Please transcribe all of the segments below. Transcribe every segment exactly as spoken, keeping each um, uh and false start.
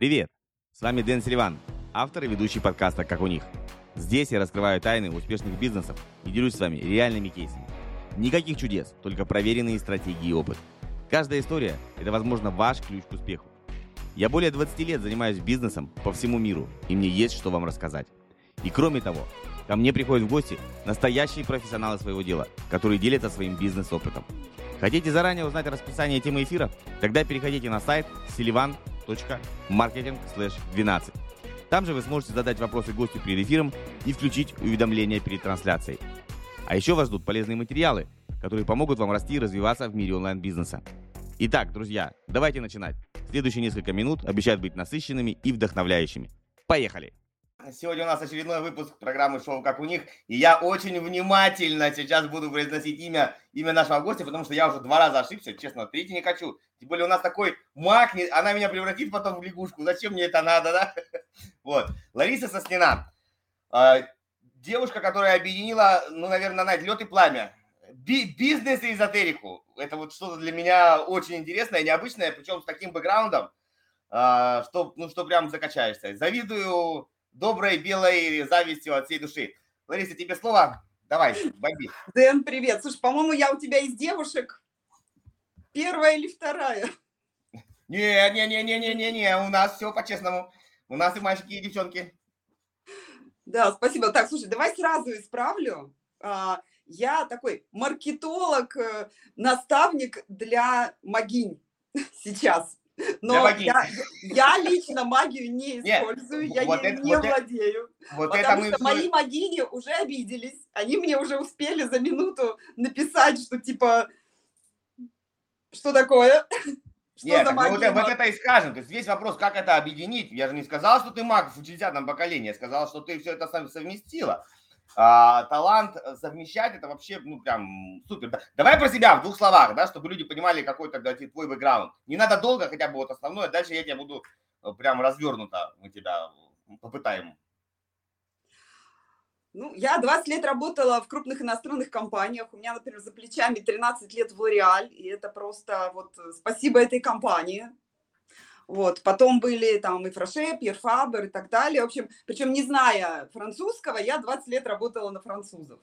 Привет! С вами Дэн Селиван, автор и ведущий подкаста «Как у них». Здесь я раскрываю тайны успешных бизнесов и делюсь с вами реальными кейсами. Никаких чудес, только проверенные стратегии и опыт. Каждая история – это, возможно, ваш ключ к успеху. Я более двадцати лет занимаюсь бизнесом по всему миру, и мне есть что вам рассказать. И кроме того, ко мне приходят в гости настоящие профессионалы своего дела, которые делятся своим бизнес-опытом. Хотите заранее узнать расписание темы эфира? Тогда переходите на сайт селиван точка маркетинг слэш двенадцать. Там же вы сможете задать вопросы гостю перед эфиром и включить уведомления перед трансляцией. А еще вас ждут полезные материалы, которые помогут вам расти и развиваться в мире онлайн-бизнеса. Итак, друзья, давайте начинать. Следующие несколько минут обещают быть насыщенными и вдохновляющими. Поехали! Сегодня у нас очередной выпуск программы «Шоу как у них», и я очень внимательно сейчас буду произносить имя, имя нашего гостя, потому что я уже два раза ошибся, честно, третий не хочу. Тем более у нас такой маг, она меня превратит потом в лягушку, зачем мне это надо, да? Вот, Лариса Соснина, девушка, которая объединила, ну, наверное, знаете, лед и пламя, бизнес и эзотерику. Это вот что-то для меня очень интересное, необычное, причем с таким бэкграундом, что, ну, что прям закачаешься. Завидую доброй белой завистью от всей души. Лариса, тебе слово. Давай, бомби. Дэн, привет. Слушай, по-моему, я у тебя из девушек первая или вторая? Не-не-не-не-не-не, у нас все по-честному. У нас и мальчики, и девчонки. Да, спасибо. Так, слушай, давай сразу исправлю. Я такой маркетолог, наставник для магинь сейчас. Но я, я лично магию не использую, Нет, я вот ею это, не вот владею, вот потому что мои магини уже обиделись, они мне уже успели за минуту написать, что типа, что такое? Что Нет, за магия, вот, вот это и скажем, то есть весь вопрос, как это объединить, я же не сказал, что ты маг в десятом поколении, я сказал, что ты все это совместила. А, талант совмещать, это вообще, ну, прям супер. Давай про себя в двух словах, да, чтобы люди понимали, какой тогда твой бэкграунд. Не надо долго, хотя бы вот основное, дальше я тебя буду прям развернуто, мы тебя попытаем. Ну, я двадцать лет работала в крупных иностранных компаниях. У меня, например, за плечами тринадцать лет в L'Oréal, и это просто вот спасибо этой компании. Вот, потом были там и Фроше, Пьер Фабер и так далее. В общем, причем не зная французского, я двадцать лет работала на французов.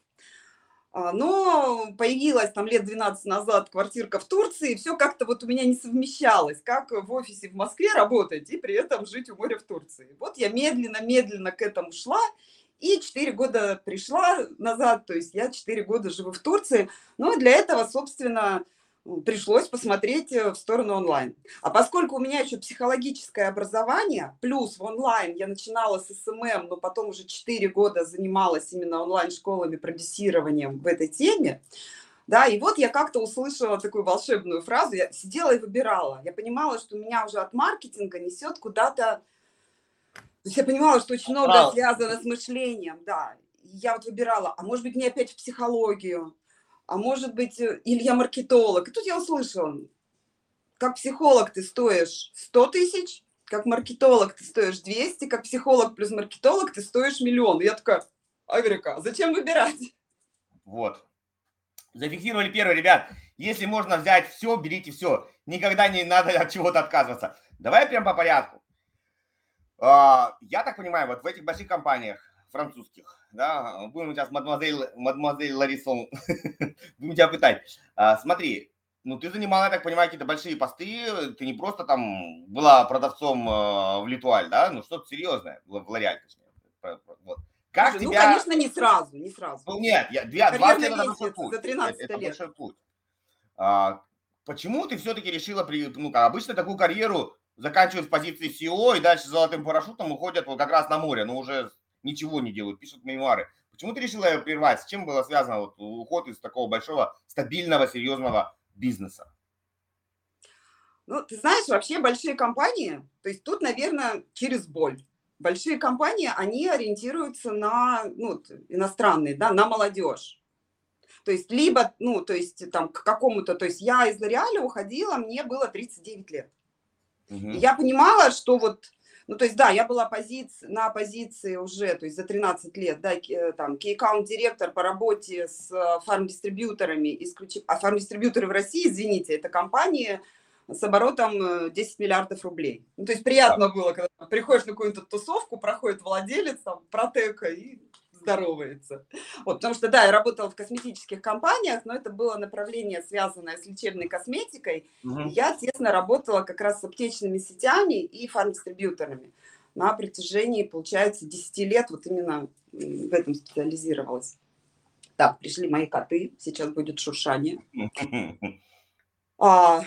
Но появилась там лет двенадцать назад квартирка в Турции, и все как-то вот у меня не совмещалось, как в офисе в Москве работать и при этом жить у моря в Турции. Вот я медленно-медленно к этому шла, и четыре года пришла назад, то есть я четыре года живу в Турции. Ну и для этого, собственно, пришлось посмотреть в сторону онлайн. А поскольку у меня еще психологическое образование, плюс в онлайн я начинала с эс эм эм, но потом уже четыре года занималась именно онлайн-школами, продюсированием в этой теме, да, и вот я как-то услышала такую волшебную фразу, я сидела и выбирала. Я понимала, что меня уже от маркетинга несет куда-то... То есть я понимала, что очень много Правда. связано с мышлением, да. И я вот выбирала, а может быть, мне опять в психологию, а может быть, или я маркетолог. И тут я услышала, как психолог ты стоишь сто тысяч, как маркетолог ты стоишь двести, как психолог плюс маркетолог ты стоишь миллион. И я такая, Аверика, зачем выбирать? Вот. Зафиксировали первое, ребят. Если можно взять все, берите все. Никогда не надо от чего-то отказываться. Давай прям по порядку. Я так понимаю, вот в этих больших компаниях французских, да, будем сейчас мадемуазель, мадемуазель Ларисон, будем тебя пытать. А, смотри, ну ты занимала, я так понимаю, какие-то большие посты, ты не просто там была продавцом э, в Литуаль, да, ну что-то серьезное, в L'Oréal, точнее. Вот. Как Слушай, тебя... Ну, конечно, не сразу, не сразу. Ну нет, я, двадцать лет это большой путь. За тринадцать это, это лет. Большой путь. А, почему ты все-таки решила, при, ну, как обычно, такую карьеру заканчивают в позиции си и о и дальше золотым парашютом уходят вот как раз на море, но уже ничего не делают, пишут мемуары. Почему ты решила ее прервать? С чем было связано вот уход из такого большого, стабильного, серьезного бизнеса? Ну, ты знаешь, вообще большие компании, то есть тут, наверное, через боль. Большие компании, они ориентируются на, ну, иностранные, да, на молодежь. То есть либо, ну, то есть там к какому-то, то есть я из L'Oréal уходила, мне было тридцать девять лет. Угу. И я понимала, что вот, ну, то есть, да, я была позиции, на позиции уже, то есть за тринадцать лет, да, там, key-аккаунт-директор по работе с фармдистрибьюторами, исключив... а фармдистрибьюторы в России, извините, это компании, с оборотом десять миллиардов рублей. Ну, то есть приятно было, когда приходишь на какую-то тусовку, проходит владелец, там, протека и здоровается. Вот, потому что, да, я работала в косметических компаниях, но это было направление, связанное с лечебной косметикой. Угу. И я тесно работала как раз с аптечными сетями и фармдистрибьюторами. На протяжении, получается, десять лет вот именно в этом специализировалась. Так, пришли мои коты, сейчас будет шуршание. А,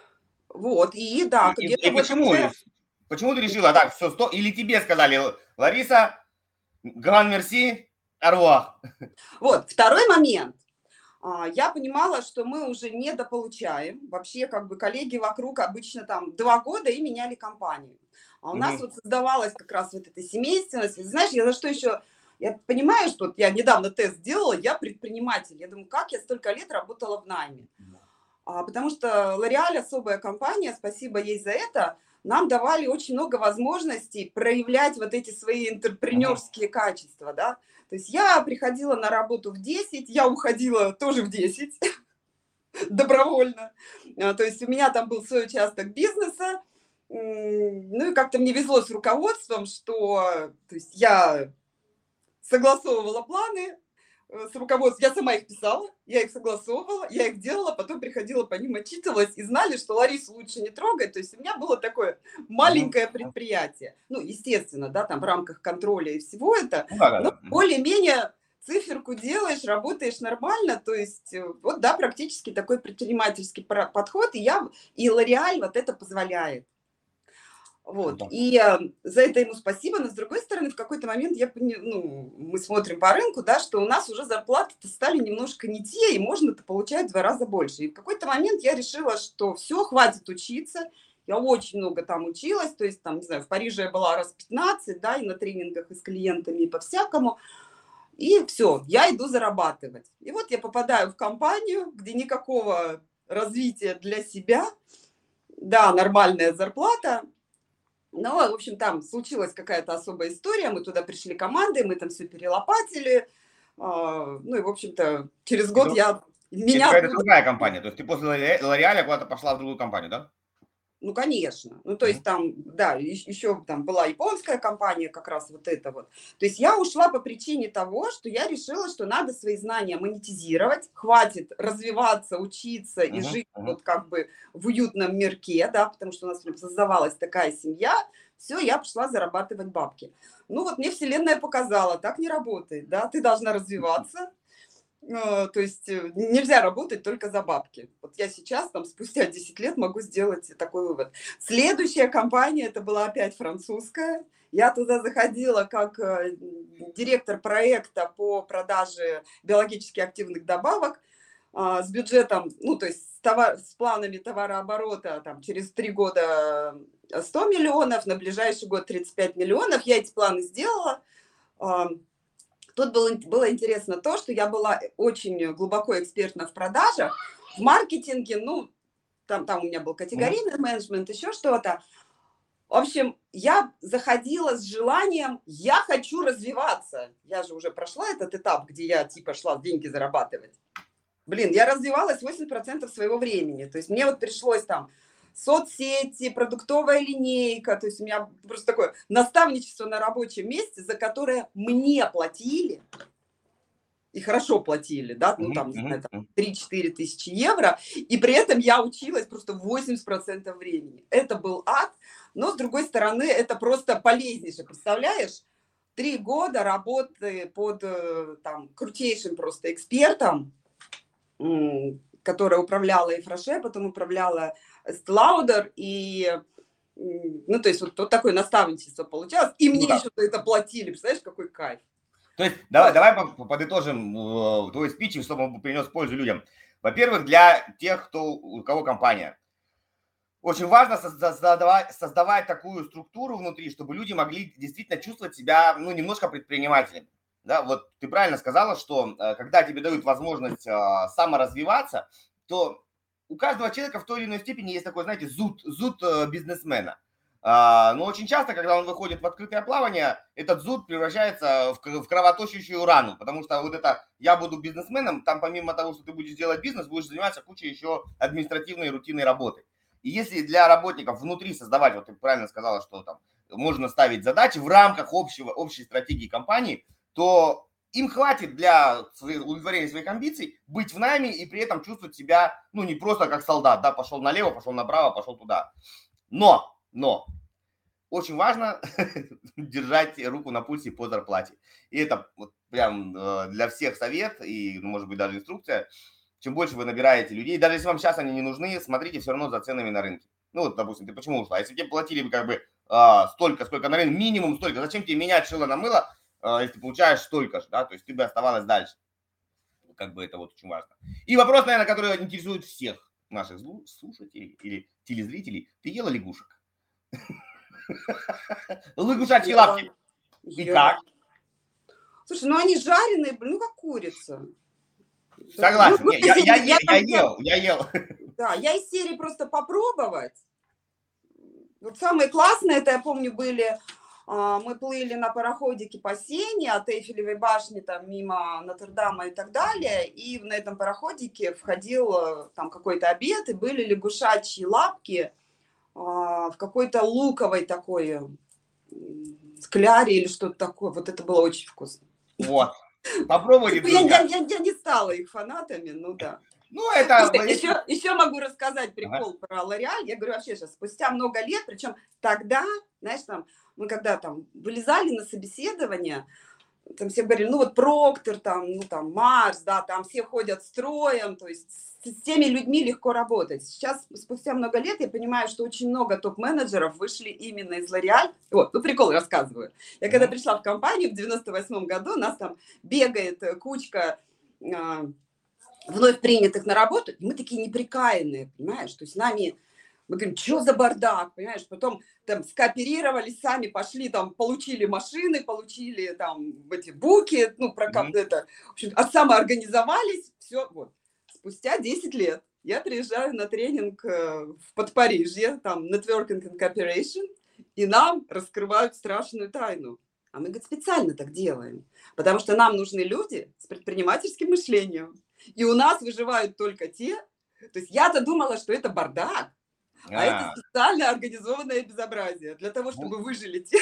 вот, и да, и, где-то и вот почему? уже... Почему ты решила так, все, сто... или тебе сказали, Лариса, гран мерси, арвуах? Вот, второй момент. Я понимала, что мы уже недополучаем. Вообще, как бы, коллеги вокруг обычно там два года и меняли компанию. А у нас Мгм. вот создавалась как раз вот эта семейственность. Знаешь, я за что еще... Я понимаю, что вот я недавно тест сделала, я предприниматель. Я думаю, как я столько лет работала в найме? А, потому что L'Oréal особая компания, спасибо ей за это, нам давали очень много возможностей проявлять вот эти свои интерпренерские качества, да. То есть я приходила на работу в десять, я уходила тоже в десять, добровольно. А, То есть у меня там был свой участок бизнеса, М, ну и как-то мне везло с руководством, что то есть я согласовывала планы э, с руководством, я сама их писала, я их согласовывала, я их делала, потом приходила по ним, отчитывалась, и знали, что Ларису лучше не трогать. То есть у меня было такое маленькое предприятие. Ну, естественно, да, там в рамках контроля и всего это, Ну, да, да, но да. более-менее циферку делаешь, работаешь нормально, то есть э, вот, да, практически такой предпринимательский пра- подход, и я, и L'Oréal вот это позволяет. Вот. Круто. И э, за это ему спасибо, но с другой стороны, в какой-то момент я, пони- ну, мы смотрим по рынку, да, что у нас уже зарплаты стали немножко не те, и можно-то получать в два раза больше. И в какой-то момент я решила, что все, хватит учиться. Я очень много там училась, то есть там, не знаю, в Париже я была раз пятнадцать, да, и на тренингах и с клиентами, и по-всякому. И все, я иду зарабатывать. И вот я попадаю в компанию, где никакого развития для себя, да, нормальная зарплата. Ну, в общем, там случилась какая-то особая история, мы туда пришли командой, мы там все перелопатили. А, Ну и, в общем-то, через год Это- я... Это Меня какая-то оттуда- другая компания. То есть ты после Лореаля Лореаля куда-то пошла в другую компанию, да? Ну, конечно. Ну, то есть там, да, еще там была японская компания, как раз вот это вот. То есть я ушла по причине того, что я решила, что надо свои знания монетизировать, хватит развиваться, учиться и Мгм, жить мгм. вот как бы в уютном мирке, да, потому что у нас прям создавалась такая семья. Все, я пошла зарабатывать бабки. Ну, вот мне вселенная показала, так не работает, да, ты должна развиваться. Э, То есть э, нельзя работать только за бабки. Вот я сейчас, там, спустя десять лет могу сделать такой вывод. Следующая компания, это была опять французская. Я туда заходила как э, директор проекта по продаже биологически активных добавок а, с бюджетом, ну, то есть с, товар, с планами товарооборота там, через три года сто миллионов, на ближайший год тридцать пять миллионов. Я эти планы сделала. А, Тут было, было интересно то, что я была очень глубоко экспертна в продажах, в маркетинге, ну, там, там у меня был категорийный менеджмент, еще что-то. В общем, я заходила с желанием, я хочу развиваться. Я же уже прошла этот этап, где я типа шла деньги зарабатывать. Блин, я развивалась восемьдесят процентов своего времени. То есть мне вот пришлось там соцсети, продуктовая линейка. То есть у меня просто такое наставничество на рабочем месте, за которое мне платили. И хорошо платили, да, ну там, не знаю, там три-четыре тысячи евро. И при этом я училась просто восемьдесят процентов времени. Это был ад. Но, с другой стороны, это просто полезнейшее. Представляешь? Три года работы под там крутейшим просто экспертом, которая управляла и Фраше, потом управляла Стеллаудер, и, ну, то есть вот, вот такое наставничество получалось, и мне ну, да. еще за это платили, представляешь, какой кайф. То есть давай, давай подытожим э, твой спич, чтобы он принес пользу людям. Во-первых, для тех, кто, у кого компания, очень важно создавать, создавать такую структуру внутри, чтобы люди могли действительно чувствовать себя, ну, немножко предпринимателями. Да, вот ты правильно сказала, что э, когда тебе дают возможность э, саморазвиваться, то у каждого человека в той или иной степени есть такой, знаете, зуд, зуд э, бизнесмена. Uh, но очень часто, когда он выходит в открытое плавание, этот зуд превращается в, в кровоточащую рану, потому что вот это «я буду бизнесменом», там помимо того, что ты будешь делать бизнес, будешь заниматься кучей еще административной и рутинной работы. И если для работников внутри создавать, вот ты правильно сказала, что там можно ставить задачи в рамках общего, общей стратегии компании, то им хватит для удовлетворения своих амбиций быть в найме и при этом чувствовать себя, ну, не просто как солдат, да, пошел налево, пошел направо, пошел туда. Но, но, очень важно держать руку на пульсе по зарплате. И это вот прям для всех совет и, может быть, даже инструкция. Чем больше вы набираете людей, даже если вам сейчас они не нужны, смотрите все равно за ценами на рынке. Ну вот, допустим, ты почему ушла? Если тебе платили бы как бы а, столько, сколько на рынке, минимум столько, зачем тебе менять шило на мыло, а, если ты получаешь столько же, да, то есть ты бы оставалась дальше. Как бы это вот очень важно. И вопрос, наверное, который интересует всех наших слушателей или телезрителей. Ты ела лягушек? Лягушачьи лапки. И как? Слушай, ну они жареные, ну как курица. Согласен. Ну, я, я, я, я, я я, ел, я ел. Да, я из серии просто попробовать. Вот самые классные, это я помню, были, мы плыли на пароходике по Сене от Эйфелевой башни, там, мимо Нотр-Дама и так далее, и на этом пароходике входил там какой-то обед, и были лягушачьи лапки в какой-то луковой такой скляре или что-то такое. Вот это было очень вкусно. Вот. Попробуйте, я, я, я, я не стала их фанатами, ну да. Ну, это... Слушай, еще, еще могу рассказать прикол ага. про L'Oréal. Я говорю, вообще сейчас, спустя много лет, причем тогда, знаешь, там, мы когда там вылезали на собеседование, там все говорили, ну вот Проктор, там, ну там Марс, да, там все ходят строем, то есть с теми людьми легко работать. Сейчас, спустя много лет, я понимаю, что очень много топ-менеджеров вышли именно из L'Oréal. Вот, ну прикол рассказываю. Я когда пришла в компанию в девяносто восьмом году, у нас там бегает кучка э, вновь принятых на работу, и мы такие неприкаянные, понимаешь? То есть нами, мы говорим, что за бардак, понимаешь? Потом там скооперировались, сами пошли, там, получили машины, получили там эти буки, ну, про как это, в общем, а самоорганизовались, все, вот. Спустя десять лет я приезжаю на тренинг в Подпорижье, там, Networking and Cooperation, и нам раскрывают страшную тайну. А мы, говорит, специально так делаем, потому что нам нужны люди с предпринимательским мышлением. И у нас выживают только те, то есть я-то думала, что это бардак, а, а это специально организованное безобразие, для того, чтобы выжили те,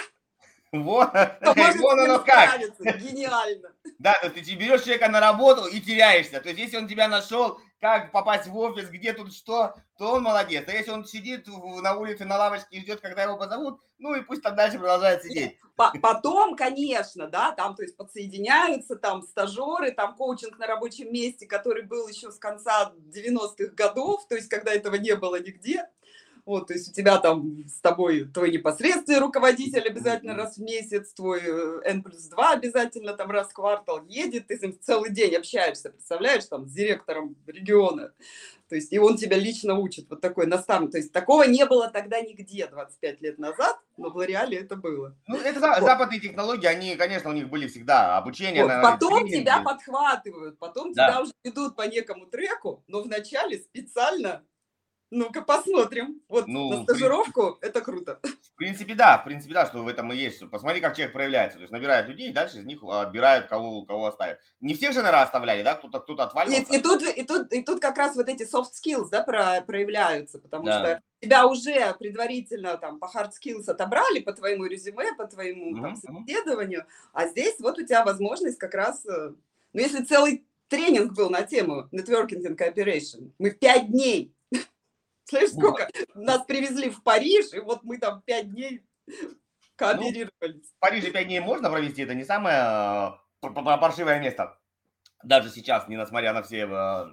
вот, кто может вот оно как. Гениально. Да, то есть ты берешь человека на работу и теряешься. То есть если он тебя нашел, как попасть в офис, где тут что, то он молодец. А если он сидит на улице на лавочке и ждет, когда его позовут, ну и пусть там дальше продолжает сидеть. Потом, конечно, да, там, то есть подсоединяются там стажеры, там коучинг на рабочем месте, который был еще с конца девяностых годов, то есть когда этого не было нигде. Вот, то есть у тебя там с тобой твой непосредственный руководитель обязательно раз в месяц, твой Н плюс два обязательно там раз в квартал едет, ты с ним целый день общаешься, представляешь, там с директором региона. То есть и он тебя лично учит, вот такой наставник. То есть такого не было тогда нигде двадцать пять лет назад, но в L'Oréal это было. Ну, это вот. Западные технологии, они, конечно, у них были всегда обучение. Вот. На Потом тренинге. Тебя подхватывают, потом да. тебя уже ведут по некому треку, но вначале специально... Ну-ка посмотрим. Вот ну, на стажировку принципе, это круто. В принципе, да, в принципе, да, что в этом и есть. Посмотри, как человек проявляется. То есть набирают людей, и дальше из них отбирают, кого, кого оставят. Не всех же, наверное, оставляли, да? Кто-то кто отваливался. И, и, тут, и, тут, и тут как раз вот эти soft skills, да, про, проявляются, потому да. что тебя уже предварительно там по hard skills отобрали по твоему резюме, по твоему mm-hmm. там, собеседованию, а здесь вот у тебя возможность как раз, ну, если целый тренинг был на тему Networking and Cooperation, мы пять дней Знаешь, сколько? Нас привезли в Париж, и вот мы там пять дней кооперировались. Ну, в Париже пять дней можно провести, это не самое паршивое место. Даже сейчас, не несмотря на все э,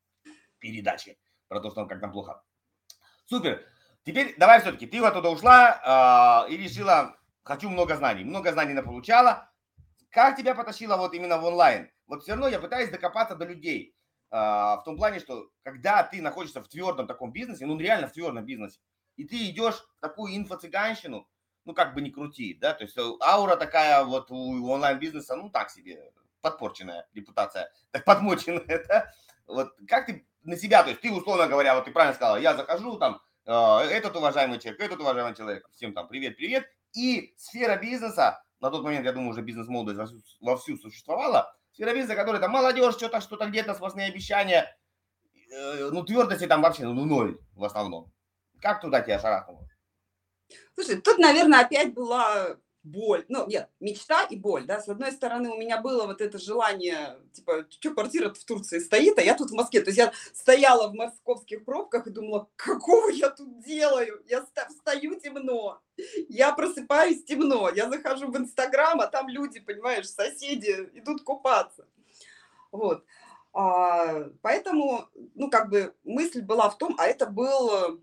передачи про то, что как там плохо. Супер. Теперь давай все-таки, ты оттуда ушла э, и решила, хочу много знаний. Много знаний наполучала. Как тебя потащило вот именно в онлайн? Вот все равно я пытаюсь докопаться до людей. В том плане, что когда ты находишься в твердом таком бизнесе, ну реально в твердом бизнесе, и ты идешь в такую инфо-цыганщину, ну как бы не крути, да, то есть аура такая вот у онлайн-бизнеса, ну так себе, подпорченная репутация, так подмоченная, да, вот как ты на себя, то есть ты, условно говоря, вот ты правильно сказала, я захожу там, этот уважаемый человек, этот уважаемый человек, всем там привет-привет, и сфера бизнеса, на тот момент, я думаю, уже бизнес-молодость вовсю существовала, сфера бизнеса, которая там молодежь, что-то, что-то где-то, сплошные обещания, э, ну, твердости там вообще, ну, ноль в основном. Как туда тебя шарахнуло? Слушай, тут, наверное, опять была боль. Ну, нет, мечта и боль, да. С одной стороны, у меня было вот это желание, типа, что квартира в Турции стоит, а я тут в Москве. То есть я стояла в московских пробках и думала, какого я тут делаю? Я встаю темно, я просыпаюсь темно, я захожу в Инстаграм, а там люди, понимаешь, соседи идут купаться. Вот. А, поэтому, ну, как бы мысль была в том, а это был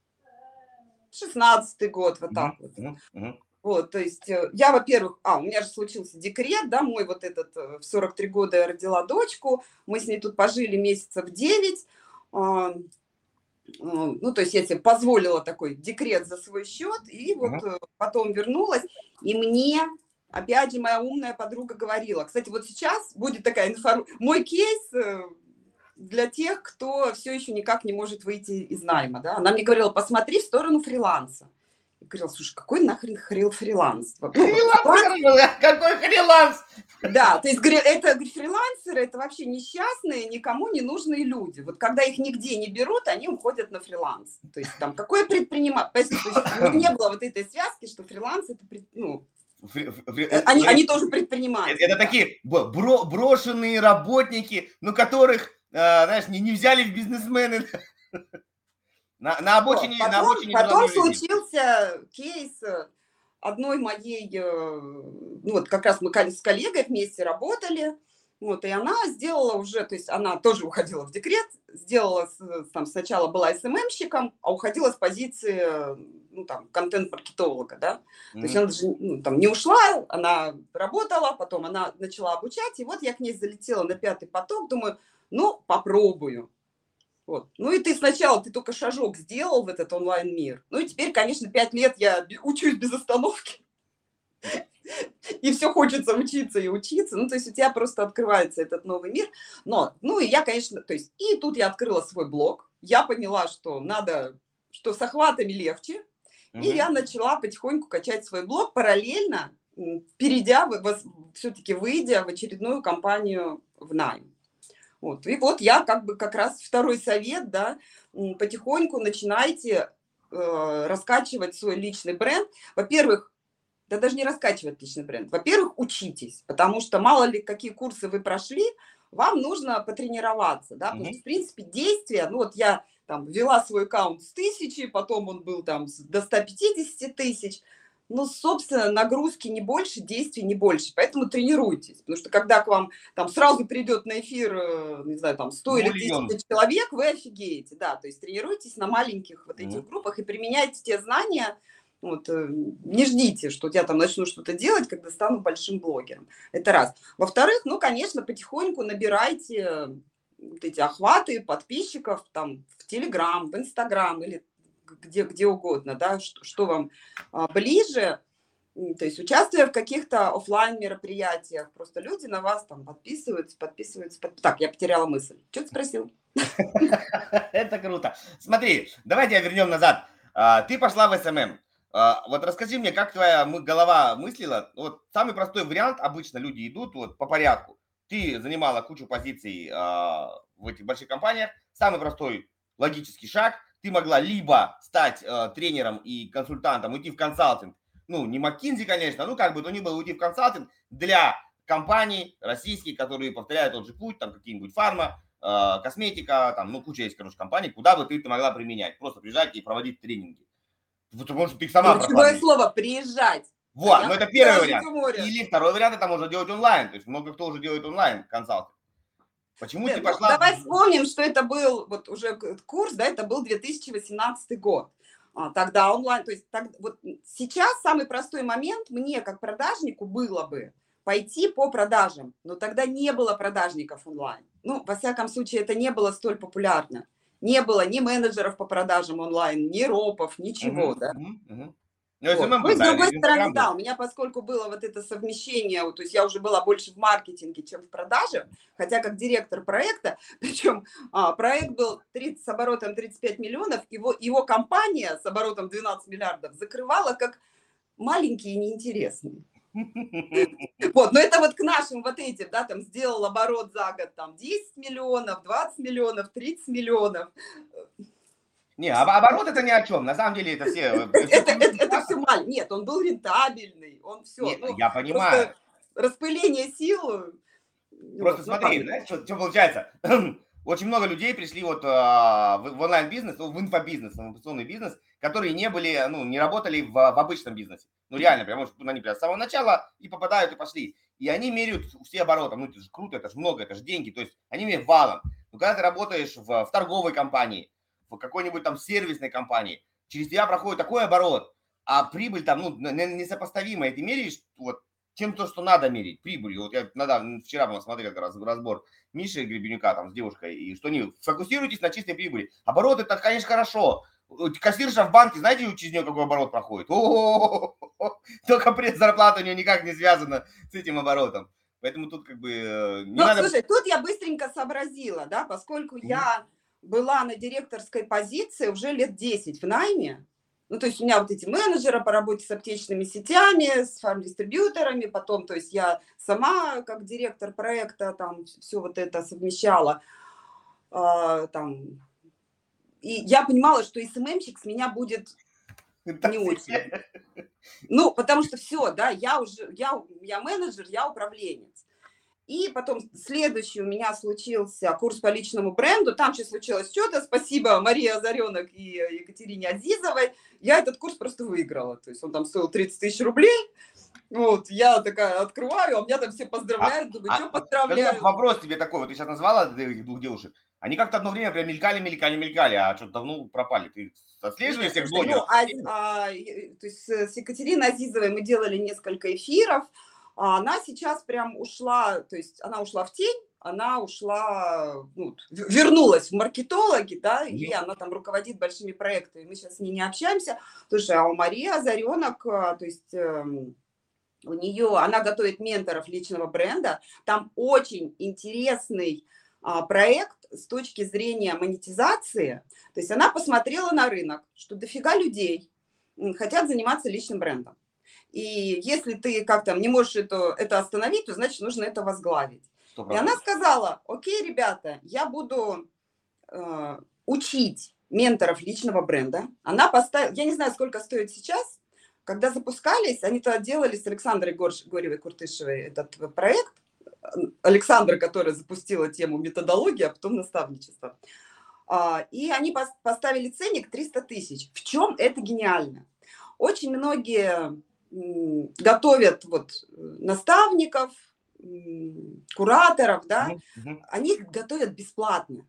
шестнадцатый год, вот так вот. Uh-huh, uh-huh. Вот, то есть я, во-первых, а, у меня же случился декрет, да, мой вот этот, в сорок три года я родила дочку, мы с ней тут пожили месяцев девять, а, ну, то есть я себе позволила такой декрет за свой счет, и вот uh-huh. потом вернулась, и мне, опять же, моя умная подруга говорила, кстати, вот сейчас будет такая информация, мой кейс для тех, кто все еще никак не может выйти из найма, да, она мне говорила, посмотри в сторону фриланса. Я говорила, слушай, какой нахрен фриланс? Ну, фриланс? Какой фриланс? Да, то есть это фрилансеры, это вообще несчастные, никому не нужные люди. Вот когда их нигде не берут, они уходят на фриланс. То есть там какое предпринимательство? Не было вот этой связки, что фриланс это, ну, Фри, фри, они, они тоже предприниматели. Это, это да. Такие бро, брошенные работники, ну, которых, э, знаешь, не, не взяли в бизнесмены. На, на обочине, потом, на обочине потом случился кейс одной моей, ну вот как раз мы с коллегой вместе работали, вот, и она сделала уже, то есть она тоже уходила в декрет, сделала, там сначала была эс эм эм-щиком, а уходила с позиции, ну там, контент-маркетолога, да, mm-hmm. то есть она даже, ну, там не ушла, она работала, потом она начала обучать, и вот я к ней залетела на пятый поток, думаю, ну, попробую. Вот. Ну и ты сначала, ты только шажок сделал в этот онлайн-мир. Ну и теперь, конечно, пять лет я учусь без остановки. И все хочется учиться и учиться. Ну, то есть у тебя просто открывается этот новый мир. Но, ну и я, конечно, то есть и тут я открыла свой блог. Я поняла, что надо, что с охватами легче. И mm-hmm. я начала потихоньку качать свой блог, параллельно перейдя, все-таки выйдя в очередную компанию в найм. Вот. И вот я как бы как раз второй совет, да, потихоньку начинайте э, раскачивать свой личный бренд. Во-первых, да даже не раскачивать личный бренд. Во-первых, учитесь, потому что мало ли какие курсы вы прошли, вам нужно потренироваться, да, mm-hmm. потому что, в принципе, действия, ну вот я там ввела свой аккаунт с тысячи, потом он был там до ста пятидесяти тысяч, ну, собственно, нагрузки не больше, действий не больше. Поэтому тренируйтесь. Потому что когда к вам там сразу придет на эфир, не знаю, там сто или тысяча человек, вы офигеете. Да, то есть тренируйтесь на маленьких вот этих mm-hmm. группах и применяйте те знания. Вот, не ждите, что я там начну что-то делать, когда стану большим блогером. Это раз. Во-вторых, ну, конечно, потихоньку набирайте вот эти охваты подписчиков там в Телеграм, в Инстаграм или где, где угодно, да, что, что вам а, ближе, то есть участвуя в каких-то офлайн мероприятиях, просто люди на вас там подписываются, подписываются, под... так, я потеряла мысль, что ты спросил? Это круто. Смотри, давай тебя вернем назад, ты пошла в эс эм эм, вот расскажи мне, как твоя голова мыслила, вот самый простой вариант, обычно люди идут вот по порядку, ты занимала кучу позиций в этих больших компаниях, самый простой логический шаг, ты могла либо стать э, тренером и консультантом, уйти в консалтинг, ну, не McKinsey, конечно, ну, как бы то ни было, уйти в консалтинг для компаний российских, которые повторяют тот же путь, там, какие-нибудь фарма, э, косметика, там, ну, куча есть, короче, компаний, куда бы ты, ты могла применять, просто приезжать и проводить тренинги. Потому что ты их сама прошла. Ключевое слово «приезжать». Вот, а ну, это первый вариант. Или второй вариант, это можно делать онлайн, то есть много кто уже делает онлайн консалтинг. Почему да, ты ну, пошла? Давай вспомним, что это был вот уже курс, да, это был две тысячи восемнадцатый год. А, тогда онлайн, то есть так, вот сейчас самый простой момент мне как продажнику было бы пойти по продажам, но тогда не было продажников онлайн. Ну, во всяком случае, это не было столь популярно. Не было ни менеджеров по продажам онлайн, ни ропов, ничего, uh-huh, да. Uh-huh, uh-huh. Вот. Ну, и с другой стороны, да, у меня, поскольку было вот это совмещение, то есть я уже была больше в маркетинге, чем в продаже, хотя как директор проекта, причем а, проект был тридцать, с оборотом тридцать пять миллионов, его, его компания с оборотом двенадцать миллиардов закрывала как маленький и неинтересный. Вот, но это вот к нашим вот этим, да, там сделал оборот за год там десять миллионов, двадцать миллионов, тридцать миллионов. Не, оборот это ни о чем. На самом деле это все... Это, это, это все маленько. Нет, он был рентабельный, он все. Нет, ну, я понимаю. Распыление сил. Просто вот, смотри, ну, знаешь, что, что получается? Очень много людей пришли вот а, в, в онлайн-бизнес, в инфобизнес, в информационный бизнес, которые не были, ну, не работали в, в обычном бизнесе. Ну, реально, прям, может, они прям с самого начала и попадают, и пошли. И они меряют все обороты. Ну, это же круто, это же много, это же деньги. То есть они меряют валом. Но когда ты работаешь в, в торговой компании, в какой-нибудь там сервисной компании, через тебя проходит такой оборот, а прибыль там, ну, несопоставимая. Ты меряешь, вот, чем то, что надо мерить, прибылью. Вот я надо, вчера мы смотрели как раз разбор Миши Гребенюка там с девушкой, и что они фокусируйтесь на чистой прибыли. Оборот это, конечно, хорошо. Кассирша в банке, знаете, через нее какой оборот проходит? О-о-о-о-о! Только предзарплата у нее никак не связана с этим оборотом. Поэтому тут как бы не ну, надо... Слушай, тут я быстренько сообразила, да, поскольку mm-hmm. я была на директорской позиции уже лет десять в найме. Ну, то есть у меня вот эти менеджеры по работе с аптечными сетями, с фармдистрибьюторами, потом, то есть я сама как директор проекта там все вот это совмещала. Э, там. И я понимала, что эс эм эм-щик с меня будет не очень. Ну, потому что все, да, я уже, я, я менеджер, я управленец. И потом следующий у меня случился курс по личному бренду. Там сейчас случилось что-то. Спасибо Марии Озаренок и Екатерине Азизовой. Я этот курс просто выиграла. То есть он там стоил тридцать тысяч рублей. Вот, я такая открываю, а меня там все поздравляют. Думаю, а, что поздравляю? Вопрос тебе такой. Вот ты сейчас назвала этих двух девушек. Они как-то одно время прям мелькали, мелькали, мелькали, а что-то давно пропали. Ты отслеживаешь всех блогеров? Ну, а, а, то есть с Екатериной Азизовой мы делали несколько эфиров. А она сейчас прям ушла, то есть она ушла в тень, она ушла, ну, вернулась в маркетологи, да, и она там руководит большими проектами. Мы сейчас с ней не общаемся. Слушай, а у Марии Озаренок, то есть у нее, она готовит менторов личного бренда. Там очень интересный а, проект с точки зрения монетизации. То есть она посмотрела на рынок, что дофига людей хотят заниматься личным брендом. И если ты как там не можешь это, это остановить, то значит нужно это возглавить. сто процентов. И она сказала: окей, ребята, я буду э, учить менторов личного бренда. Она поставила, я не знаю, сколько стоит сейчас, когда запускались, они-то делали с Александрой Горевой-Куртышевой этот проект. Александра, которая запустила тему методологии, а потом наставничества. И они поставили ценник триста тысяч. В чем это гениально? Очень многие готовят вот наставников, кураторов, да, угу. Они их готовят бесплатно.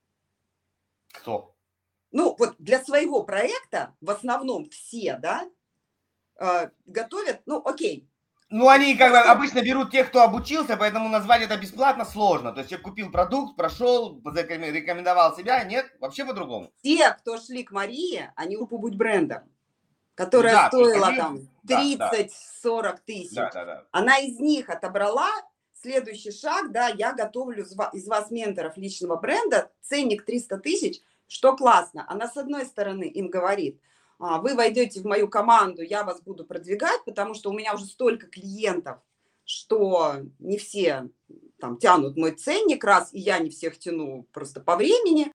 Кто? Ну, вот для своего проекта в основном все, да, готовят, ну, окей. Ну, они как бы обычно берут тех, кто обучился, поэтому назвать это бесплатно сложно. То есть человек купил продукт, прошел, рекомендовал себя, нет, вообще по-другому. Те, кто шли к Марии, они побудь брендом, которая да, стоила они... там тридцать-сорок тысяч. Да, да, да. Она из них отобрала. Следующий шаг, да, я готовлю из вас менторов личного бренда, ценник триста тысяч, что классно. Она с одной стороны им говорит: вы войдете в мою команду, я вас буду продвигать, потому что у меня уже столько клиентов, что не все там тянут мой ценник раз, и я не всех тяну просто по времени.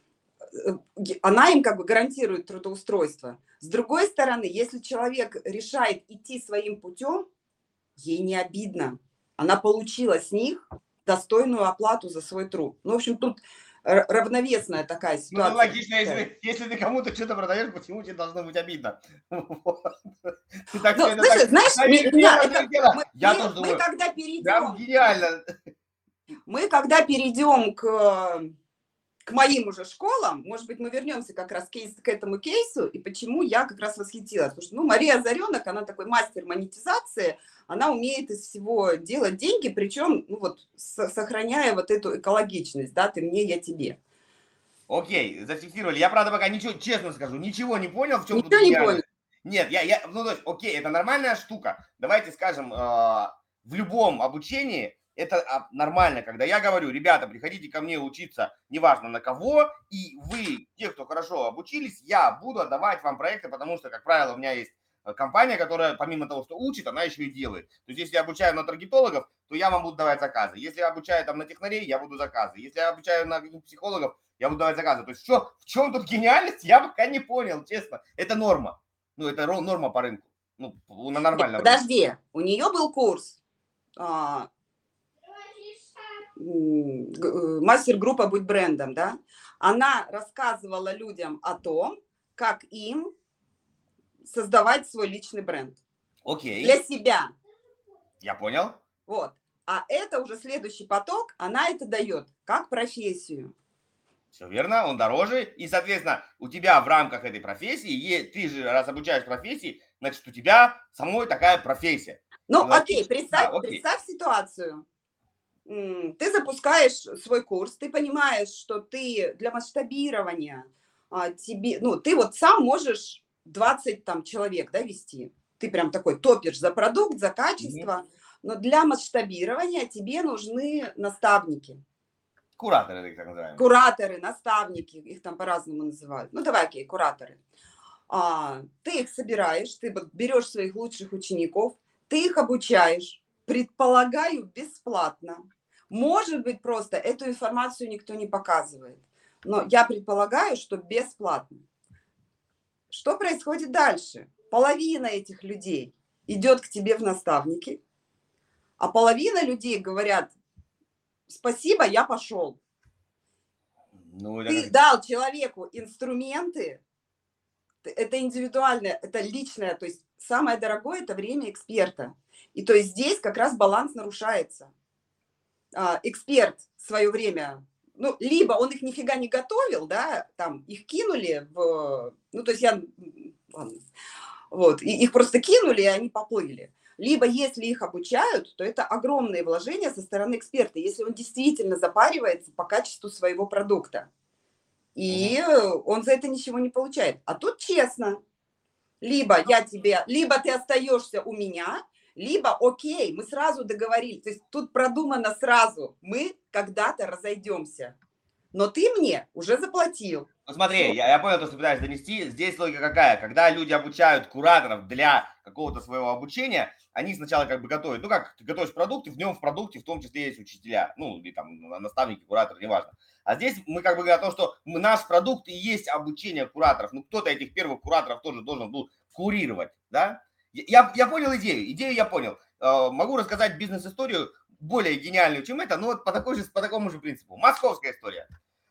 Она им как бы гарантирует трудоустройство. С другой стороны, если человек решает идти своим путем, ей не обидно. Она получила с них достойную оплату за свой труд. Ну, в общем, тут равновесная такая ситуация. Ну, логично, если, если ты кому-то что-то продаешь, почему тебе должно быть обидно? Знаешь, мы когда перейдем... Гениально. Мы когда перейдем к... к моим уже школам, может быть, мы вернемся как раз кейс, к этому кейсу, и почему я как раз восхитилась. Потому что, ну, Мария Озаренок, она такой мастер монетизации, она умеет из всего делать деньги, причем, ну, вот, сохраняя вот эту экологичность, да, ты мне, я тебе. Окей, зафиксировали. Я, правда, пока ничего, честно скажу, ничего не понял, в чем ничего тут не понял. Нет, я, я, ну, то есть, окей, это нормальная штука. Давайте скажем, э, в любом обучении это нормально, когда я говорю: ребята, приходите ко мне учиться, неважно на кого, и вы, те, кто хорошо обучились, я буду отдавать вам проекты, потому что, как правило, у меня есть компания, которая помимо того, что учит, она еще и делает. То есть если я обучаю на таргетологов, то я вам буду давать заказы. Если я обучаю там на технарей, я буду заказы. Если я обучаю на психологов, я буду давать заказы. То есть что, в чем тут гениальность, я пока не понял, честно. Это норма. Ну, это норма по рынку. Ну, на нормальном рынке. Подожди, у нее был курс а, мастер-группа «Будь брендом», да? Она рассказывала людям о том, как им создавать свой личный бренд. Окей. Для себя. Я понял. Вот. А это уже следующий поток, она это дает как профессию. Все верно, он дороже. И, соответственно, у тебя в рамках этой профессии, ты же раз обучаешь профессии, значит, у тебя самой такая профессия. Ну, ну окей, представь, да, окей. представь ситуацию. Ты запускаешь свой курс, ты понимаешь, что ты для масштабирования тебе, ну, ты вот сам можешь двадцать там человек, да, вести. Ты прям такой топишь за продукт, за качество, mm-hmm. но для масштабирования тебе нужны наставники. Кураторы, их так называемые. Кураторы, наставники, их там по-разному называют. Ну, давай, окей, кураторы. А, ты их собираешь, ты берешь своих лучших учеников, ты их обучаешь, предполагаю, бесплатно. Может быть, просто эту информацию никто не показывает, но я предполагаю, что бесплатно. Что происходит дальше? Половина этих людей идет к тебе в наставники, а половина людей говорят: спасибо, я пошел. Ну, Ты как... дал человеку инструменты, это индивидуальное, это личное, то есть самое дорогое – это время эксперта. И то есть здесь как раз баланс нарушается. А, эксперт в свое время, ну, либо он их нифига не готовил, да, там их кинули в, ну, то есть я, ладно, вот, и их просто кинули, и они поплыли. Либо если их обучают, то это огромные вложения со стороны эксперта, если он действительно запаривается по качеству своего продукта. И uh-huh. он за это ничего не получает. А тут честно. Либо я тебе, либо ты остаешься у меня, либо окей, мы сразу договорились. То есть тут продумано сразу. Мы когда-то разойдемся. Но ты мне уже заплатил. Ну смотри, я, я понял, то, что ты пытаешься донести. Здесь логика какая? Когда люди обучают кураторов для какого-то своего обучения, они сначала как бы готовят. Ну как, ты готовишь продукт, и в нем в продукте в том числе есть учителя. Ну или там наставники, кураторы, неважно. А здесь мы как бы говорим о том, что мы, наш продукт и есть обучение кураторов. Ну кто-то этих первых кураторов тоже должен был курировать, да? Я, я понял идею, идею я понял. Э, могу рассказать бизнес-историю более гениальную, чем это, но вот по, такой же, по такому же принципу. Московская история.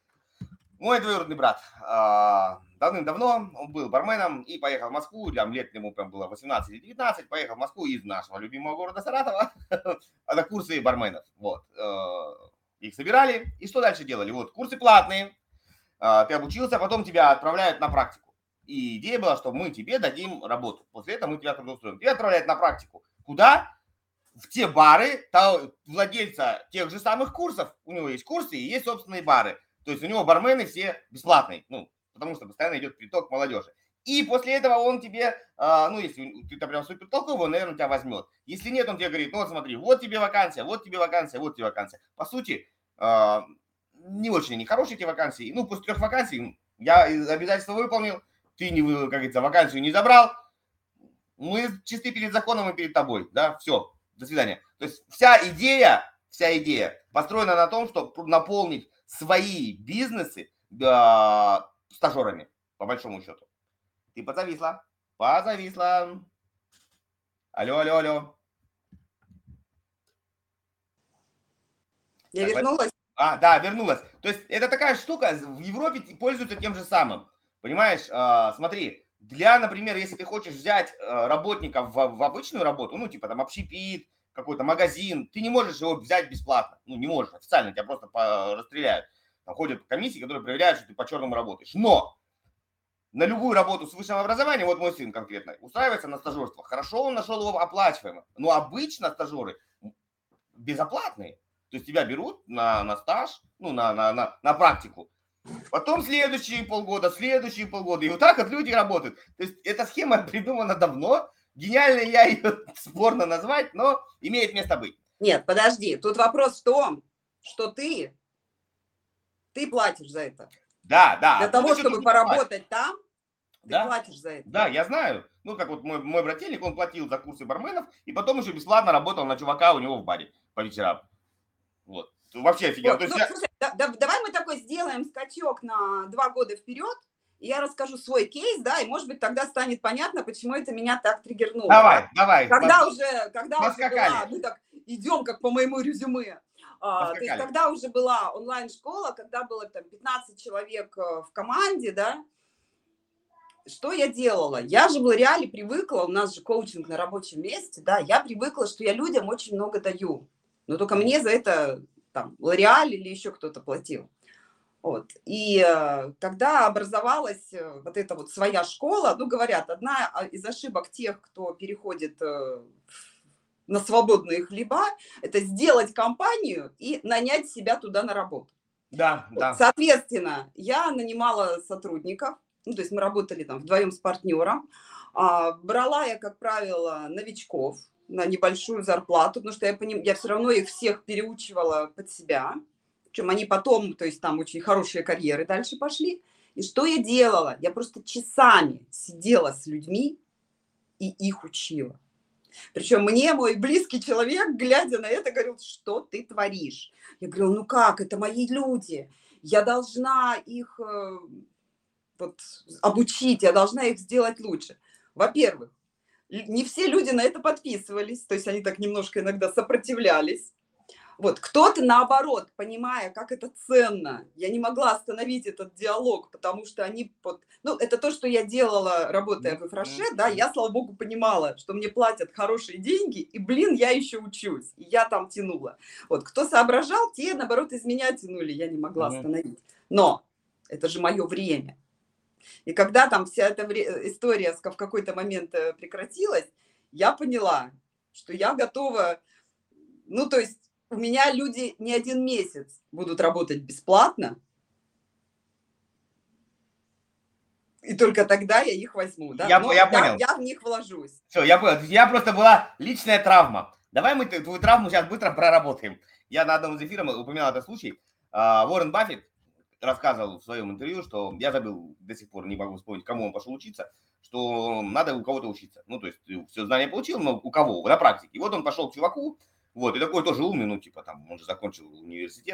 Мой двоюродный брат э, давным-давно, он был барменом и поехал в Москву, там лет ему прям было восемнадцать или девятнадцать, поехал в Москву из нашего любимого города Саратова на курсы барменов. Вот. Э, их собирали, и что дальше делали? Вот, курсы платные, э, ты обучился, потом тебя отправляют на практику. И идея была, что мы тебе дадим работу. После этого мы тебя трудоустроим. Тебя отправляют на практику. Куда? В те бары, того, владельца тех же самых курсов. У него есть курсы и есть собственные бары. То есть у него бармены все бесплатные. Ну, потому что постоянно идет приток молодежи. И после этого он тебе, э, ну, если ты там прям супер толковый, он, наверное, тебя возьмет. Если нет, он тебе говорит: ну вот смотри, вот тебе вакансия, вот тебе вакансия, вот тебе вакансия. По сути, э, не очень они хорошие эти вакансии. Ну, после трех вакансий я обязательства выполнил. Ты, не, как говорится, вакансию не забрал, мы чисты перед законом и перед тобой, да, все, до свидания. То есть вся идея, вся идея построена на том, чтобы наполнить свои бизнесы да, стажерами, по большому счету. Ты позависла, позависла. Алло, алло, алло. Я так, вернулась. А, да, вернулась. То есть это такая штука, в Европе пользуются тем же самым. Понимаешь, э, смотри, для, например, если ты хочешь взять э, работника в, в обычную работу, ну, типа там общепит, какой-то магазин, ты не можешь его взять бесплатно. Ну, не можешь, официально тебя просто по- расстреляют. Там ходят комиссии, которые проверяют, что ты по-черному работаешь. Но на любую работу с высшим образованием, вот мой сын конкретно, устраивается на стажерство. Хорошо, он нашел его оплачиваемым. Но обычно стажеры безоплатные. То есть тебя берут на, на стаж, ну, на, на, на, на практику. Потом следующие полгода, следующие полгода. И вот так вот люди работают. То есть эта схема придумана давно. Гениально я ее спорно назвать, но имеет место быть. Нет, подожди. Тут вопрос в том, что ты, ты платишь за это. Да, да. Для того, чтобы поработать там, Ты Да, платишь за это. да, я знаю. Ну, как вот мой, мой брательник, он платил за курсы барменов, и потом еще бесплатно работал на чувака у него в баре по вечерам. Вот. Вообще офигенно. Вот. То есть Ну, я... слушай, да- да- давай мы такой сделаем скачок на два года вперед, и я расскажу свой кейс, да, и, может быть, тогда станет понятно, почему это меня так триггернуло. Давай, да. давай. Когда пос- уже, когда уже Поскакали. была, мы так идем, как по моему резюме. А, то есть, Поскакали. когда уже была онлайн-школа, когда было там пятнадцать человек э, в команде, да, что я делала? Я же в Лореале привыкла, у нас же коучинг на рабочем месте, да, я привыкла, что я людям очень много даю, но только мне за это там Лореаль или еще кто-то платил. Вот. И э, когда образовалась э, вот эта вот своя школа, ну, говорят, одна из ошибок тех, кто переходит э, на свободные хлеба, это сделать компанию и нанять себя туда на работу. Да, Вот. да. Соответственно, я нанимала сотрудников, ну, то есть мы работали там вдвоем с партнером, а, брала я, как правило, новичков на небольшую зарплату, потому что я, поним... я все равно их всех переучивала под себя, причем они потом, то есть там очень хорошие карьеры дальше пошли. И что я делала? Я просто часами сидела с людьми и их учила. Причем мне мой близкий человек, глядя на это, говорил, что ты творишь? Я говорю, ну как, это мои люди, я должна их э, вот, обучить, я должна их сделать лучше. Во-первых, не все люди на это подписывались, то есть они так немножко иногда сопротивлялись. Вот, кто-то, наоборот, понимая, как это ценно, я не могла остановить этот диалог, потому что они... Вот, ну, это то, что я делала, работая в Ифраше, да, я, слава богу, понимала, что мне платят хорошие деньги, и, блин, я еще учусь, и я там тянула. Вот, кто соображал, те, наоборот, из меня тянули, я не могла остановить. Но это же мое время. И когда там вся эта история в какой-то момент прекратилась, я поняла, что я готова... Ну, то есть у меня люди не один месяц будут работать бесплатно, и только тогда я их возьму. Да? Я, Но я понял. Я, я в них вложусь. Все, я понял. Я просто была личная травма. Давай мы твою травму сейчас быстро проработаем. Я на одном из эфиров упоминал этот случай. Уоррен Баффет рассказывал в своем интервью, что я забыл, до сих пор не могу вспомнить, кому он пошел учиться, что надо у кого-то учиться. Ну, то есть ты все знания получил, но у кого? На практике. И вот он пошел к чуваку, вот, и такой тоже умный, ну, типа там, он же закончил университет.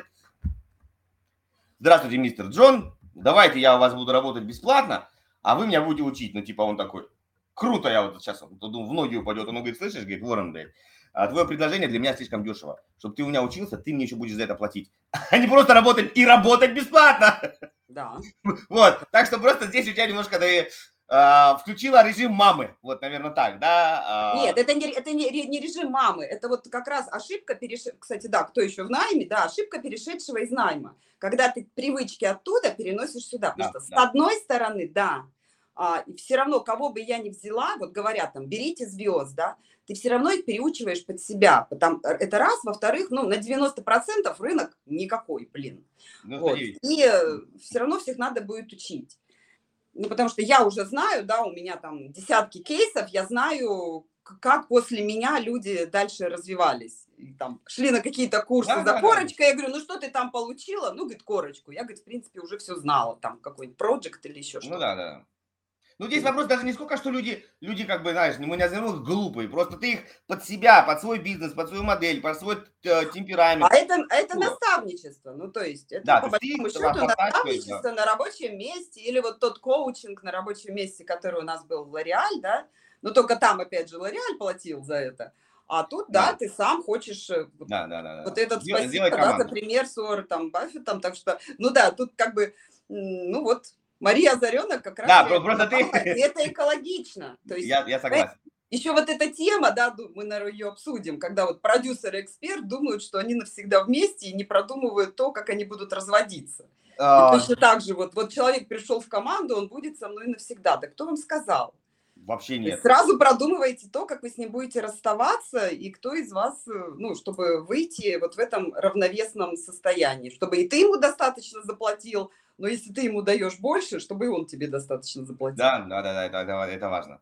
Здравствуйте, мистер Джон, давайте я у вас буду работать бесплатно, а вы меня будете учить. Ну, типа он такой, круто, я вот сейчас в ноги упадет. Он говорит, слышишь, говорит, Уоррен, блядь, а твое предложение для меня слишком дешево. Чтобы ты у меня учился, ты мне еще будешь за это платить. А не просто работать и работать бесплатно. Да. Вот, так что просто здесь у тебя немножко ты э, включила режим мамы. Вот, наверное, так, да? Э... Нет, это, не, это не, не режим мамы. Это вот как раз ошибка, перешедшего, кстати, да, кто еще в найме, да, ошибка перешедшего из найма. Когда ты привычки оттуда переносишь сюда. Потому да, что да. С одной стороны, да, а, и все равно, кого бы я ни взяла, вот говорят там, берите звезд, да, ты все равно их переучиваешь под себя. Потому, это раз. Во-вторых, ну, на девяносто процентов рынок никакой, блин. Вот. И все равно всех надо будет учить. Ну, потому что я уже знаю, да, у меня там десятки кейсов, я знаю, как после меня люди дальше развивались. И, там, шли на какие-то курсы да, за да, корочкой. Да. Я говорю, ну, что ты там получила? Ну, говорит, корочку. Я, говорит, в принципе, уже все знала. Там какой-нибудь проект или еще что-то. Ну, да, да. Ну, здесь вопрос даже не сколько, что люди, люди как бы, знаешь, мы не назовем их глупые, просто ты их под себя, под свой бизнес, под свою модель, под свой э, темперамент. А это, это наставничество, ну, то есть, это да, по большому счету наставничество да. на рабочем месте, или вот тот коучинг на рабочем месте, который у нас был в Лореаль, да, но только там, опять же, Лореаль платил за это, а тут, да, да ты сам хочешь да, да, да, вот да. этот Сделай, спасибо, да, за пример с Уорреном Баффетом, так что, ну, да, тут как бы, ну, вот, Мария Озаренок как раз... Да, просто ты... Это экологично. То есть, я, я согласен. Еще вот эта тема, да, мы, наверное, ее обсудим, когда вот продюсер и эксперт думают, что они навсегда вместе и не продумывают то, как они будут разводиться. А... И точно так же, вот, вот человек пришел в команду, он будет со мной навсегда. Да кто вам сказал? Вообще нет. Сразу продумываете то, как вы с ним будете расставаться, и кто из вас, ну, чтобы выйти вот в этом равновесном состоянии, чтобы и ты ему достаточно заплатил, но если ты ему даешь больше, чтобы и он тебе достаточно заплатил. Да, да, да, да, это, это, это важно.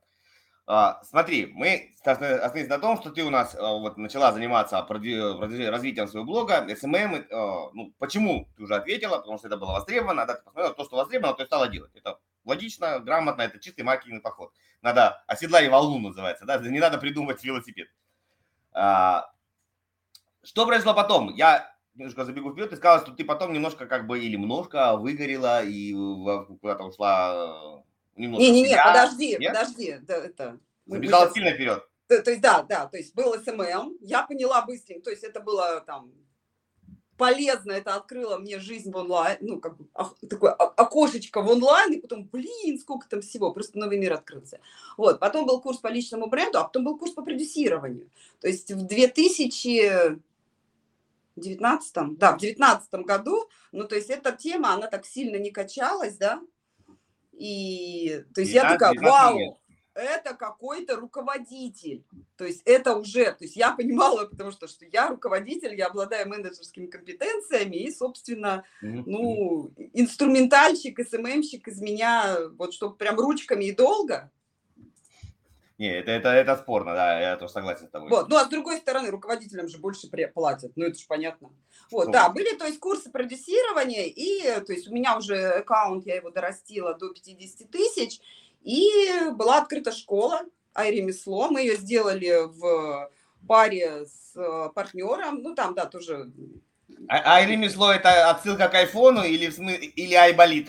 А, смотри, мы остановились на том, что ты у нас а, вот начала заниматься развитием своего блога, эс эм эм. А, ну, почему? Ты уже ответила, потому что это было востребовано, да, ты посмотрела, то, что востребовано, то и стала делать. Это логично, грамотно, это чистый маркетинговый подход. Надо оседлай волну, называется, да, не надо придумывать велосипед. А, что произошло потом? Я немножко забегу вперед, ты сказала, что ты потом немножко как бы или немножко выгорела и куда-то ушла немножко. Не-не-не, подожди, Нет? подожди. Да, это... Забежала сильно вперед. То, то есть, да, да, то есть был эс эм эм, я поняла быстренько, то есть это было там полезно, это открыло мне жизнь в онлайн, ну, как бы такое окошечко в онлайн, и потом, блин, сколько там всего, просто новый мир открылся. Вот, потом был курс по личному бренду, а потом был курс по продюсированию. То есть в две тысячи девятнадцатом, да, в девятнадцатом году, ну, то есть эта тема, она так сильно не качалась, да, и, то есть я такая, вау, это какой-то руководитель, то есть это уже, то есть я понимала, потому что, что я руководитель, я обладаю менеджерскими компетенциями и, собственно, ну, инструментальщик, эс эм эм-щик из меня, вот чтобы прям ручками и долго. Не, это, это, это спорно, да, я тоже согласен с тобой. Вот, ну а с другой стороны, руководителям же больше платят, ну это же понятно. Вот, да, были, то есть, курсы продюсирования, и, то есть, у меня уже аккаунт, я его дорастила до пятидесяти тысяч, и была открыта школа «Ай-ремесло». Мы ее сделали в паре с партнером. Ну, там, да, тоже... «Ай-ремесло» – это отсылка к айфону или, в смысле, или «Айболит»?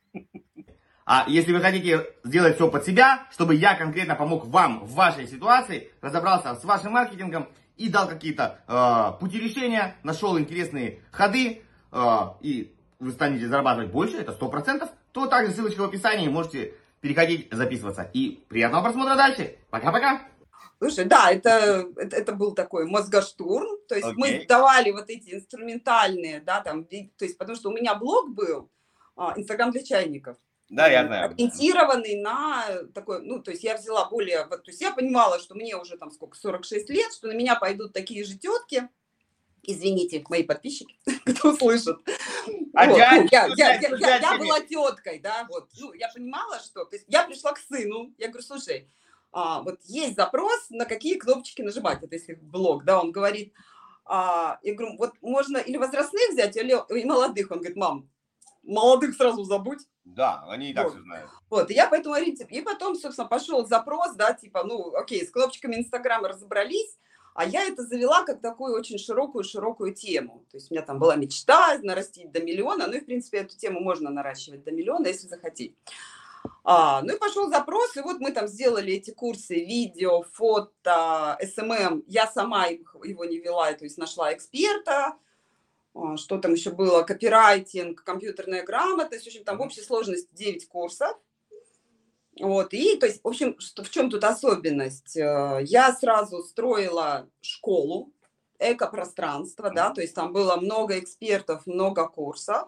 А если вы хотите сделать все под себя, чтобы я конкретно помог вам в вашей ситуации, разобрался с вашим маркетингом и дал какие-то э, пути решения, нашел интересные ходы, э, и вы станете зарабатывать больше, это сто процентов, то также ссылочка в описании, можете... переходить, записываться. И приятного просмотра дальше. Пока-пока. Слушай, да, это, это, это был такой мозгоштурм. То есть okay. мы давали вот эти инструментальные, да, там, то есть потому что у меня блог был, Инстаграм для чайников. Да, я знаю. Ориентированный на такой, ну, то есть я взяла более, вот, то есть я понимала, что мне уже там сколько, сорок шесть лет, что на меня пойдут такие же тетки. Извините, мои подписчики, кто слышит. А вот. дядь, ну, я, я, дядь, я, дядь, я, дядь, я была теткой, да, вот. Ну, я понимала, что... То есть я пришла к сыну, я говорю, слушай, а, вот есть запрос, на какие кнопочки нажимать, это если блог, да, он говорит, а, я говорю, вот можно или возрастных взять, или и молодых. Он говорит, мам, молодых сразу забудь. Да, они и так вот. все знают. Вот, и я поэтому ориентирую. И потом, собственно, пошел запрос, да, типа, ну, окей, с кнопочками Инстаграма разобрались, а я это завела как такую очень широкую-широкую тему. То есть у меня там была мечта нарастить до миллиона. Ну и, в принципе, эту тему можно наращивать до миллиона, если захотеть. А, ну и пошел запрос, и вот мы там сделали эти курсы видео, фото, эс эм эм. Я сама его не вела, то есть нашла эксперта. Что там еще было? Копирайтинг, компьютерная грамотность. В общем, там в общей сложности девять курсов. Вот, и, то есть, в общем, что, в чем тут особенность? Я сразу строила школу, экопространство, да, то есть там было много экспертов, много курсов,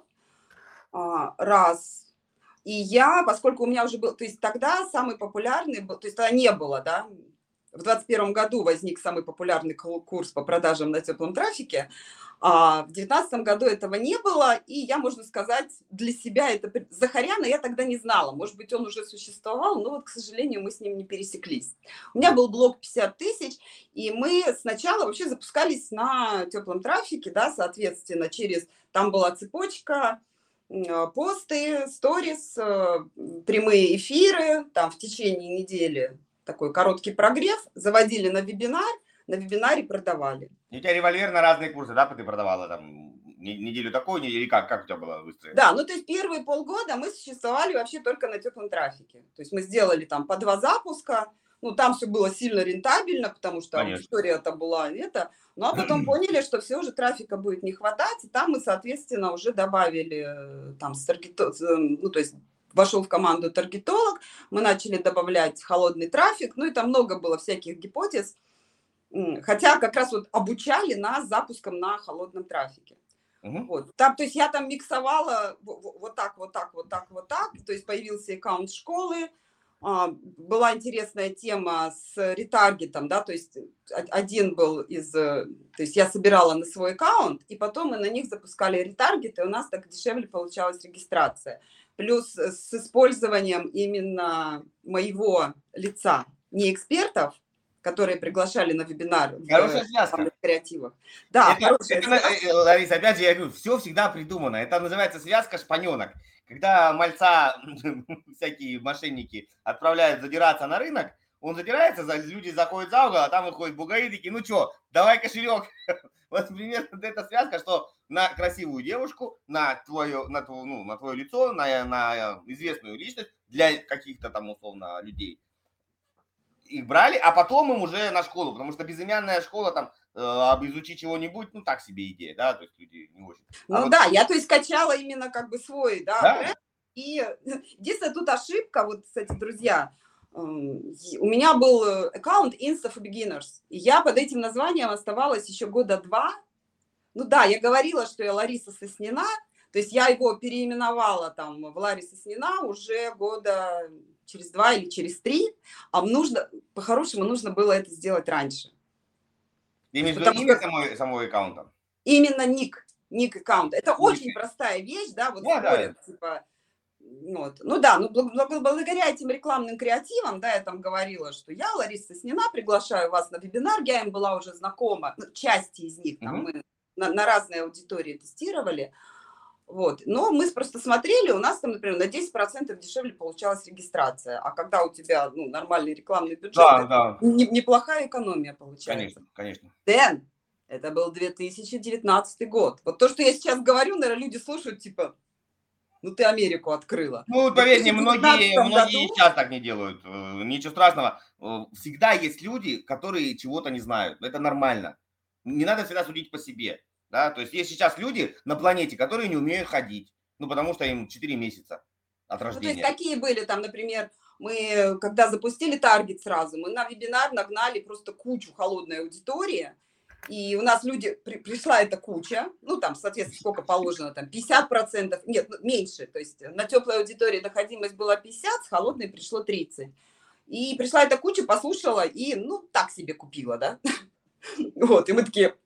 раз. И я, поскольку у меня уже был, то есть тогда самый популярный был, то есть тогда не было, да, в двадцать первом году возник самый популярный курс по продажам на теплом трафике, а в девятнадцатом году этого не было, и я, можно сказать, для себя это... Захаряна я тогда не знала, может быть, он уже существовал, но вот, к сожалению, мы с ним не пересеклись. У меня был блог пятьдесят тысяч, и мы сначала вообще запускались на теплом трафике, да, соответственно, через... Там была цепочка, посты, сторис, прямые эфиры, там в течение недели такой короткий прогрев, заводили на вебинар, на вебинаре продавали. И у тебя револьвер на разные курсы, да, ты продавала там неделю такую, или как, как у тебя было выстроено? Да, ну то есть первые полгода мы существовали вообще только на теплом трафике. То есть мы сделали там по два запуска, ну там все было сильно рентабельно, потому что аудитория-то была это, ну а потом поняли, что все уже трафика будет не хватать, и там мы, соответственно, уже добавили там с таргето... ну то есть вошел в команду таргетолог, мы начали добавлять холодный трафик, ну и там много было всяких гипотез. Хотя как раз вот обучали нас запуском на холодном трафике. Uh-huh. Вот. Там, то есть я там миксовала вот так, вот так, вот так, вот так. То есть появился аккаунт школы. Была интересная тема с ретаргетом, да, то есть один был из... То есть я собирала на свой аккаунт, и потом мы на них запускали ретаргет, и у нас так дешевле получалась регистрация. Плюс с использованием именно моего лица, не экспертов, которые приглашали на вебинар хорошая в, связка. в креативах. Да, это, это, Лариса, опять же, я говорю, все всегда придумано. Это называется связка шпаненок. когда мальца всякие мошенники отправляют задираться на рынок, он задирается, люди заходят за угол, а там выходят бугаи такие, ну что, давай кошелек. Вот примерно эта связка, что на красивую девушку, на твое, на твое, ну, на твое лицо, на, на известную личность для каких-то там условно людей их брали, а потом им уже на школу, потому что безымянная школа там э, изучить чего-нибудь, ну так себе идея, да, то есть люди не очень. Ну а вот... да, я то есть скачала именно как бы свой, да, да? бренд, и единственная тут ошибка, вот, кстати, друзья, у меня был аккаунт Insta for Beginners, и я под этим названием оставалась еще года два. Ну да, я говорила, что я Лариса Соснина, то есть я его переименовала там в Лариса Соснина уже года через два или через три, а нужно, по-хорошему, нужно было это сделать раньше. Ты имеешь в виду имя самой, самой аккаунта? Именно ник, ник аккаунт. Это ник. очень простая вещь, да, вот да, спорят, да. типа, вот. Ну да, ну благодаря этим рекламным креативам, да, я там говорила, что я, Лариса Соснина, приглашаю вас на вебинар, я им была уже знакома, ну, части из них, там, угу. мы на, на разные аудитории тестировали, вот, но мы просто смотрели, у нас там, например, на десять процентов дешевле получалась регистрация, а когда у тебя, ну, нормальный рекламный бюджет, да, да. Не, неплохая экономия получается. Конечно, конечно. Дэн, это был две тысячи девятнадцатый год, вот то, что я сейчас говорю, наверное, люди слушают, типа, ну, ты Америку открыла. Ну, поверь мне, многие, многие сейчас так не делают. Ничего страшного. Всегда есть люди, которые чего-то не знают. Это нормально. Не надо всегда судить по себе. Да? То есть есть сейчас люди на планете, которые не умеют ходить. Ну, потому что им четыре месяца от рождения. Ну, то есть какие были там, например, мы, когда запустили таргет сразу, мы на вебинар нагнали просто кучу холодной аудитории. И у нас люди, при, пришла эта куча, ну, там, соответственно, сколько положено, там, пятьдесят процентов, нет, меньше, то есть на теплой аудитории доходимость была пятьдесят, с холодной пришло тридцать. И пришла эта куча, послушала и, ну, так себе купила, да. Вот, и мы такие,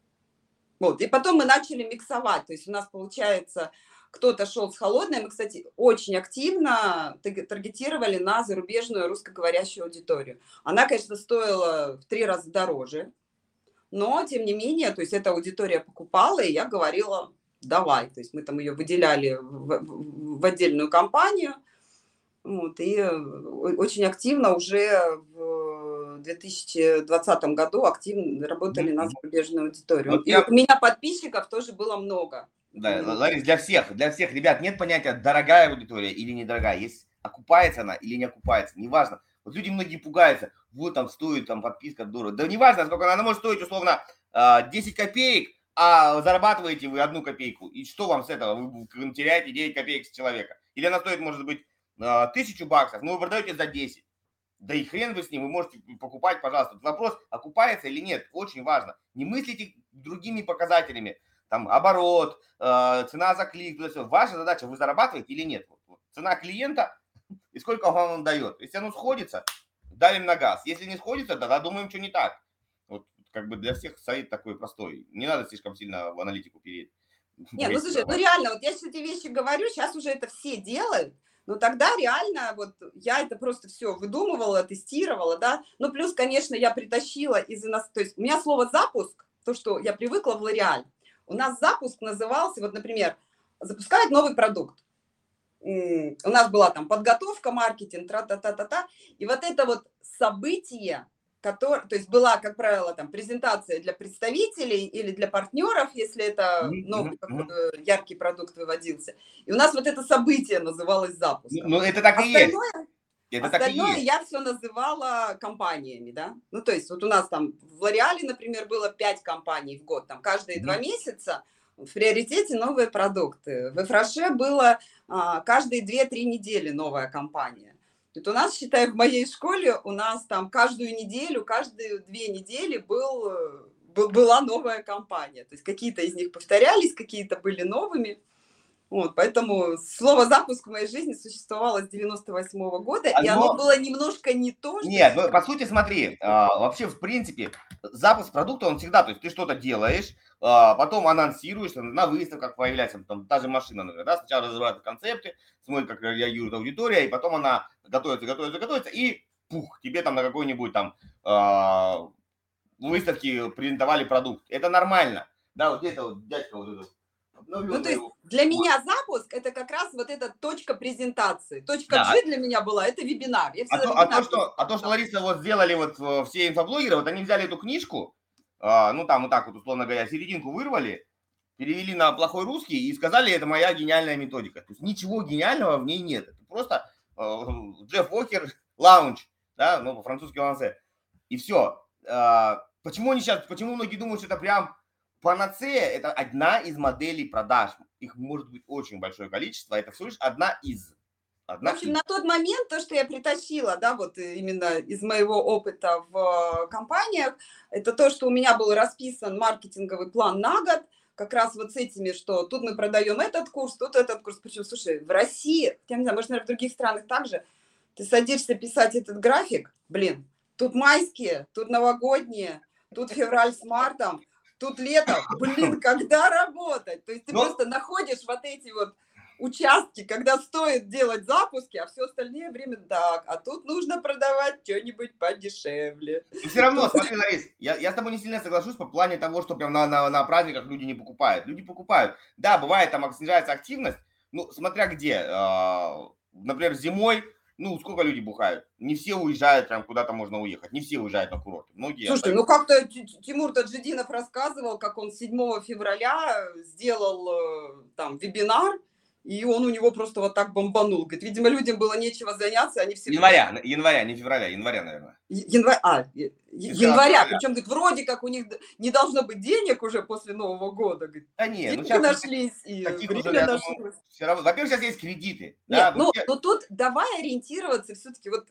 вот, и потом мы начали миксовать, то есть у нас, получается, кто-то шел с холодной, мы, кстати, очень активно таргетировали на зарубежную русскоговорящую аудиторию. Она, конечно, стоила в три раза дороже, но, тем не менее, то есть эта аудитория покупала, и я говорила, давай. То есть мы там ее выделяли в, в отдельную компанию. Вот, и очень активно уже в две тысячи двадцатом году активно работали mm-hmm. на зарубежную аудиторию. Вот и я... у меня подписчиков тоже было много. Да, Ларис, для всех, для всех ребят нет понятия дорогая аудитория или недорогая. Есть окупается она или не окупается, неважно. Вот люди многие пугаются, вот там стоит там подписка дорого. Да неважно, сколько она, она может стоить условно десять копеек, а зарабатываете вы одну копейку. И что вам с этого? Вы теряете девять копеек с человека. Или она стоит, может быть, тысячу баксов, но вы продаете за десять. Да и хрен вы с ним, вы можете покупать, пожалуйста. Вопрос, окупается или нет, очень важно. Не мыслите другими показателями. Там оборот, цена за клик. Ваша задача, вы зарабатываете или нет. Цена клиента и сколько он вам дает. Если оно сходится, давим на газ. Если не сходится, тогда думаем, что не так. Вот как бы для всех совет такой простой. Не надо слишком сильно в аналитику перейти. Нет, ну слушай, ну реально, вот я сейчас эти вещи говорю, сейчас уже это все делают, но тогда реально вот я это просто все выдумывала, тестировала, да. Ну плюс, конечно, я притащила из нас, то есть у меня слово запуск, то, что я привыкла в L'Oréal, у нас запуск назывался, вот, например, запускает новый продукт. У нас была там подготовка, маркетинг, тра-та-та-та-та. И вот это вот событие, которое, то есть была, как правило, там презентация для представителей или для партнеров, если это новый какой-то яркий продукт выводился. И у нас вот это событие называлось запуском. Ну, это так и есть. Это остальное так и я есть. Все называла компаниями, да. Ну, то есть вот у нас там в L'Oréal, например, было пять компаний в год, там каждые два месяца. В приоритете новые продукты. В Эфраше было а, каждые две-три недели новая компания. Вот у нас, считай, в моей школе у нас там каждую неделю, каждые две недели был, был, была новая компания. То есть какие-то из них повторялись, какие-то были новыми. Вот, поэтому слово «запуск» в моей жизни существовало с девяносто восьмого года, оно... и оно было немножко не то, что... Нет, ну, по сути, смотри, а, вообще, в принципе, запуск продукта, он всегда, то есть ты что-то делаешь, а, потом анонсируешь, на выставках появляется, там, та же машина, например, да, сначала разрабатывают концепты, смотрит, как реагирует аудитория, и потом она готовится, готовится, готовится, и пух, тебе там на какой-нибудь там а, выставке презентовали продукт. Это нормально, да, вот где-то вот дядька вот этот Ну, то есть для меня запуск это как раз вот эта точка презентации. Точка Да. G для меня была это вебинар. Я А то, всегда а, то, вебинар что, а то, что презентовала. Лариса вот сделали вот э, все инфоблогеры, вот они взяли эту книжку, а, ну там вот так вот, условно говоря, серединку вырвали, перевели на плохой русский и сказали, это моя гениальная методика. То есть ничего гениального в ней нет. Это просто э, Джефф Уокер лаунж, да, ну по-французски лансе. И все. А, почему они сейчас, почему многие думают, что это прям панацея, это одна из моделей продаж. Их может быть очень большое количество, это всего лишь одна из. Одна В общем, из. на тот момент то, что я притащила, да, вот именно из моего опыта в компаниях, это то, что у меня был расписан маркетинговый план на год, как раз вот с этими, что тут мы продаем этот курс, тут этот курс. Причем, слушай, в России, я не знаю, может, наверное, в других странах также, ты садишься писать этот график, блин, тут майские, тут новогодние, тут февраль с мартом, тут лето, блин, когда работать? То есть ты Но... просто находишь вот эти вот участки, когда стоит делать запуски, а все остальное время так, а тут нужно продавать что-нибудь подешевле. И все равно, смотри, Ларис, я, я с тобой не сильно соглашусь по плане того, что прям на, на, на праздниках люди не покупают. Люди покупают. Да, бывает, там снижается активность, ну, смотря где. Э, например, зимой, ну, сколько люди бухают? Не все уезжают, прям куда-то можно уехать. Не все уезжают на курорты. Многие. Слушай, ну как-то Тимур Таджидинов рассказывал, как он седьмого февраля сделал там вебинар, и он у него просто вот так бомбанул. Говорит, видимо, людям было нечего заняться, они все... Января, января, не февраля, января, наверное. Январь, а, января, причем, говорит, вроде как у них не должно быть денег уже после Нового года. Говорит, да нет, деньги ну сейчас нашлись, и время нашлось. Все равно, во-первых, сейчас есть кредиты. Нет, да, ну, все... но тут давай ориентироваться все-таки вот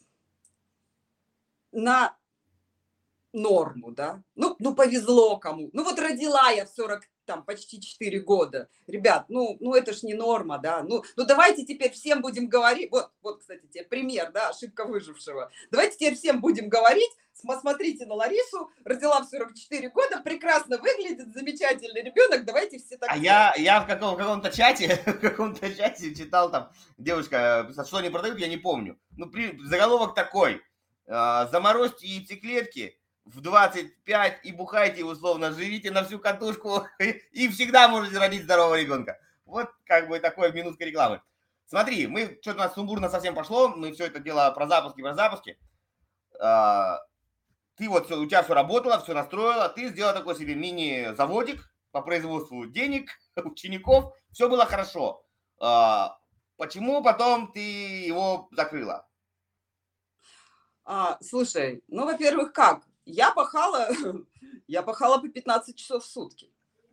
на норму, да. Ну, ну, повезло кому. Ну, вот родила я в сорок, там, почти четыре года. Ребят, ну, ну это ж не норма, да. Ну, ну, давайте теперь всем будем говорить. Вот, вот, кстати, тебе пример, да, ошибка выжившего. Давайте теперь всем будем говорить. Смотрите на Ларису, родила в сорок четыре года, прекрасно выглядит, замечательный ребенок, давайте все так. А я, я в, каком, в каком-то чате, в каком-то чате читал, там, девушка писала, что они продают, я не помню. Ну, при, заголовок такой, э, заморозьте яйцеклетки в двадцать пять и бухайте, условно, живите на всю катушку и всегда можете родить здорового ребенка. Вот как бы такой минутка рекламы. Смотри, мы, что-то у нас сумбурно совсем пошло, мы все это дело про запуски, про запуски. Э, Ты вот, у тебя все работало, все настроила, ты сделала такой себе мини-заводик по производству денег, учеников, все было хорошо. А, почему потом ты его закрыла? А, слушай, ну, во-первых, как? Я пахала, я пахала по пятнадцать часов в сутки.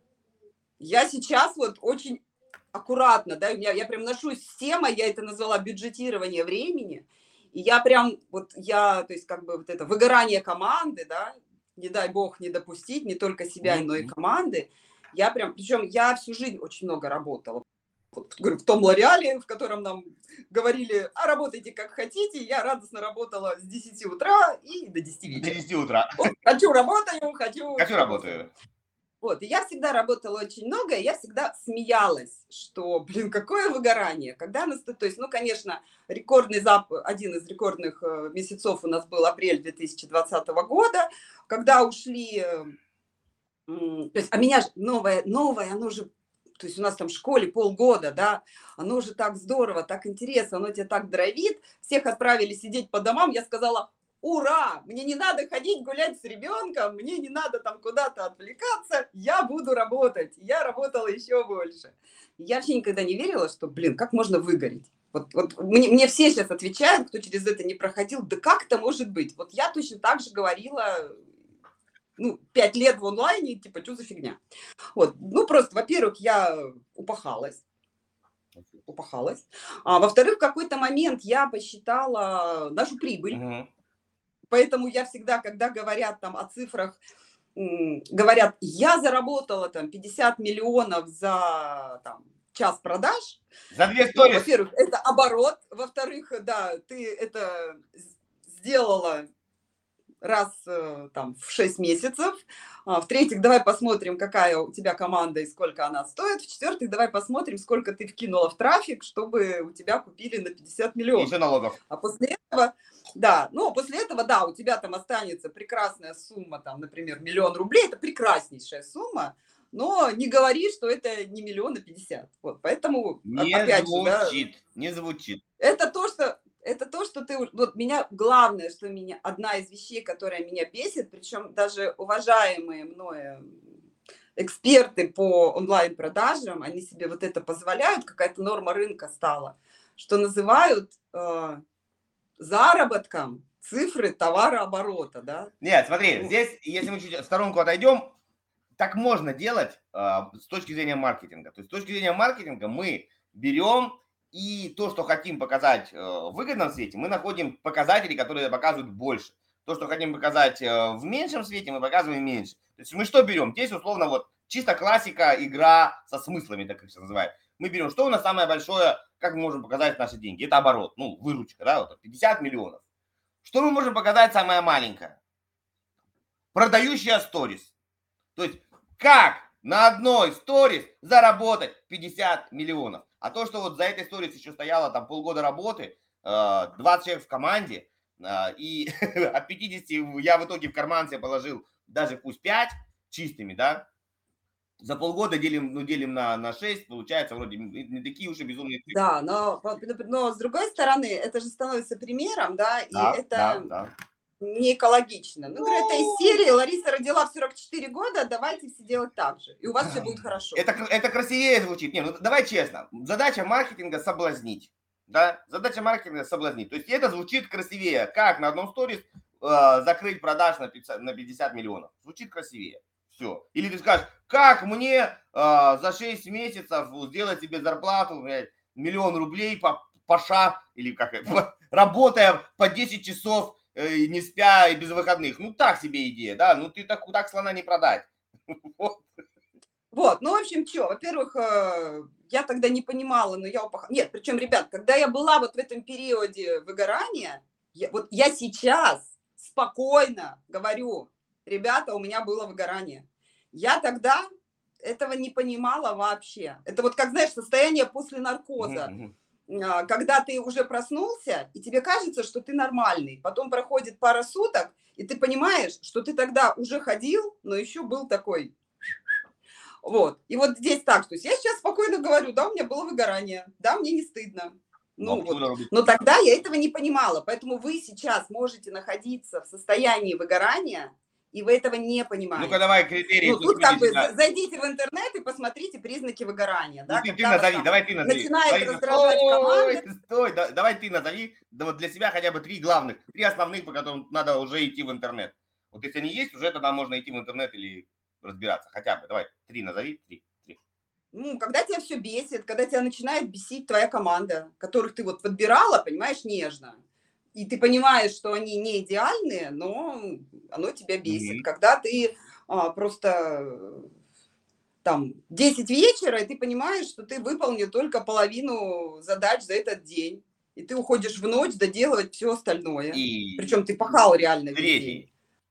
Я сейчас вот очень аккуратно, да, я, я прям ношусь с темой, я это назвала бюджетирование времени. И я прям, вот я, то есть как бы вот это выгорание команды, да, не дай бог не допустить, не только себя, но и команды. Я прям, причем я всю жизнь очень много работала. Вот, говорю, в том Лореале, в котором нам говорили, а работайте как хотите, я радостно работала с десяти утра и до десяти вечера. До десяти утра. Вот, хочу работаю, хочу... Хочу работаю. Вот, и я всегда работала очень много, и я всегда смеялась, что, блин, какое выгорание. Когда нас, то есть, ну, конечно, рекордный зап, один из рекордных месяцев у нас был апрель две тысячи двадцатого года, когда ушли, то есть, а меня же новое, новое, оно же, то есть у нас там в школе полгода, да, оно же так здорово, так интересно, оно тебя так дровит, всех отправили сидеть по домам, я сказала, ура, мне не надо ходить гулять с ребенком, мне не надо там куда-то отвлекаться, я буду работать. Я работала еще больше. Я вообще никогда не верила, что, блин, как можно выгореть. Вот, вот мне, мне все сейчас отвечают, кто через это не проходил, да как это может быть? Вот я точно так же говорила, ну, пять лет в онлайне, типа, что за фигня? Вот, ну, просто, во-первых, я упахалась. Упахалась. А во-вторых, в какой-то момент я посчитала нашу прибыль. Uh-huh. Поэтому я всегда, когда говорят там о цифрах, говорят, я заработала там пятьдесят миллионов за там, час продаж. За две сторис. Ну, во-первых, это оборот. Во-вторых, да, ты это сделала раз там в шесть месяцев. В-третьих, давай посмотрим, какая у тебя команда и сколько она стоит. В-четвертых, давай посмотрим, сколько ты вкинула в трафик, чтобы у тебя купили на пятьдесят миллионов. Еще налогов. А после этого, да, ну, после этого, да, у тебя там останется прекрасная сумма, там, например, миллион рублей. Это прекраснейшая сумма. но не говори, что это не миллион и пятьдесят. Вот, поэтому, Не опять же, да, звучит, не звучит. это то, что, это то, что ты, вот меня, главное, что меня, одна из вещей, которая меня бесит, причем даже уважаемые мною эксперты по онлайн-продажам, они себе вот это позволяют, какая-то норма рынка стала, что называют э, заработком цифры товарооборота, да? Нет, смотри, здесь, если мы чуть в сторонку отойдем, так можно делать э, с точки зрения маркетинга. То есть с точки зрения маркетинга мы берем и то, что хотим показать э, в выгодном свете, мы находим показатели, которые показывают больше. То, что хотим показать э, в меньшем свете, мы показываем меньше. То есть мы что берем? Здесь условно вот чисто классика, игра со смыслами, так как все называют. Мы берем, что у нас самое большое, как мы можем показать наши деньги? Это оборот, ну, выручка, да, вот пятьдесят миллионов. Что мы можем показать самое маленькое? Продающая сторис. То есть как на одной сторис заработать пятьдесят миллионов. А то, что вот за этой сторис еще стояло там полгода работы, двадцать человек в команде, и от пятидесяти я в итоге в карман себе положил даже пусть пять чистыми, да, за полгода делим, ну, делим на, на шесть, получается вроде не такие уж и безумные цифры. Да, но, но с другой стороны, это же становится примером, да, и Да, это да, да. не экологично. Ну, говорю, это из серии «Лариса родила в сорок четыре года, давайте все делать так же, и у вас все будет хорошо». Это, это красивее звучит. Не, ну давай честно, задача маркетинга соблазнить. Да? Задача маркетинга соблазнить. То есть это звучит красивее. Как на одном сторис э, закрыть продаж на пятьдесят, на пятьдесят миллионов? Звучит красивее. Все. Или ты скажешь, как мне э, за шесть месяцев сделать себе зарплату, блядь, миллион рублей по, по ша, или как это, работая по десять часов, э, не спя и без выходных. Ну так себе идея, да? Ну ты так, так слона не продать. Вот, ну, в общем, что, во-первых, я тогда не понимала, но я упах... Нет, причем, ребят, когда я была вот в этом периоде выгорания, я, вот я сейчас спокойно говорю, ребята, у меня было выгорание. Я тогда этого не понимала вообще. Это вот, как, знаешь, состояние после наркоза, mm-hmm. когда ты уже проснулся, и тебе кажется, что ты нормальный. Потом проходит пара суток, и ты понимаешь, что ты тогда уже ходил, но еще был такой... Вот. И вот здесь так, то есть я сейчас спокойно говорю, да, у меня было выгорание, да, мне не стыдно. Ну, но, вот. Но тогда я этого не понимала, поэтому вы сейчас можете находиться в состоянии выгорания, и вы этого не понимаете. Ну-ка давай критерии. Ну, тут как бы да. Зайдите в интернет и посмотрите признаки выгорания. Ну, да, ты, ты назови, там, давай ты назови. Начинает Лариса, раздражать стой, команда. Стой, да, давай ты назови да, вот для себя хотя бы три главных, три основных, по которым надо уже идти в интернет. Вот если они есть, уже тогда можно идти в интернет или... разбираться, хотя бы, давай, три назови, три, три. Ну, когда тебя все бесит, когда тебя начинает бесить твоя команда, которых ты вот подбирала, понимаешь, нежно, и ты понимаешь, что они не идеальные, но оно тебя бесит. Mm-hmm. Когда ты а, просто там десять вечера, и ты понимаешь, что ты выполнил только половину задач за этот день, и ты уходишь в ночь доделывать все остальное. И... Причем ты пахал реально весь день.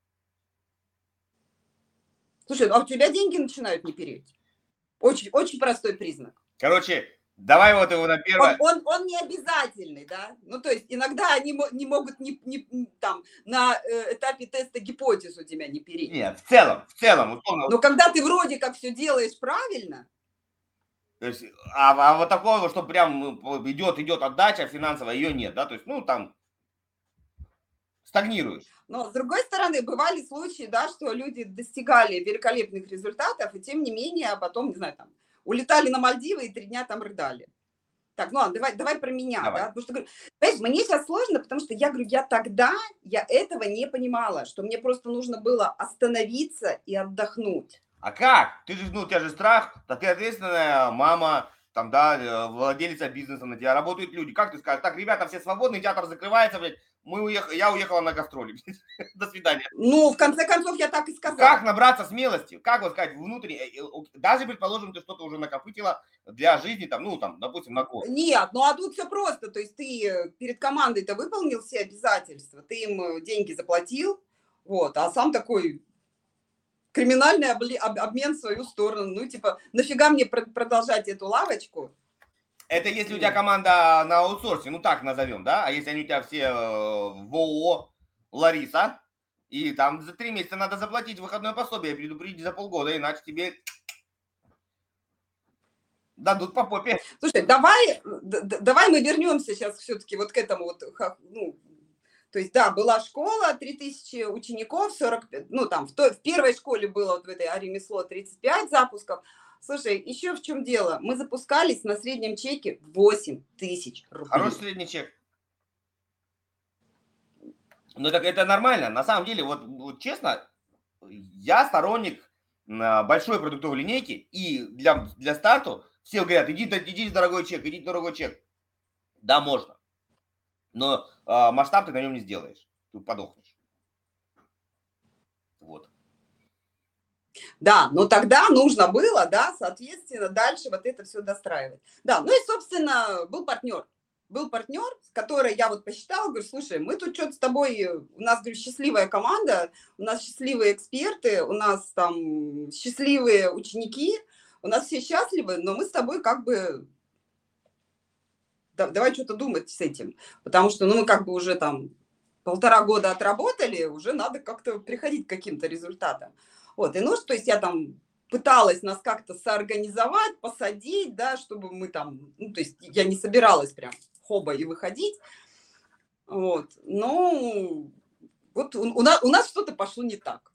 Слушай, а у тебя деньги начинают не переть. Очень, очень простой признак. Короче, давай вот его на первое. Он, он, он не обязательный, да? Ну, то есть иногда они не могут не, не, там, на этапе теста гипотез у тебя не переть. Нет, в целом, в целом. Условно. Но когда ты вроде как все делаешь правильно. То есть, а, а вот такого, что прям идет, идет отдача финансовая, ее нет, да? То есть, ну, там... стагнируешь. Но, с другой стороны, бывали случаи, да, что люди достигали великолепных результатов, и тем не менее, потом, не знаю, там, улетали на Мальдивы и три дня там рыдали. Так, ну ладно, давай, давай про меня, давай. Да, потому что, понимаешь, мне сейчас сложно, потому что я говорю, я тогда, я этого не понимала, что мне просто нужно было остановиться и отдохнуть. А как? Ты же, ну, у тебя же страх, да ты ответственная мама, там, да, владелица бизнеса, на тебя работают люди. Как ты скажешь, так, ребята, все свободны, театр закрывается, блядь, мы уех... я уехала на гастроли. До свидания. Ну, в конце концов, я так и сказала. Как набраться смелости? Как вот сказать, внутренне, даже, предположим, ты что-то уже накопытила для жизни, там, ну, там, допустим, на год. Нет, ну, а тут все просто. То есть ты перед командой-то выполнил все обязательства, ты им деньги заплатил, вот, а сам такой... криминальный обмен в свою сторону. Ну, типа, нафига мне продолжать эту лавочку? Это если у тебя команда на аутсорсе, ну так назовем, да? А если они у тебя все в ООО Лариса, и там за три месяца надо заплатить выходное пособие, предупредить за полгода, иначе тебе дадут по попе. Слушай, давай, давай мы вернемся сейчас все-таки вот к этому вот, ну, то есть, да, была школа, три тысячи учеников, сорок, ну, там, в, той, в первой школе было вот в этой ремесло тридцать пять запусков. Слушай, еще в чем дело? Мы запускались на среднем чеке восемь тысяч рублей. Хороший средний чек. Ну, так это нормально. На самом деле, вот, вот честно, я сторонник большой продуктовой линейки, и для, для старта все говорят, иди, иди дорогой чек, иди дорогой чек. Да, можно. Но э, масштаб ты на нем не сделаешь. Ты подохнешь. Вот. Да, но тогда нужно было, да, соответственно, дальше вот это все достраивать. Да, ну и, собственно, был партнер. Был партнер, который я вот посчитала, говорю, слушай, мы тут что-то с тобой, у нас, говорю, счастливая команда, у нас счастливые эксперты, у нас там счастливые ученики, у нас все счастливы, но мы с тобой как бы, давай что-то думать с этим, потому что, ну, мы как бы уже там полтора года отработали, уже надо как-то приходить к каким-то результатам. Вот, и ну, то есть я там пыталась нас как-то соорганизовать, посадить, да, чтобы мы там, ну, то есть я не собиралась прям хоба и выходить, вот, но вот у, у нас, у нас что-то пошло не так.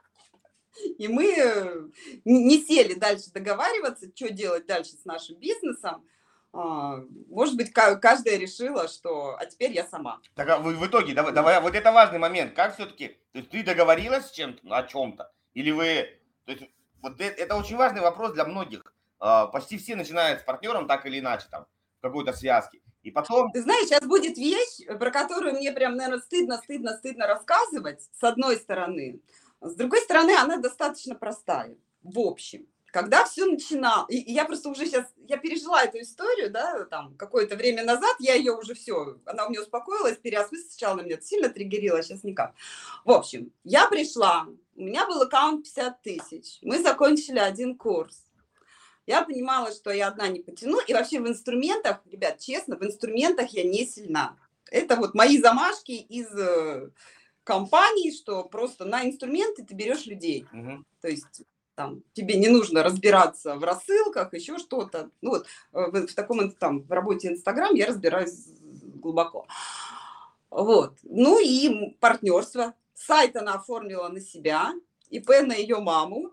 И мы не сели дальше договариваться, что делать дальше с нашим бизнесом. Может быть, каждая решила, что а теперь я сама. Так а вы в итоге, давай, давай, вот это важный момент, как все-таки, то есть ты договорилась с чем-то, о чем-то, или вы, то есть вот это, это очень важный вопрос для многих. Почти все начинают с партнером так или иначе, там, в какой-то связке. И потом... Ты знаешь, сейчас будет вещь, про которую мне прям, наверное, стыдно, стыдно, стыдно рассказывать, с одной стороны. С другой стороны, она достаточно простая, в общем. Когда все начинало, и я просто уже сейчас, я пережила эту историю, да, там, какое-то время назад, я ее уже все, она у меня успокоилась, переосмыслила, сначала она меня сильно триггерила, сейчас никак. В общем, я пришла, у меня был аккаунт пятьдесят тысяч, мы закончили один курс. Я понимала, что я одна не потяну, и вообще в инструментах, ребят, честно, в инструментах я не сильна. Это вот мои замашки из компаний, что просто на инструменты ты берешь людей. Угу. То есть там тебе не нужно разбираться в рассылках, еще что-то. Ну вот в, в таком там в работе Инстаграм я разбираюсь глубоко. Вот. Ну и партнерство. Сайт она оформила на себя, ИП на ее маму,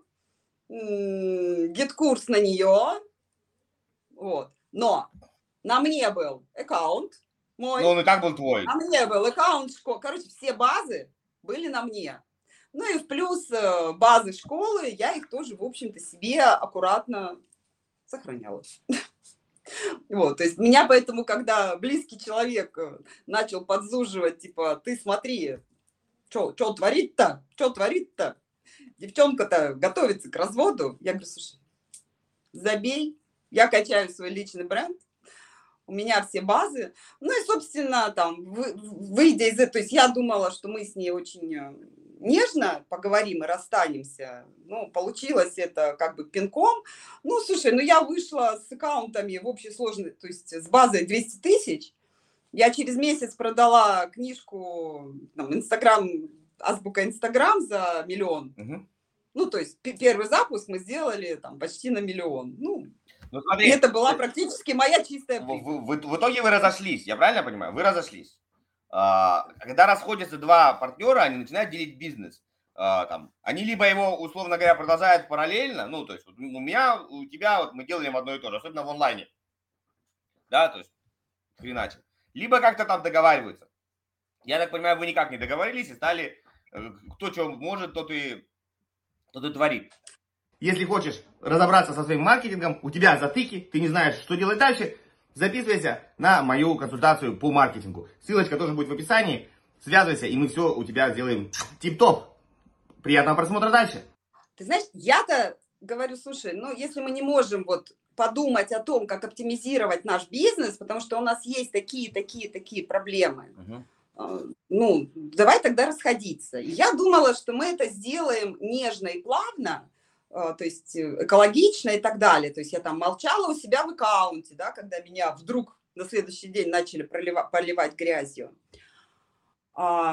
гид-курс на нее. Вот. Но на мне был аккаунт мой. Ну, он и так был твой. На мне был аккаунт школы. Короче, все базы были на мне. Ну и в плюс базы школы, я их тоже, в общем-то, себе аккуратно сохраняла. Вот, то есть меня поэтому, когда близкий человек начал подзуживать, типа, ты смотри, что творит-то, что творит-то, девчонка-то готовится к разводу, я говорю, слушай, забей, я качаю свой личный бренд, у меня все базы, ну и, собственно, там, выйдя из этого, то есть я думала, что мы с ней очень нежно поговорим и расстанемся, ну, получилось это как бы пинком, ну, слушай, ну, я вышла с аккаунтами в общей сложности, то есть с базой двести тысяч, я через месяц продала книжку, там, Инстаграм, азбука Инстаграм за миллион, угу. Ну, то есть первый запуск мы сделали там почти на миллион, ну, ну смотри, и это была практически моя чистая прибыль. В, в, в итоге вы разошлись, я правильно понимаю? Вы разошлись. Когда расходятся два партнера, они начинают делить бизнес. Там, они либо его, условно говоря, продолжают параллельно, ну, то есть у меня, у тебя, вот мы делаем одно и то же, особенно в онлайне, да, то есть хреначе. Либо как-то там договариваются. Я так понимаю, вы никак не договорились и стали, кто что может, тот и, тот и творит. Если хочешь разобраться со своим маркетингом, у тебя затыки, ты не знаешь, что делать дальше, записывайся на мою консультацию по маркетингу. Ссылочка тоже будет в описании. Связывайся, и мы все у тебя сделаем тип-топ. Приятного просмотра дальше. Ты знаешь, я-то говорю, слушай, ну если мы не можем вот подумать о том, как оптимизировать наш бизнес, потому что у нас есть такие, такие, такие проблемы, uh-huh. ну, давай тогда расходиться. И я думала, что мы это сделаем нежно и плавно, то есть экологично и так далее. То есть я там молчала у себя в аккаунте, да, когда меня вдруг на следующий день начали проливать, поливать грязью. А,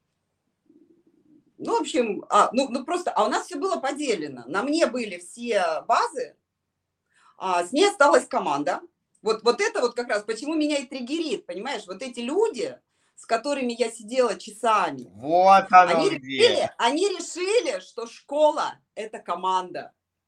ну, в общем, а, ну, ну просто, а у нас все было поделено. На мне были все базы, А с ней осталась команда. Вот, вот это вот как раз, почему меня и триггерит, понимаешь? Вот эти люди, с которыми я сидела часами, Вот оно они где. решили, они решили, что школа – это команда.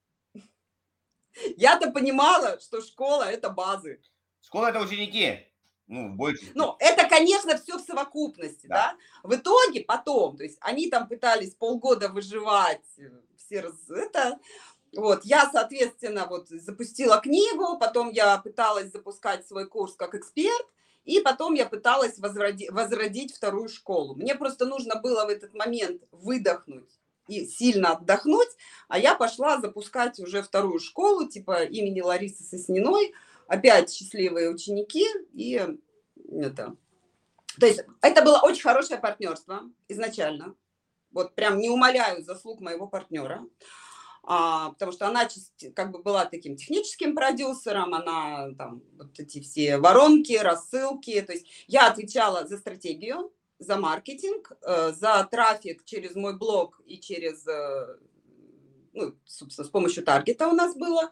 Я-то понимала, что школа – это базы. Школа – это ученики. Ну, больше. Ну, это, конечно, все в совокупности, Да. да. В итоге потом, то есть они там пытались полгода выживать, все раз, это, вот, я, соответственно, вот запустила книгу, потом я пыталась запускать свой курс как эксперт, и потом я пыталась возроди, возродить вторую школу. Мне просто нужно было в этот момент выдохнуть и сильно отдохнуть, а я пошла запускать уже вторую школу, типа имени Ларисы Сосниной. Опять счастливые ученики, и это... То есть это было очень хорошее партнерство изначально. Вот прям не умаляю заслуг моего партнера, а, потому что она как бы была таким техническим продюсером, она там вот эти все воронки, рассылки. То есть я отвечала за стратегию, за маркетинг, за трафик через мой блог и через, ну, собственно, с помощью таргета у нас было.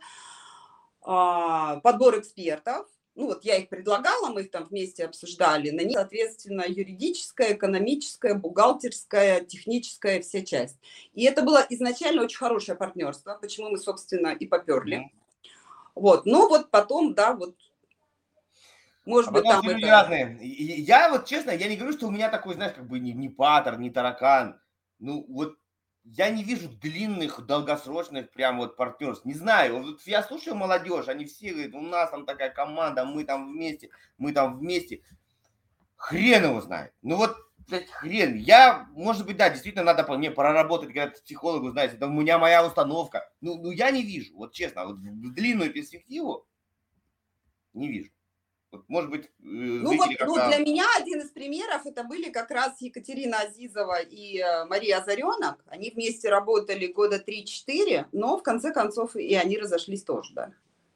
Подбор экспертов, ну вот я их предлагала, мы их там вместе обсуждали, на них, соответственно, юридическая, экономическая, бухгалтерская, техническая, вся часть. И это было изначально очень хорошее партнерство, почему мы, собственно, и поперли. Mm-hmm. Вот, но вот потом, да, вот, может а быть, там люди это... разные. Я вот, честно, я не говорю, что у меня такой, знаешь, как бы не, не паттер, не таракан, ну вот, я не вижу длинных, долгосрочных прям вот партнерств. Не знаю, вот я слушаю молодежь, они все говорят, у нас там такая команда, мы там вместе, мы там вместе. Хрен его знает. Ну вот, блядь, хрен. Я, может быть, да, действительно надо мне проработать, говорят, психологу, знаете, это у меня моя установка. Ну, ну я не вижу, вот честно, вот в длинную перспективу не вижу. Вот, может быть, ну, вот, ну, для меня один из примеров это были как раз Екатерина Азизова и Мария Озаренок. Они вместе работали года три-четыре, но в конце концов и они разошлись тоже, да.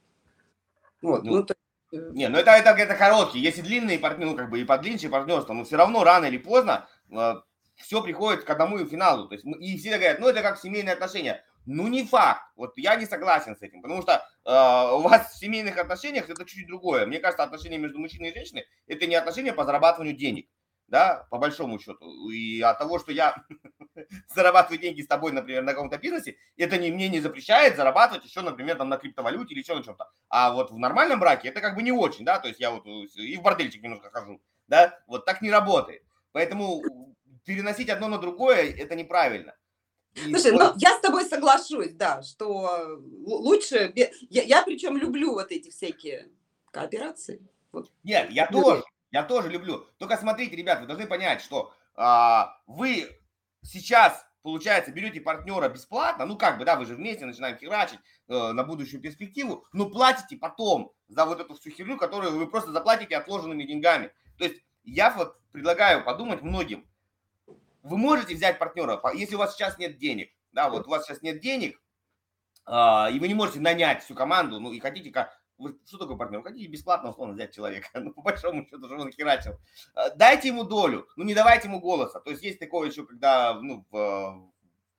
Вот, ну, ну, то... Не, ну это, это, это короткие. Если длинные партнеры, ну, как бы и подлиннее партнерство, но все равно рано или поздно э, все приходит к одному финалу. То есть, и все говорят, ну это как семейные отношения. Ну, не факт. Вот я не согласен с этим, потому что э, у вас в семейных отношениях это чуть-чуть другое. Мне кажется, отношения между мужчиной и женщиной – это не отношения по зарабатыванию денег, да, по большому счету. И от того, что я зарабатываю деньги с тобой, например, на каком-то бизнесе, это не, мне не запрещает зарабатывать еще, например, там на криптовалюте или еще на чем-то. А вот в нормальном браке это как бы не очень, да, то есть я вот и в бордельчик немножко хожу, да, вот так не работает. Поэтому переносить одно на другое – это неправильно. Слушай, ну я с тобой соглашусь, да, что лучше... Я, я причем люблю вот эти всякие кооперации. Вот. Нет, я люблю. тоже, я тоже люблю. Только смотрите, ребят, вы должны понять, что а, вы сейчас, получается, берете партнера бесплатно, ну как бы, да, вы же вместе начинаете херачить э, на будущую перспективу, но платите потом за вот эту всю херню, которую вы просто заплатите отложенными деньгами. То есть я вот предлагаю подумать многим. Вы можете взять партнера, если у вас сейчас нет денег, да, вот у вас сейчас нет денег, э, и вы не можете нанять всю команду, ну и хотите, как, вы, что такое партнер? Вы хотите бесплатно, условно, взять человека, ну по большому счету, чтобы он херачил. Э, дайте ему долю, ну не давайте ему голоса. То есть есть такое еще, когда, ну, в,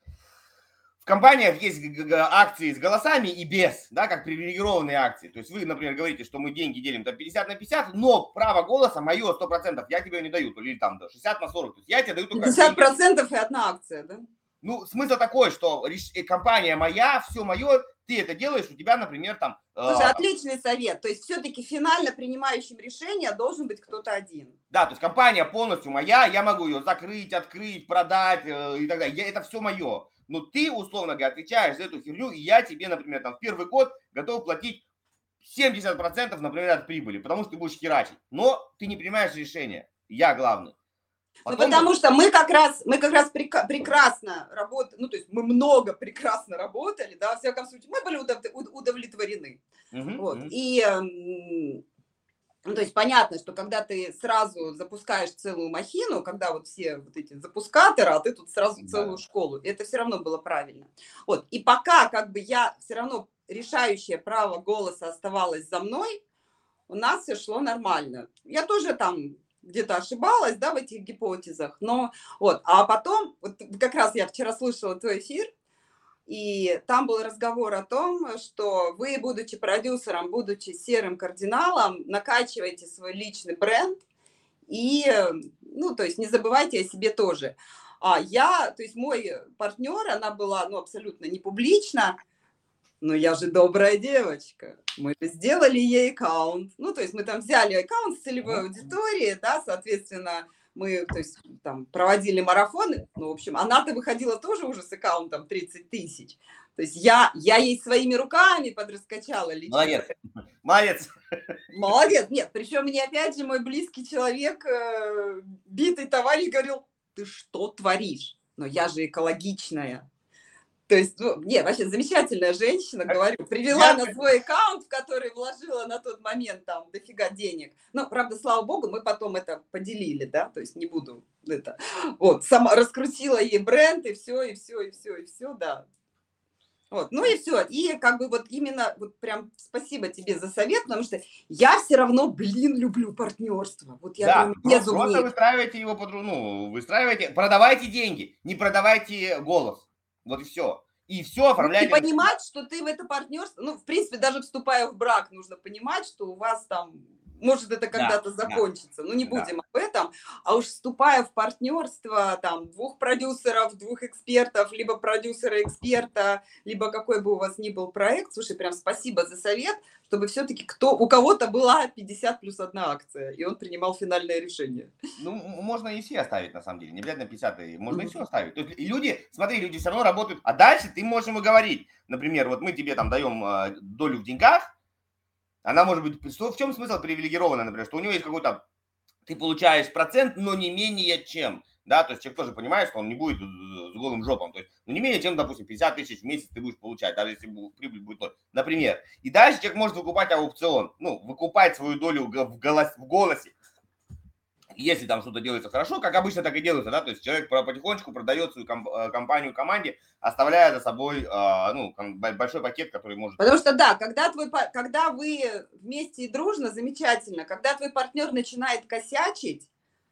в компаниях есть акции с голосами и без, да, как привилегированные акции. То есть вы, например, говорите, что мы деньги делим там пятьдесят на пятьдесят, но право голоса мое сто процентов, я тебе не даю, или там шестьдесят на сорок, то есть я тебе даю только... пятьдесят процентов и одна акция, да? Ну, смысл такой, что компания моя, все мое, ты это делаешь, у тебя, например, там... Слушай, э... отличный совет. То есть все-таки финально принимающим решение должен быть кто-то один. Да, то есть компания полностью моя, я могу ее закрыть, открыть, продать э, и так далее. Я, это все мое. Но ты, условно говоря, отвечаешь за эту херню, и я тебе, например, там в первый год готов платить семьдесят процентов, например, от прибыли, потому что ты будешь херачить. Но ты не принимаешь решение. Я главный. Потом... Ну, потому что мы как раз, мы как раз прек- прекрасно работали, ну, то есть мы много прекрасно работали, да, во всяком случае, мы были удов- удовлетворены. Uh-huh, вот. Uh-huh. И, ну, то есть понятно, что когда ты сразу запускаешь целую махину, когда вот все вот эти запускаторы, а ты тут сразу целую да. школу, это все равно было правильно. Вот. И пока как бы я все равно решающее право голоса оставалось за мной, у нас все шло нормально. Я тоже там... где-то ошибалась, да, в этих гипотезах, но вот, а потом, вот как раз я вчера слушала твой эфир, И там был разговор о том, что вы, будучи продюсером, будучи серым кардиналом, накачиваете свой личный бренд и, ну, то есть не забывайте о себе тоже. А я, то есть мой партнер, она была, ну, абсолютно не публична, но я же добрая девочка. Мы же сделали ей аккаунт. Ну, то есть мы там взяли аккаунт с целевой аудитории, да, соответственно, мы, то есть, там, проводили марафоны. Ну, в общем, она-то выходила тоже уже с аккаунтом тридцать тысяч. То есть я, я ей своими руками подраскачала лично. Молодец. Молодец. Молодец. Нет, причем мне опять же мой близкий человек, э, битый товарищ, говорил, ты что творишь? Но я же экологичная. То есть, ну, не, вообще замечательная женщина, говорю, привела на свой аккаунт, в который вложила на тот момент там дофига денег. Ну, правда, слава богу, мы потом это поделили, да, то есть не буду это, вот, сама раскрутила ей бренд, и все, и все, и все, и все, да. Вот, ну и все, и как бы вот именно, вот прям спасибо тебе за совет, потому что я все равно, блин, люблю партнерство. Вот я Да, прям не просто зубней. выстраивайте его, под, ну, выстраивайте, продавайте деньги, не продавайте голос. Вот и все. И все оформляйте. И понимать, что ты в это партнерство, ну, в принципе, даже вступая в брак, нужно понимать, что у вас там, может это когда-то да, закончится, да, ну, не да. будем об этом, а уж вступая в партнерство, там, двух продюсеров, двух экспертов, либо продюсера-эксперта, либо какой бы у вас ни был проект, слушай, прям спасибо за совет, чтобы все-таки кто, у кого-то была пятьдесят плюс одна акция, и он принимал финальное решение. Ну, можно и все оставить, на самом деле, не обязательно пятьдесят, можно mm-hmm. и все оставить. То есть, и люди, смотри, люди все равно работают, а дальше ты можешь ему говорить, например, вот мы тебе там даем э, долю в деньгах, она может быть, в чем смысл привилегированная, например, что у него есть какой-то, ты получаешь процент, но не менее чем, да, то есть человек тоже понимает, что он не будет с голым жопом, то есть, ну, не менее чем, допустим, пятьдесят тысяч в месяц ты будешь получать, даже если прибыль будет ноль, например. И дальше человек может выкупать аукцион, ну, выкупать свою долю в голосе, в голосе. Если там что-то делается хорошо, как обычно так и делается, да, то есть человек потихонечку продает свою компанию команде, оставляя за собой, ну, большой пакет, который может... Потому что, да, когда, твой, когда вы вместе и дружно, замечательно, когда твой партнер начинает косячить,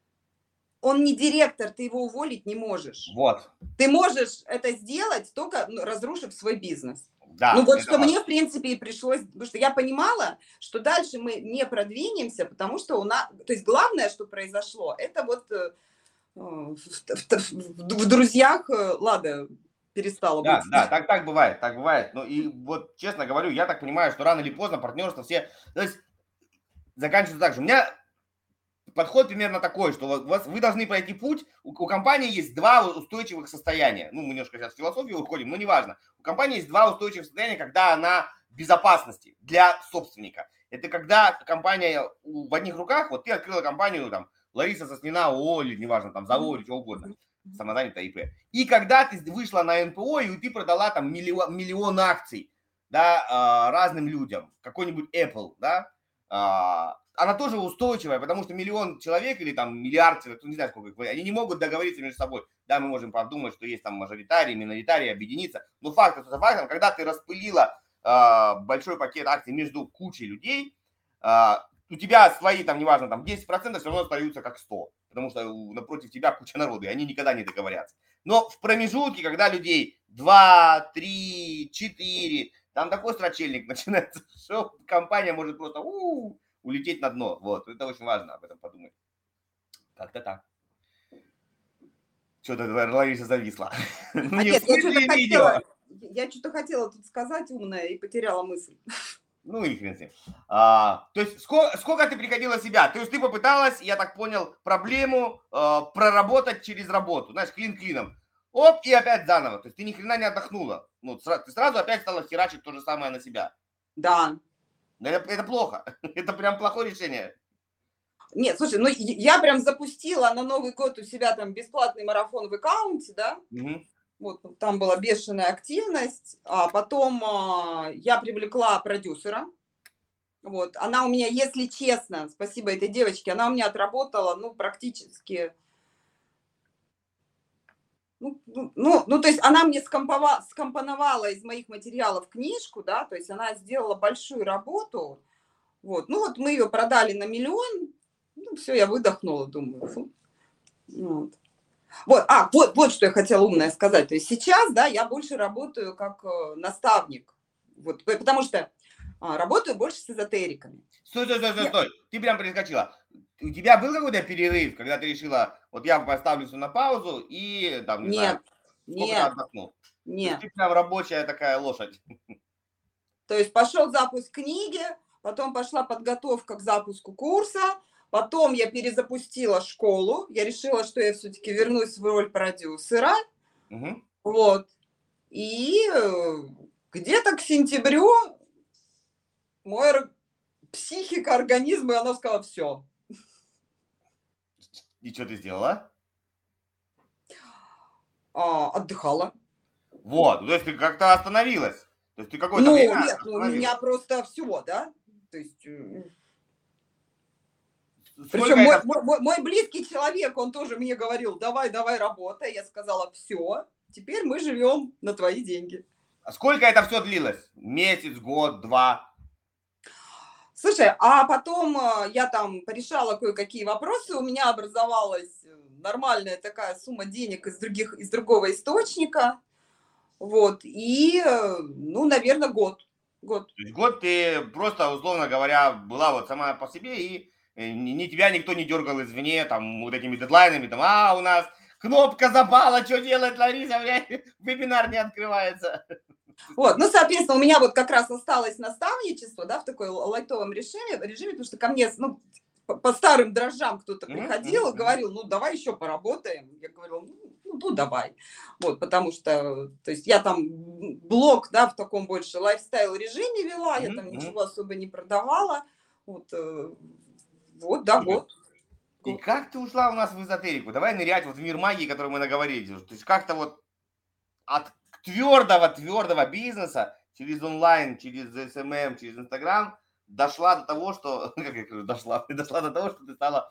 он не директор, ты его уволить не можешь. Вот. Ты можешь это сделать, только ну, разрушив свой бизнес. Да, ну вот что важно. Мне, в принципе, и пришлось, потому что я понимала, что дальше мы не продвинемся, потому что у нас, то есть главное, что произошло, это вот э, в, в, в друзьях, ладно, перестало да, быть. Да, так, так бывает, так бывает. Ну и вот, честно говорю, я так понимаю, что рано или поздно партнерство все, то есть заканчивается так же. У меня подход примерно такой, что у вас, вы должны пройти путь, у, у компании есть два устойчивых состояния. Ну, мы немножко сейчас в философию уходим, но неважно. У компании есть два устойчивых состояния, когда она в безопасности для собственника. Это когда компания в одних руках, вот ты открыла компанию, там, Лариса Соснина, ООО, или неважно, там, ЗАО, или чего угодно, самозанятая ИП. И когда ты вышла на эн пэ о, и ты продала там миллион, миллион акций, да, разным людям, какой-нибудь Apple, да, она тоже устойчивая, потому что миллион человек или там миллиард человек, не знаю сколько, они не могут договориться между собой. Да, мы можем подумать, что есть там мажоритарии, миноритарии, объединиться, но факт это фактом, когда ты распылила э, большой пакет акций между кучей людей, э, у тебя свои там, неважно, там десять процентов все равно остаются как сто, потому что напротив тебя куча народу, и они никогда не договорятся. Но в промежутке, когда людей два, три, четыре, там такой страчельник начинается, что компания может просто у-у-у, улететь на дно. Вот, это очень важно об этом подумать. Как-то так. Что-то Лариса зависла. А нет, я что-то хотела, я что-то хотела тут сказать умное и потеряла мысль. Ну и хрен с ним. А, то есть сколько, сколько ты приходила себя? То есть ты попыталась, я так понял, проблему а, проработать через работу. Знаешь, клин клином. Оп, и опять заново. То есть ты ни хрена не отдохнула. Ну, ты сразу опять стала херачить то же самое на себя. Да. Это, это плохо. Это прям плохое решение. Нет, слушай, ну я прям запустила на Новый год у себя там бесплатный марафон в аккаунте, да? Угу. Вот там была бешеная активность. А потом а, я привлекла продюсера. Вот, она у меня, если честно, спасибо этой девочке, она у меня отработала, ну, практически... Ну, ну, ну, то есть она мне скомпова, скомпоновала из моих материалов книжку, да, то есть она сделала большую работу, вот, ну, вот мы ее продали на миллион, ну, все, я выдохнула, думаю, фу. Вот. Вот, а, вот, вот что я хотела умное сказать. То есть сейчас, да, я больше работаю как э, наставник. Вот, п- потому что а, работаю больше с эзотериками. Стой, стой, стой, стой, Нет, стой. Ты прям перескочила. У тебя был какой-то перерыв, когда ты решила, вот я поставлю все на паузу и, там, не знаю, нет, сколько-то нет, отдохну? То есть нет. ты прям рабочая такая лошадь. То есть пошел запуск книги, потом пошла подготовка к запуску курса, потом я перезапустила школу, я решила, что я все-таки вернусь в роль продюсера, Мгм. вот, и э, где-то к сентябрю мой ор- психика, организм, и она сказала, все, И что ты сделала? отдыхала. Вот, то есть ты как-то остановилась. То есть ты какое-то Ну, время нет, ну, у меня остановилась. просто все, да, то есть... э, Сколько Причем мой, это... мой, мой- мой близкий человек, он тоже мне говорил, давай, давай, работай. Я сказала, все, теперь мы живем на твои деньги. Сколько это все длилось? Месяц, год, два? Слушай, а потом э, я там порешала кое-какие вопросы, у меня образовалась э, нормальная такая сумма денег из, других, из другого источника. Вот, и, э, ну, наверное, год. Год. То есть год ты просто, условно говоря, была вот сама по себе, и э, ни, ни тебя никто не дергал извне, там, вот этими дедлайнами, там, а, у нас кнопка запала, что делать, Лариса, блядь, вебинар не открывается. Вот, ну, соответственно, у меня вот как раз осталось наставничество, да, в такой лайтовом режиме, режиме, потому что ко мне, ну, по, по старым дрожжам кто-то Мгм, приходил мгм, и мгм. говорил, ну, давай еще поработаем. Я говорила, ну, ну, ну, давай. Вот, потому что, то есть я там блог, да, в таком больше лайфстайл режиме вела, я Мгм, там мгм. ничего особо не продавала. Вот, э, вот, да, Слушай, год. и год. как ты ушла у нас в эзотерику? Давай нырять вот в мир магии, который мы наговорили. То есть как-то вот от твердого, твердого бизнеса через онлайн, через эс эм эм, через Инстаграм дошла до того, что, как я говорю, дошла, дошла до того, что ты стала,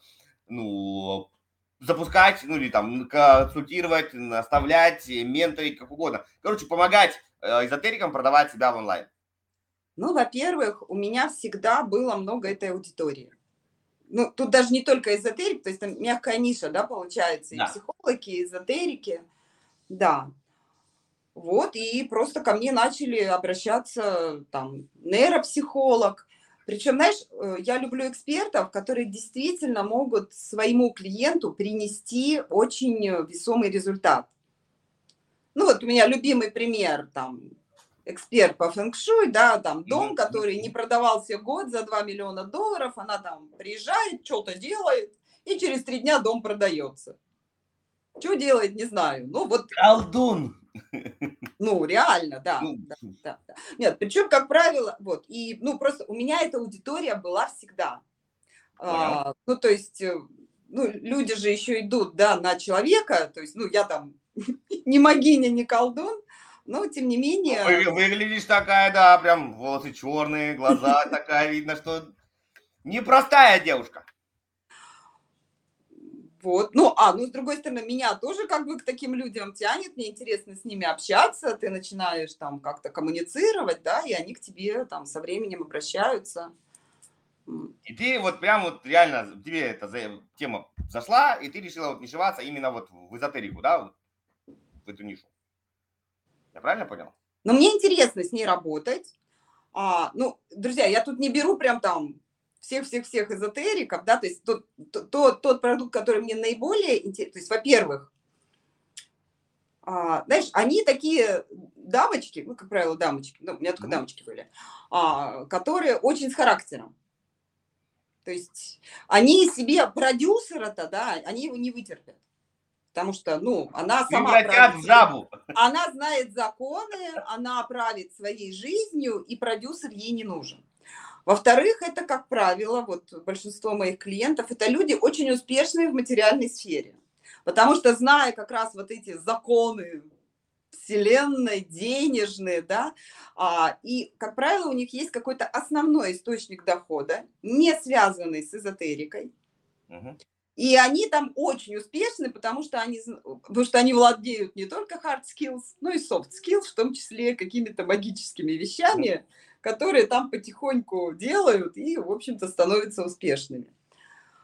ну, запускать, ну, или там консультировать, наставлять, менторить, как угодно. Короче, помогать э, эзотерикам продавать себя в онлайн. Ну, во-первых, у меня всегда было много этой аудитории. Ну, тут даже не только эзотерик, то есть там мягкая ниша, да, получается, и Да. психологи, и эзотерики, да. Вот, и просто ко мне начали обращаться там нейропсихолог. Причем, знаешь, э, я люблю экспертов, которые действительно могут своему клиенту принести очень э, весомый результат. Ну, вот у меня любимый пример, там, эксперт по фэнг-шуй, да, там, дом, Мгм, который не мгм. продавался год за два миллиона долларов, она там приезжает, что-то делает, и через три дня дом продается. Что делает, не знаю. Ну, вот, Колдун. ну, реально, да, Ну, да, да, да. Нет, причем, как правило, вот, и, ну, просто у меня эта аудитория была всегда. понял. А, ну, то есть, э, ну, люди же еще идут, да, на человека, то есть, ну, я там не могиня, не колдун, но, тем не Ну, менее, вы- выглядишь такая, да, прям волосы черные, глаза такая, видно, что непростая девушка. вот, ну, а, ну, с другой стороны, меня тоже как бы к таким людям тянет, мне интересно с ними общаться, ты начинаешь там как-то коммуницировать, да, и они к тебе там со временем обращаются. М. И ты вот прям вот реально, тебе эта за- тема зашла, и ты решила вот нишеваться именно вот в эзотерику, да, вот в эту нишу. Я правильно понял? Но мне интересно с ней работать. А, ну, друзья, я тут не беру прям там всех-всех-всех эзотериков, да, то есть тот, тот, тот продукт, который мне наиболее интересен, то есть, во-первых, а, знаешь, они такие дамочки, ну, как правило, дамочки, ну, у меня только Мгм. дамочки были, а, которые очень с характером. То есть они себе продюсера-то, да, они его не вытерпят. Потому что, ну, она сама Превратят правит в своей... жабу. Она знает законы, она правит своей жизнью, и продюсер ей не нужен. Во-вторых, это, как правило, вот большинство моих клиентов, это люди очень успешные в материальной сфере. Потому что, зная как раз вот эти законы вселенной, денежные, да, а, и, как правило, у них есть какой-то основной источник дохода, не связанный с эзотерикой. Мгм. И они там очень успешны, потому что они, потому что они владеют не только hard skills, но и soft skills, в том числе какими-то магическими вещами, которые там потихоньку делают и, в общем-то, становятся успешными.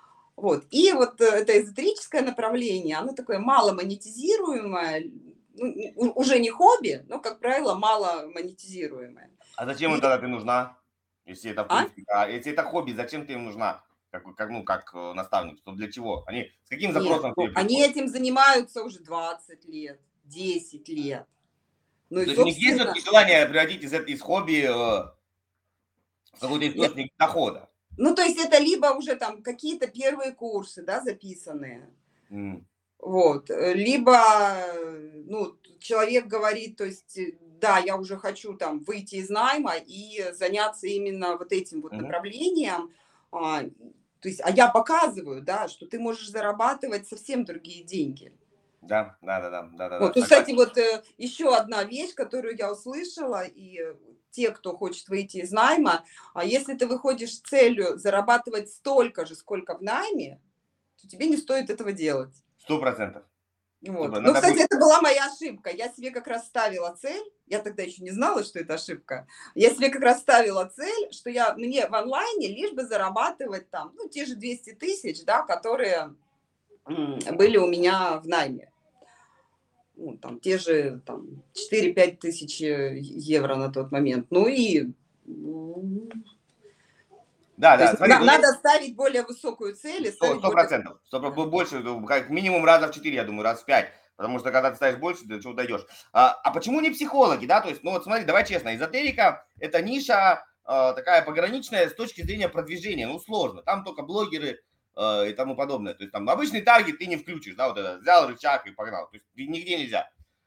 Вот. И вот это эзотерическое направление, оно такое мало монетизируемое, ну, уже не хобби, но, как правило, мало монетизируемое. А зачем И... тогда ты нужна? Если это, в а? принципе, а? Если это хобби, зачем ты им нужна? Как, как, ну, как наставник, что для чего? Они с каким запросом? Нет, ну, они этим занимаются уже двадцать лет, десять лет. Ну, То и, есть у них есть собственно... все-таки желание превратить из, из хобби э, в какой-то источник Нет. дохода? Ну, то есть это либо уже там какие-то первые курсы, да, записанные. Mm. Вот. Либо, ну, человек говорит, то есть, да, я уже хочу там выйти из найма и заняться именно вот этим вот mm-hmm. направлением. А, то есть, а я показываю, да, что ты можешь зарабатывать совсем другие деньги. Да, да, да, да, да, да. Вот, да, кстати, вот э, еще одна вещь, которую я услышала, и те, кто хочет выйти из найма, а если ты выходишь с целью зарабатывать столько же, сколько в найме, то тебе не стоит этого делать. Сто процентов. Вот. Ну, кстати, будет... это была моя ошибка. Я себе как раз ставила цель, я тогда еще не знала, что это ошибка. Я себе как раз ставила цель, что я мне в онлайне лишь бы зарабатывать там, ну, те же двести тысяч, да, которые были у меня в найме. Ну, там, те же там, четыре-пять тысяч евро на тот момент. Ну и да, да, смотри, на, надо есть... ставить более высокую цель. Сто процентов. Более... Больше, как минимум раза в четыре, я думаю, раз в пять. Потому что когда ты ставишь больше, ты до чего дойдешь. А, а почему не психологи, да? То есть, ну вот смотри, давай честно, эзотерика – это ниша э, такая пограничная с точки зрения продвижения. Ну, сложно. Там только блогеры э, и тому подобное. То есть, там обычный таргет ты не включишь, да, вот это, взял рычаг и погнал. То есть, нигде нельзя.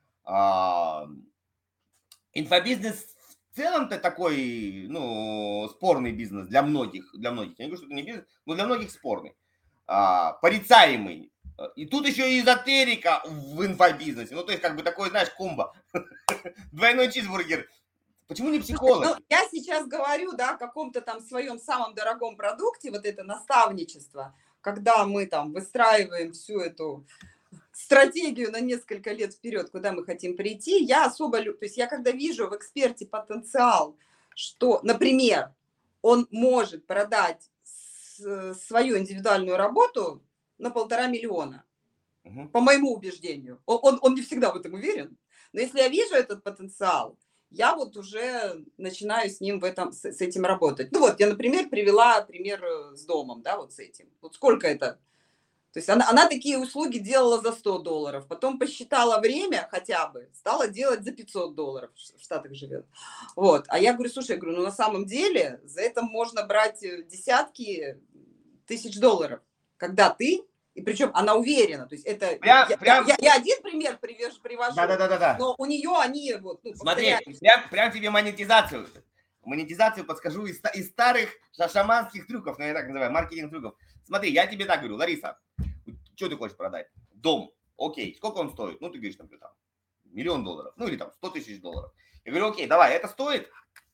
А, инфобизнес в целом-то такой, ну, спорный бизнес для многих, для многих. Я не говорю, что это не бизнес, но для многих спорный. А, порицаемый. И тут еще и эзотерика в инфобизнесе. Ну, то есть, как бы такой, знаешь, комбо. Двойной чизбургер. Почему не психолог? Ну, я сейчас говорю, да, о каком-то там своем самом дорогом продукте, вот это наставничество, когда мы там выстраиваем всю эту стратегию на несколько лет вперед, куда мы хотим прийти. Я особо, то есть я когда вижу в эксперте потенциал, что, например, он может продать свою индивидуальную работу на полтора миллиона, угу. По моему убеждению. Он, он, он не всегда в этом уверен, но если я вижу этот потенциал, я вот уже начинаю с ним в этом, с, с этим работать. Ну вот, я, например, привела пример с домом, да, вот с этим. Вот сколько это? То есть она, она такие услуги делала за сто долларов, потом посчитала время хотя бы, стала делать за пятьсот долларов, в Штатах живет. Вот. А я говорю, слушай, я говорю, ну на самом деле за это можно брать десятки тысяч долларов, когда ты, и причем она уверена, то есть это, прям, я, прям... Я, я один пример привожу, привожу да, да, да, да. но у нее они вот, ну, смотри, прям, прям тебе монетизацию, монетизацию подскажу из, из старых шаманских трюков, ну я так называю, маркетинг трюков. Смотри, я тебе так говорю, Лариса, что ты хочешь продать? Дом, окей, сколько он стоит? Ну ты говоришь, например, там, миллион долларов, ну или там сто тысяч долларов. Я говорю, окей, давай, это стоит,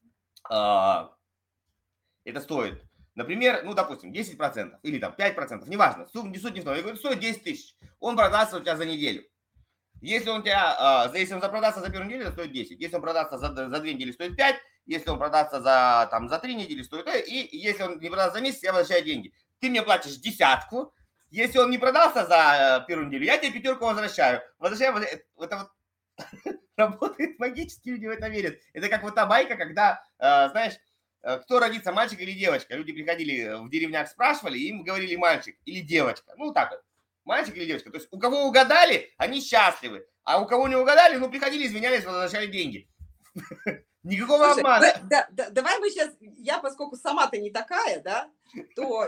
а, это стоит, например, ну, допустим, десять процентов или там пять процентов, неважно, суть не суть не в том. Я говорю, стоит десять тысяч, он продастся у тебя за неделю. Если он тебя, если он продастся за первую неделю, стоит десять. Если он продастся за, за две недели, стоит пять. Если он продастся за, там, за три недели, стоит и если он не продастся за месяц, я возвращаю деньги. Ты мне платишь десятку. Если он не продался за первую неделю, я тебе пятерку возвращаю. Возвращаю, это вот работает магически, люди в это верят. Это как вот та байка, когда, знаешь, кто родится, мальчик или девочка. Люди приходили в деревнях, спрашивали, им говорили мальчик или девочка. Ну, так вот, мальчик или девочка. То есть у кого угадали, они счастливы. А у кого не угадали, ну, приходили, извинялись, возвращали деньги. Никакого Слушай, обмана. Мы, да, да, давай мы сейчас, я, поскольку сама-то не такая, да, то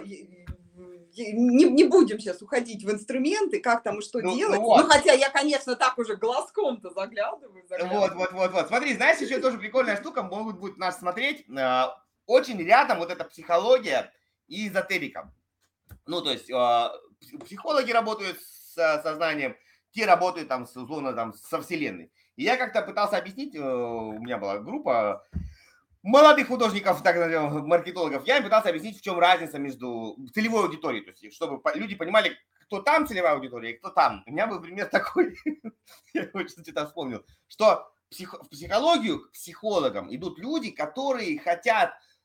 не, не будем сейчас уходить в инструменты, как там и что ну, делать. Ну, вот. Ну, хотя я, конечно, так уже глазком-то заглядываю, заглядываю. Вот, вот, вот, вот. Смотри, знаешь, еще тоже прикольная штука, могут будет нас смотреть. Очень рядом вот эта психология и эзотерика. Ну, то есть психологи работают с сознанием, те работают там, условно, там, со Вселенной. И я как-то пытался объяснить, у меня была группа молодых художников, так называемых маркетологов, я им пытался объяснить, в чем разница между целевой аудиторией, то есть чтобы люди понимали, кто там целевая аудитория и кто там. У меня был пример такой, я очень что-то вспомнил, что в психологию к психологам идут люди, которые хотят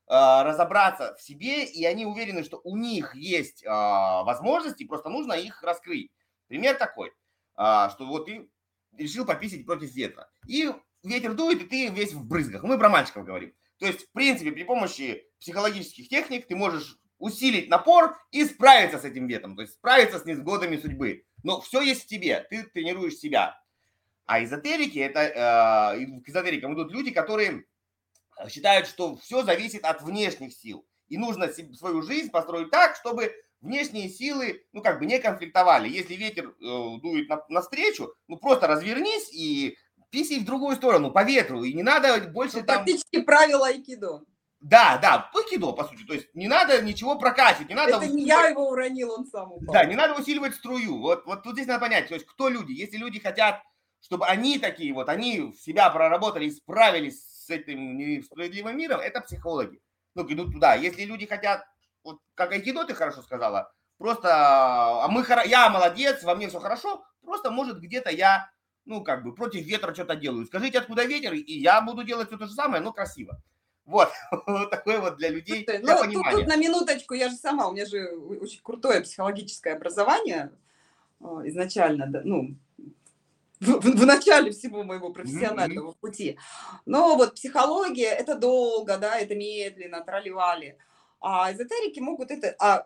разобраться в себе, и они уверены, что у них есть возможности, просто нужно их раскрыть. Пример такой, что вот ты решил пописать против ветра, и ветер дует, и ты весь в брызгах. Мы про мальчиков говорим. То есть, в принципе, при помощи психологических техник ты можешь усилить напор и справиться с этим ветром, то есть справиться с невзгодами судьбы. Но все есть в тебе, ты тренируешь себя. А эзотерики, это, э, к эзотерикам идут люди, которые считают, что все зависит от внешних сил. И нужно свою жизнь построить так, чтобы внешние силы, ну, как бы не конфликтовали. Если ветер э, дует на, навстречу, ну, просто развернись и писи в другую сторону, по ветру. И не надо больше ну, там... Практически правила айкидо. Да, да, айкидо, по сути. То есть не надо ничего прокачивать, не надо... Это не я его уронил, он сам упал. Да, не надо усиливать струю. Вот, вот тут здесь надо понять, то есть кто люди. Если люди хотят, чтобы они такие вот, они себя проработали и справились с этим несправедливым миром, это психологи. Ну, идут туда. Если люди хотят, вот как айкидо ты хорошо сказала, просто, а мы, я молодец, во мне все хорошо, просто может где-то я, ну, как бы против ветра что-то делаю. Скажите, откуда ветер, и я буду делать все то же самое, но красиво. Вот, вот такое вот для людей. Слушай, для ну, понимания. Тут, тут на минуточку, я же сама, у меня же очень крутое психологическое образование изначально, да, ну, в, в, в начале всего моего профессионального mm-hmm. пути. Но вот психология, это долго, да, это медленно, трали-вали. А эзотерики могут это... А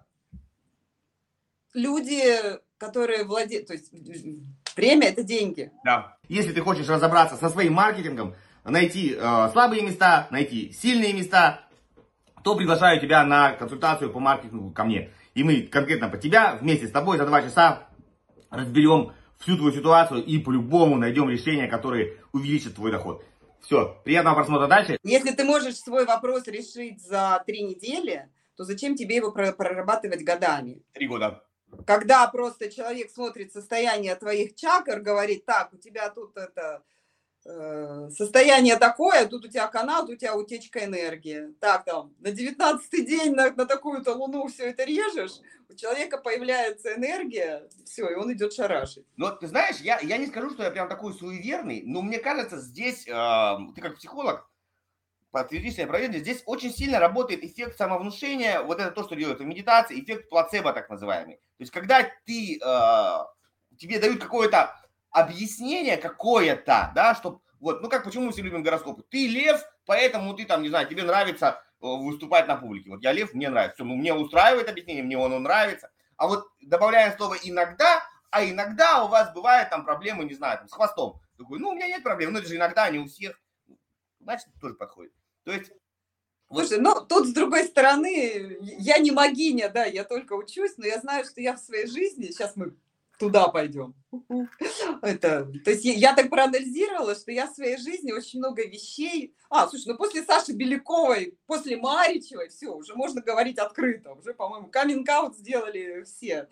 люди, которые владеют... То есть время – это деньги. Да. Если ты хочешь разобраться со своим маркетингом, найти э, слабые места, найти сильные места, то приглашаю тебя на консультацию по маркетингу ко мне. И мы конкретно по тебя вместе с тобой за два часа разберем всю твою ситуацию и по-любому найдем решение, которое увеличит твой доход. Все, приятного просмотра дальше. Если ты можешь свой вопрос решить за три недели, то зачем тебе его прорабатывать годами? Три года. Когда просто человек смотрит состояние твоих чакр, говорит, так, у тебя тут это... состояние такое, тут у тебя канал, тут у тебя утечка энергии. Так, там, на девятнадцатый день на, на такую-то луну все это режешь, у человека появляется энергия, все, и он идет шарашить. Ну, ты знаешь, я, я не скажу, что я прям такой суеверный, но мне кажется, здесь, э, ты как психолог, подтвердишь или опровергнешь, здесь очень сильно работает эффект самовнушения, вот это то, что делают в медитации, эффект плацебо так называемый. То есть, когда ты, э, тебе дают какое-то объяснение какое-то, да, что вот, ну как, почему мы все любим гороскопы? Ты лев, поэтому ты там, не знаю, тебе нравится выступать на публике. Вот я лев, мне нравится. Все, ну, мне устраивает объяснение, мне оно нравится. А вот добавляем слово иногда, а иногда у вас бывают там проблемы, не знаю, там, с хвостом. Такой, ну у меня нет проблем, но это же иногда не у всех. Значит, тоже подходит. То есть... Слушай, ну тут с другой стороны, я не магиня, да, я только учусь, но я знаю, что я в своей жизни, сейчас мы туда пойдем. Это, то есть я так проанализировала, что я в своей жизни очень много вещей... А, слушай, ну после Саши Беляковой, после Маричевой, все, уже можно говорить открыто. Уже, по-моему, каминг-аут сделали все,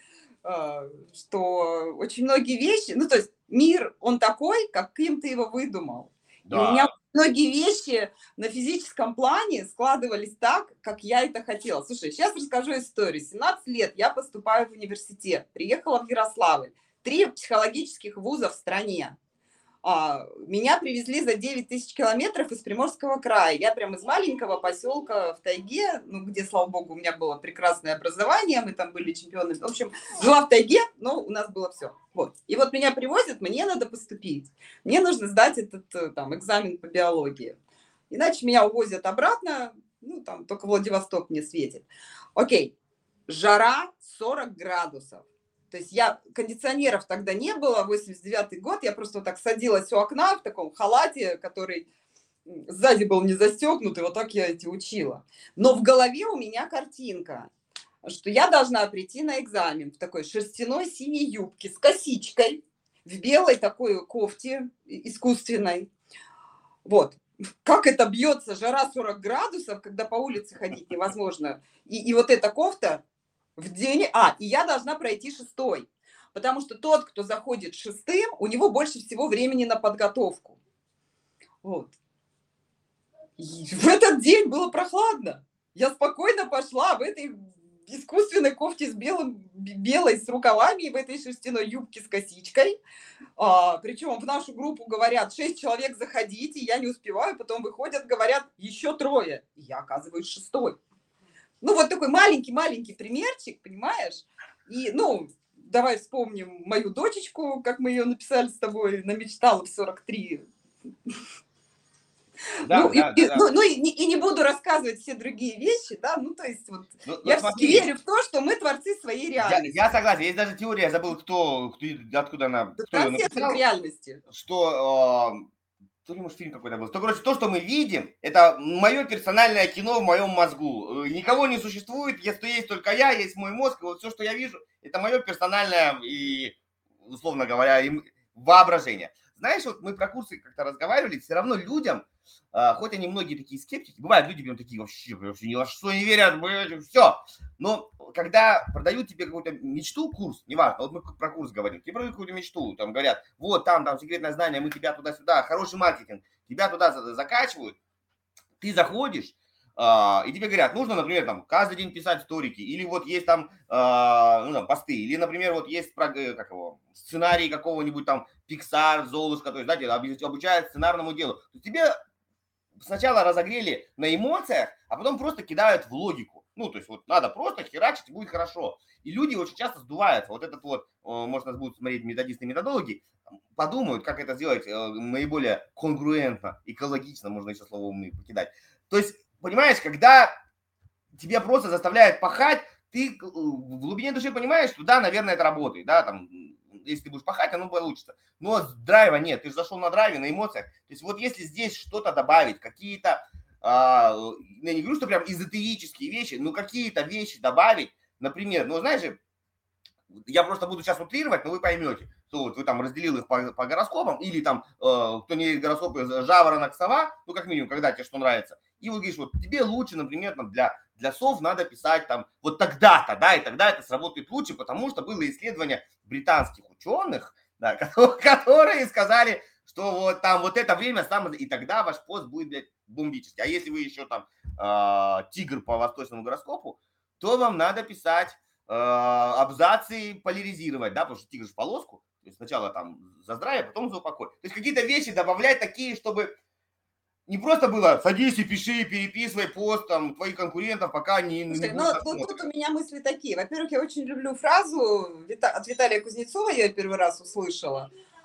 что очень многие вещи... Ну, то есть мир, он такой, каким ты его выдумал. Да. И у меня многие вещи на физическом плане складывались так, как я это хотела. Слушай, сейчас расскажу историю. семнадцать лет я поступаю в университет, приехала в Ярославль. Три психологических вуза в стране. А, меня привезли за девять тысяч километров из Приморского края. Я прям из маленького поселка в тайге, ну, где, слава богу, у меня было прекрасное образование, мы там были чемпионы. В общем, жила в тайге, но у нас было все. Вот. И вот меня привозят, мне надо поступить. Мне нужно сдать этот там экзамен по биологии. Иначе меня увозят обратно, ну, там только Владивосток мне светит. Окей, жара сорок градусов. То есть я, кондиционеров тогда не было, восемьдесят девятый год, я просто вот так садилась у окна в таком халате, который сзади был не застегнутый, вот так я эти учила. Но в голове у меня картинка, что я должна прийти на экзамен в такой шерстяной синей юбке с косичкой, в белой такой кофте искусственной. Вот. Как это бьется, жара сорок градусов, когда по улице ходить невозможно. И, и вот эта кофта... В день, а, и я должна пройти шестой, потому что тот, кто заходит шестым, у него больше всего времени на подготовку. Вот. И в этот день было прохладно. Я спокойно пошла в этой искусственной кофте с белым, белой с рукавами и в этой шерстяной юбке с косичкой. А, причем в нашу группу говорят, шесть человек заходите, я не успеваю, потом выходят, говорят, еще трое. И я оказываюсь шестой. Ну, вот такой маленький-маленький примерчик, понимаешь? И, ну, давай вспомним мою дочечку, как мы ее написали с тобой, намечтала в сорок три. Да, ну, да, и, да, да. ну, ну и, и не буду рассказывать все другие вещи, да, ну, то есть вот Ну, я ну, все-таки смотри, верю в то, что мы творцы своей я, реальности. я согласен. Есть даже теория, я забыл, кто, кто откуда она, кто ее Трансфер к написал, реальности. что, э, то ли, может, фильм какой-то был, что, короче, то, что мы видим, это мое персональное кино в моем мозгу. Э, Никого не существует, если есть только я, есть мой мозг, и вот все, что я вижу, это мое персональное и, условно говоря, им- воображение. Знаешь, вот мы про курсы как-то разговаривали, все равно людям, а, хоть они многие такие скептики, бывают люди прям такие вообще, вообще ни во что не верят, все. Но когда продают тебе какую-то мечту, курс, неважно, вот мы про курс говорим, тебе продают какую-то мечту, там говорят, вот там, там секретное знание, мы тебя туда-сюда, хороший маркетинг, тебя туда закачивают, ты заходишь, а, и тебе говорят, нужно, например, там, каждый день писать сторики, или вот есть там, а, ну, там посты, или, например, вот есть как его, сценарий какого-нибудь там Pixar, Золушка, то есть, знаете, обучают сценарному делу. То есть тебе сначала разогрели на эмоциях, а потом просто кидают в логику. Ну, то есть вот надо просто херачить, и будет хорошо. И люди очень часто сдуваются. Вот этот вот, можно будет смотреть методисты и методологи, подумают, как это сделать наиболее конгруентно, экологично, можно еще слово умный покидать. То есть, понимаешь, когда тебя просто заставляют пахать, ты в глубине души понимаешь, что да, наверное, это работает, да, там, если ты будешь пахать, оно получится. Но драйва нет, ты же зашел на драйве, на эмоциях. То есть вот если здесь что-то добавить, какие-то, а, я не говорю, что прям эзотерические вещи, но какие-то вещи добавить, например, ну, знаешь же, я просто буду сейчас утрировать, но вы поймете, что вот вы там разделил их по, по гороскопам, или там, э, кто не верит в гороскопы, жаворонок, сова, ну, как минимум, когда тебе что нравится. И вот говоришь, вот тебе лучше, например, там, для, для сов надо писать там вот тогда-то, да, и тогда это сработает лучше, потому что было исследование британских ученых, да, которые сказали, что вот там вот это время самое, и тогда ваш пост будет, блядь, бомбический. А если вы еще там э, тигр по восточному гороскопу, то вам надо писать э, абзацы, поляризировать, да, потому что тигр в полоску, то есть сначала там за здравие, потом за упокой. То есть какие-то вещи добавлять такие, чтобы не просто было садись и пиши, переписывай пост там твоих конкурентов, пока не, не Слушай, будет ну, просмотра. тут, тут у меня мысли такие. Во-первых, я очень люблю фразу Вита- от Виталия Кузнецова, я ее первый раз услышала.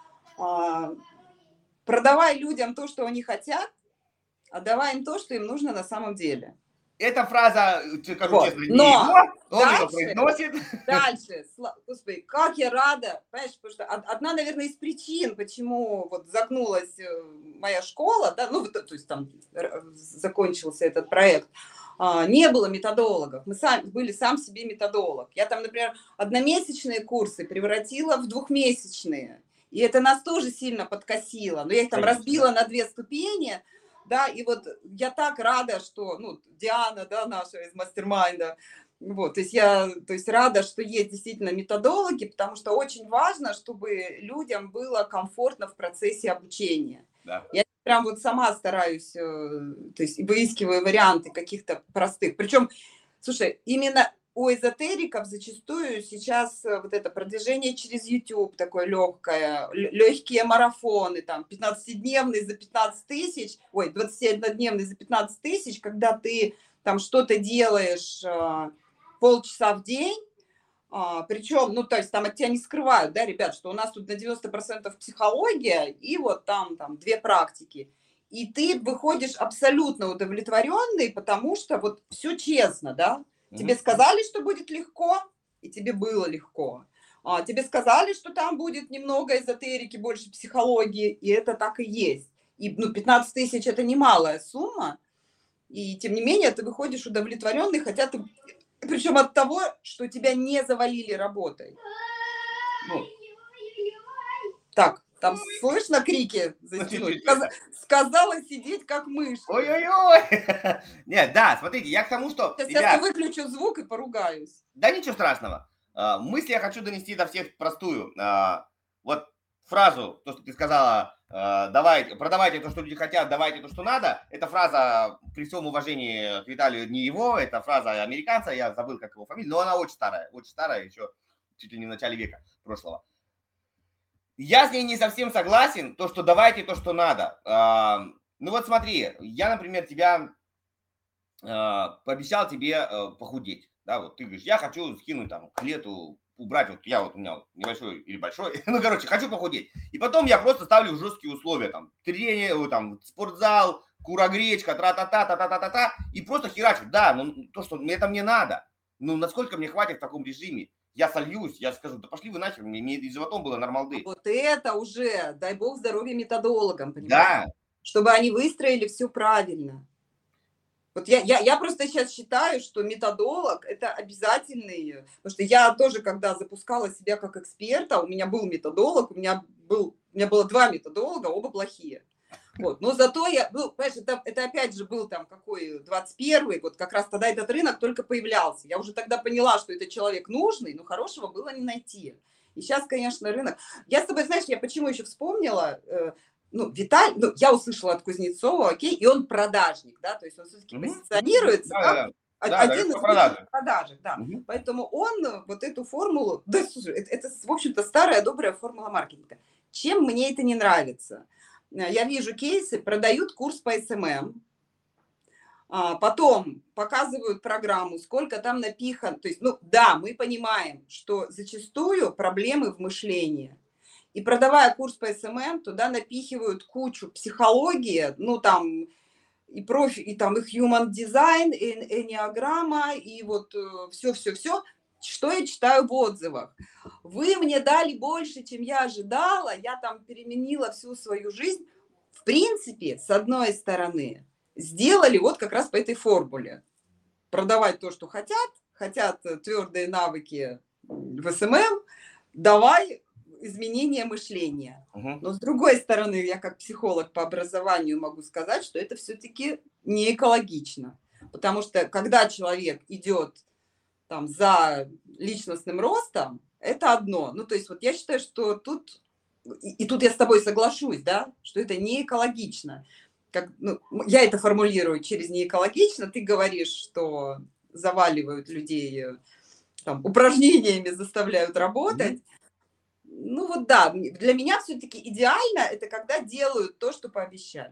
А, Продавай людям то, что они хотят, а давай им то, что им нужно на самом деле. Эта фраза, скажу Вот. честно, не Но его, он дальше- ее произносит. Дальше, сла- господи, как я рада, понимаешь, потому что од- одна, наверное, из причин, почему вот загнулась э, моя школа, да, ну, вот, то есть там р- закончился этот проект, а, не было методологов, мы сами были сам себе методолог. Я там, например, одномесячные курсы превратила в двухмесячные, и это нас тоже сильно подкосило, но я их там Конечно. разбила на две ступени, да, и вот я так рада, что, ну, Диана, да, наша из мастер-майнда, вот, то есть я, то есть рада, что есть действительно методологи, потому что очень важно, чтобы людям было комфортно в процессе обучения. Да. Я прям вот сама стараюсь, э, то есть выискиваю варианты каких-то простых. Причем, слушай, именно у эзотериков зачастую сейчас э, вот это продвижение через YouTube такое легкое, легкие марафоны, там, пятнадцатидневный за пятнадцать тысяч, ой, двадцатиоднодневный за пятнадцать тысяч, когда ты там что-то делаешь э, полчаса в день, а, причем, ну, то есть там от тебя не скрывают, да, ребят, что у нас тут на девяносто процентов психология и вот там, там две практики. И ты выходишь абсолютно удовлетворенный, потому что вот все честно, да. Тебе сказали, что будет легко, и тебе было легко. А, тебе сказали, что там будет немного эзотерики, больше психологии, и это так и есть. И, ну, пятнадцать тысяч – это немалая сумма, и тем не менее ты выходишь удовлетворенный, хотя ты... Причем от того, что тебя не завалили работой. Ну. Так, там слышно крики за стеной? Сказ- Сказала сидеть как мышь. Ой-ой-ой! Нет, да, смотрите, я к тому, что... Сейчас ребят, я выключу звук и поругаюсь. да ничего страшного. А, мысль я хочу донести до всех простую. А, вот фразу, то, что ты сказала, а, давайте, продавайте то, что люди хотят, давайте то, что надо. Эта фраза, при всем уважении к Виталию, не его, это фраза американца, я забыл, как его фамилия, но она очень старая, очень старая, еще чуть ли не в начале века прошлого. Я с ней не совсем согласен, то, что давайте то, что надо. А, ну вот смотри, я, например, тебя э, пообещал тебе э, похудеть, да, вот ты говоришь, я хочу скинуть там к лету, убрать, вот я вот у меня вот небольшой или большой, ну, короче, хочу похудеть. И потом я просто ставлю жесткие условия, там, тренер, там, спортзал, курагречка, тра-та-та, та-та-та-та-та, и просто херачу, да, ну, то, что мне это мне надо, ну, насколько мне хватит в таком режиме, я сольюсь, я скажу, да пошли вы нахер, мне, мне и животом было нормалды. Вот это уже, дай бог здоровья методологам, понимаешь? Да. Чтобы они выстроили все правильно. Вот я, я, я просто сейчас считаю, что методолог – это обязательный, потому что я тоже, когда запускала себя как эксперта, у меня был методолог, у меня, был, у меня было два методолога, оба плохие. Вот. Но зато я был, понимаешь, это, это опять же был там какой двадцать первый год, как раз тогда этот рынок только появлялся. Я уже тогда поняла, что это человек нужный, но хорошего было не найти. И сейчас, конечно, рынок. Я с тобой, знаешь, я почему еще вспомнила, ну, Виталий, ну, я услышала от Кузнецова, окей, и он продажник, да, то есть он все-таки mm-hmm. позиционируется да, как да, да. один Да, из продажек. продажек, да. Mm-hmm. Поэтому он вот эту формулу, да, слушай, это, это, в общем-то, старая добрая формула маркетинга. Чем мне это не нравится? Я вижу кейсы, продают курс по эс эм эм, потом показывают программу, сколько там напихано. То есть, ну, да, мы понимаем, что зачастую проблемы в мышлении. И продавая курс по эс эм эм, туда напихивают кучу психологии, ну там и профи, и там и human design, и энеограмма, и вот все-все-все, что я читаю в отзывах. Вы мне дали больше, чем я ожидала, я там переменила всю свою жизнь. В принципе, с одной стороны, сделали вот как раз по этой формуле. Продавать то, что хотят, хотят твердые навыки в эс эм эм, давай изменение мышления. Uh-huh. Но с другой стороны, я как психолог по образованию могу сказать, что это все-таки не экологично. Потому что когда человек идет там, за личностным ростом, это одно. Ну, то есть вот я считаю, что тут, и, и тут я с тобой соглашусь, да, что это не экологично. Как, ну, я это формулирую через не экологично, ты говоришь, что заваливают людей там, упражнениями, заставляют работать. Mm-hmm. Ну вот да, для меня все-таки идеально это когда делают то, что пообещали.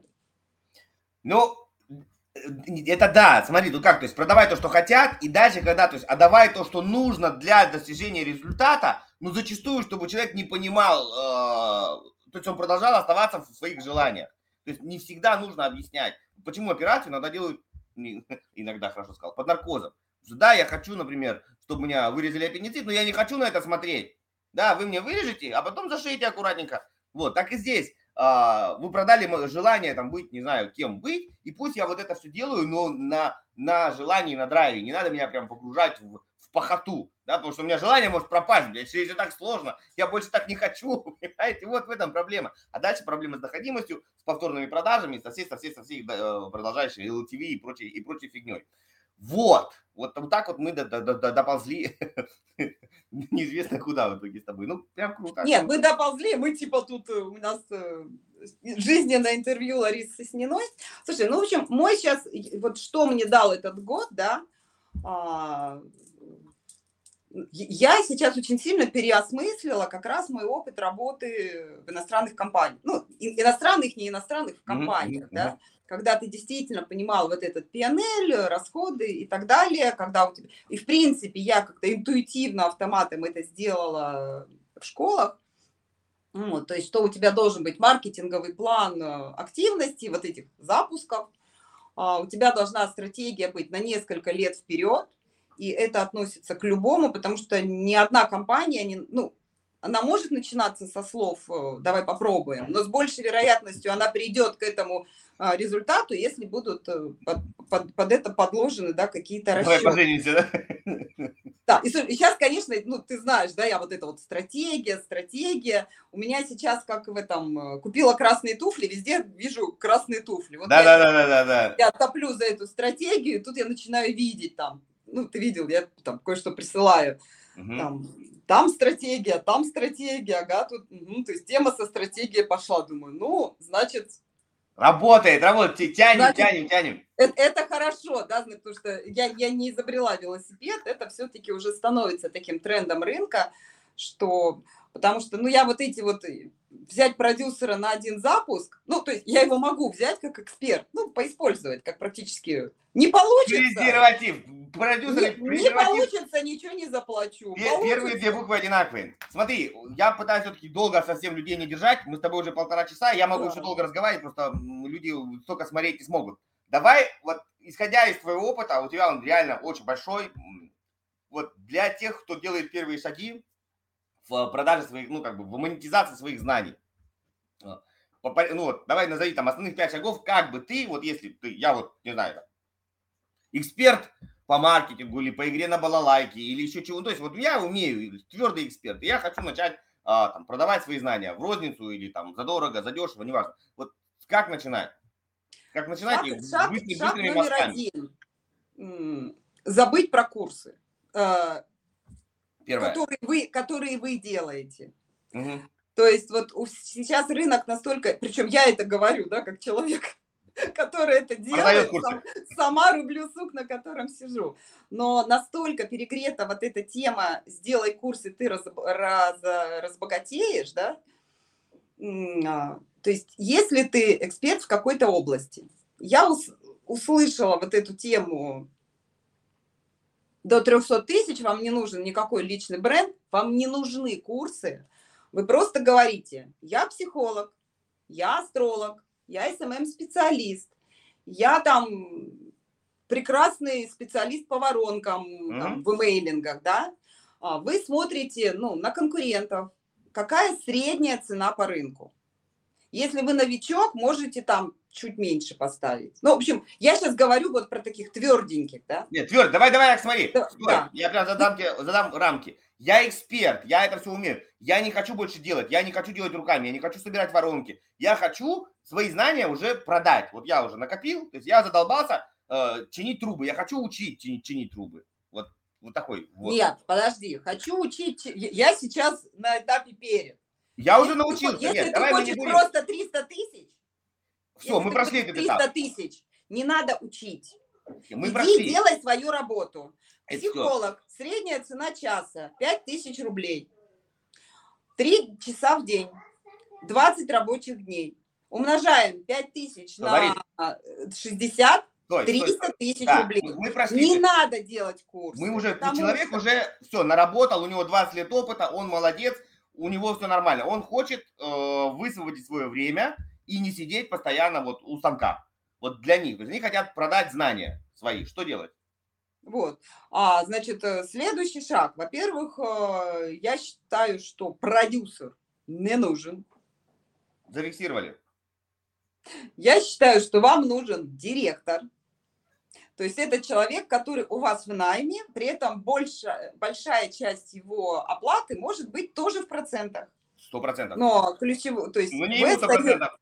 Ну, это да, смотри, ну как, то есть продавай то, что хотят, и дальше когда, то есть отдавай то, что нужно для достижения результата, ну зачастую, чтобы человек не понимал, э, то есть он продолжал оставаться в своих желаниях. То есть не всегда нужно объяснять, почему операцию иногда делают, иногда, хорошо сказал, под наркозом. Да, я хочу, например, чтобы меня вырезали аппендицит, но я не хочу на это смотреть. Да, вы мне вырежете, а потом зашейте аккуратненько. Вот, так и здесь. А, вы продали желание там быть, не знаю, кем быть, и пусть я вот это все делаю, но на, на желании, на драйве. Не надо меня прям погружать в, в похоту, да, потому что у меня желание может пропасть, блядь, если так сложно, я больше так не хочу, понимаете, вот в этом проблема. А дальше проблема с доходимостью, с повторными продажами, со всей, со всей, со всей продолжающей эл ти ви и прочей, и прочей фигней. Вот, вот, вот так вот мы до, до, до, доползли неизвестно куда в итоге с тобой. Ну, прям круто. Нет, мы доползли, мы типа тут, у нас жизненное интервью Ларисы Сосниной. Слушай, ну, в общем, мой сейчас, вот что мне дал этот год, да, а, я сейчас очень сильно переосмыслила как раз мой опыт работы в иностранных компаниях. Ну, иностранных, не иностранных, в компаниях, mm-hmm. да. Когда ты действительно понимал вот этот пи эн эл, расходы и так далее, когда у тебя... И, в принципе, я как-то интуитивно, автоматом это сделала в школах. Вот, то есть, что у тебя должен быть маркетинговый план активности, вот этих запусков. У тебя должна стратегия быть на несколько лет вперед, и это относится к любому, потому что ни одна компания, не, ну, она может начинаться со слов «давай попробуем», но с большей вероятностью она придет к этому результату, если будут под, под, под это подложены, да, какие-то расчеты. Давай поженимся, да? Да, и, и сейчас, конечно, ну, ты знаешь, да, я вот эта вот стратегия, стратегия. У меня сейчас, как в этом, купила красные туфли, везде вижу красные туфли. Вот да, я, да, да, да, да, да. Я топлю за эту стратегию, и тут я начинаю видеть там, ну, ты видел, я там кое-что присылаю, угу. там, там стратегия, там стратегия, ага, тут, угу, то есть тема со стратегией пошла, думаю, ну, значит... Работает, работает, тянем, значит, тянем, тянем. Это, это хорошо, да, потому что я, я не изобрела велосипед, это все-таки уже становится таким трендом рынка, что Потому что, ну, я вот эти вот, взять продюсера на один запуск, ну, то есть я его могу взять как эксперт, ну, поиспользовать, как практически не получится. Презерватив. Продюсер, Не, не получится, ничего не заплачу. Пер, первые две буквы одинаковые. Смотри, я пытаюсь все-таки долго совсем людей не держать. Мы с тобой уже полтора часа, я могу да. еще долго разговаривать, просто люди столько смотреть не смогут. Давай, вот, исходя из твоего опыта, у тебя он реально очень большой, вот для тех, кто делает первые шаги в продаже своих, ну, как бы, в монетизации своих знаний. Ну, вот, давай назови там основных пять шагов, как бы ты, вот если ты, я вот, не знаю, эксперт по маркетингу или по игре на балалайке или еще чего, то есть вот я умею, твердый эксперт, и я хочу начать а, там, продавать свои знания в розницу или там задорого, задешево, неважно. Вот как начинать? Как начинать? Шаг, их шаг, быстрыми, шаг быстрыми номер мазками. один. Забыть про курсы, Первое. которые вы, которые вы делаете. Угу. То есть вот сейчас рынок настолько, причем я это говорю, да, как человек, который это делает, сам, сама рублю сук, на котором сижу. Но настолько перегрета вот эта тема «сделай курс, и ты раз, раз, разбогатеешь», да? То есть если ты эксперт в какой-то области, я услышала вот эту тему: до трёхсот тысяч вам не нужен никакой личный бренд, вам не нужны курсы. Вы просто говорите: я психолог, я астролог, я эс эм эм-специалист, я там прекрасный специалист по воронкам, mm-hmm. там, в имейлингах, да? Вы смотрите, ну, на конкурентов, какая средняя цена по рынку. Если вы новичок, можете там чуть меньше поставить. Ну, в общем, я сейчас говорю вот про таких тверденьких, да? Нет, тверд, давай, давай, смотри, да, стой, да. Я прям задам тебе, задам рамки. Я эксперт, я это все умею. Я не хочу больше делать, я не хочу делать руками, я не хочу собирать воронки. Я хочу свои знания уже продать. Вот я уже накопил, то есть я задолбался э, чинить трубы. Я хочу учить чинить, чинить трубы. Вот, вот такой. Вот. Нет, подожди, хочу учить. Я сейчас на этапе перед. Я если уже научился. Ты, если Нет, ты давай хочешь будем... просто триста тысяч, все, мы прошли этот этап. триста тысяч, не надо учить. Мы Иди, прошли. делай свою работу. Это Психолог, все. Средняя цена часа пять тысяч рублей. Три часа в день, двадцать рабочих дней. Умножаем пять тысяч на шестьдесят, триста тысяч да, рублей. Мы прошли. Не надо делать курс. Мы уже, человек что... уже все наработал, у него двадцать лет опыта, он молодец, у него все нормально. Он хочет э, высвободить свое время и не сидеть постоянно вот у станка. Вот для них. То есть они хотят продать знания свои. Что делать? Вот. А, значит, следующий шаг. Во-первых, я считаю, что продюсер не нужен. Зафиксировали. Я считаю, что вам нужен директор. То есть это человек, который у вас в найме, при этом больше, большая часть его оплаты может быть тоже в процентах. Сто процентов. Но ключевой, то есть... Ну не сто процентов.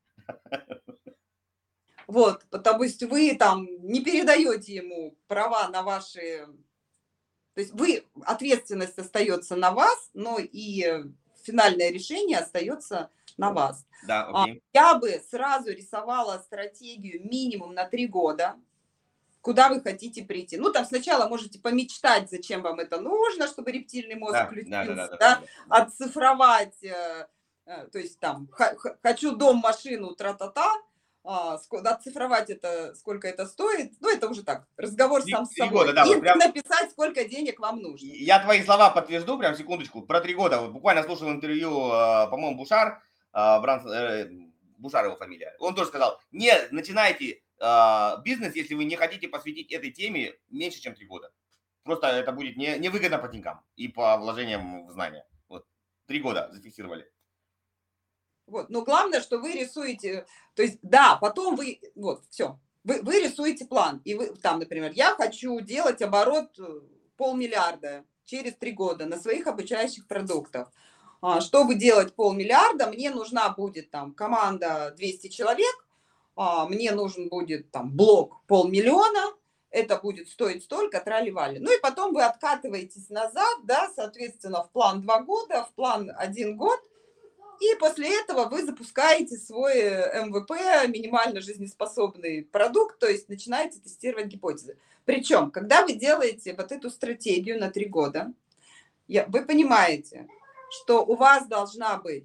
Вот, потому что вы там не передаете ему права на ваши... То есть вы, ответственность остается на вас, но и финальное решение остается на вас. Да, окей. Я бы сразу рисовала стратегию минимум на три года, куда вы хотите прийти. Ну, там сначала можете помечтать, зачем вам это нужно, чтобы рептильный мозг да, включился, да, да, да, да, да, да. Отцифровать, то есть там, хочу дом, машину, тра-та-та, А, отцифровать это, сколько это стоит, ну, это уже так, разговор сам с собой. Года, да, и вот прям... написать, сколько денег вам нужно. Я твои слова подтвержду, прям секундочку, про три года. Вот буквально слушал интервью, по-моему, Бушар, Бранс, Бушар его фамилия. Он тоже сказал: не начинайте бизнес, если вы не хотите посвятить этой теме меньше, чем три года. Просто это будет не, невыгодно по деньгам и по вложениям в знания. Вот, три года зафиксировали. Вот. Но главное, что вы рисуете, то есть, да, потом вы, вот, все, вы, вы рисуете план, и вы, там, например, я хочу делать оборот полмиллиарда через три года на своих обучающих продуктах. А, чтобы делать полмиллиарда, мне нужна будет там команда двести человек, а, мне нужен будет там блок полмиллиона, это будет стоить столько, трали-вали. Ну и потом вы откатываетесь назад, да, соответственно, в план два года, в план один год, и после этого вы запускаете свой эм вэ пэ, минимально жизнеспособный продукт, то есть начинаете тестировать гипотезы. Причем, когда вы делаете вот эту стратегию на три года, вы понимаете, что у вас должна быть,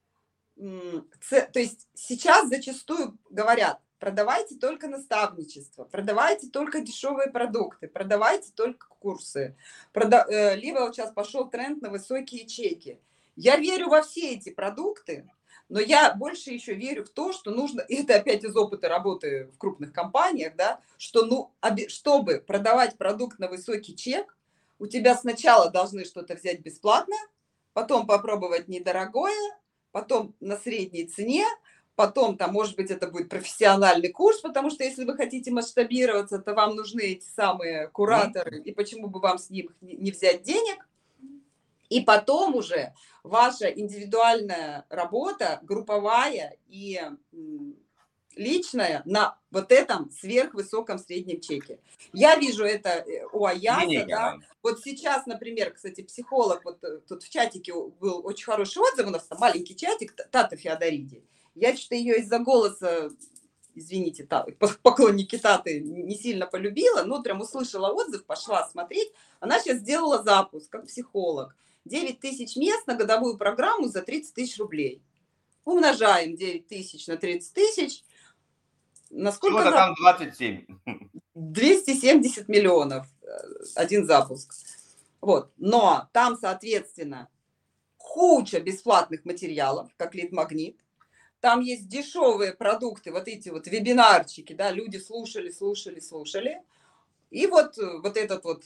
то есть сейчас зачастую говорят, продавайте только наставничество, продавайте только дешевые продукты, продавайте только курсы, прода... либо вот сейчас пошел тренд на высокие чеки. Я верю во все эти продукты, но я больше еще верю в то, что нужно, и это опять из опыта работы в крупных компаниях, да, что ну, чтобы продавать продукт на высокий чек, у тебя сначала должны что-то взять бесплатно, потом попробовать недорогое, потом на средней цене, потом там, может быть, это будет профессиональный курс, потому что если вы хотите масштабироваться, то вам нужны эти самые кураторы, и почему бы вам с них не взять денег. И потом уже ваша индивидуальная работа, групповая и личная на вот этом сверхвысоком среднем чеке. Я вижу это у Аяса, да. Вот сейчас, например, кстати, психолог, вот тут в чатике был очень хороший отзыв, у нас там маленький чатик, Тата Феодориди. Я что-то ее из-за голоса, извините, поклонники Таты не сильно полюбила, но прям услышала отзыв, пошла смотреть. Она сейчас сделала запуск как психолог. девять тысяч мест на годовую программу за тридцать тысяч рублей. Умножаем девять тысяч на тридцать тысяч. Насколько за... там двадцать семь. двести семьдесят миллионов. Один запуск. Вот. Но там, соответственно, куча бесплатных материалов, как лид-магнит. Там есть дешевые продукты, вот эти вот вебинарчики, да, люди слушали, слушали, слушали. И вот, вот этот вот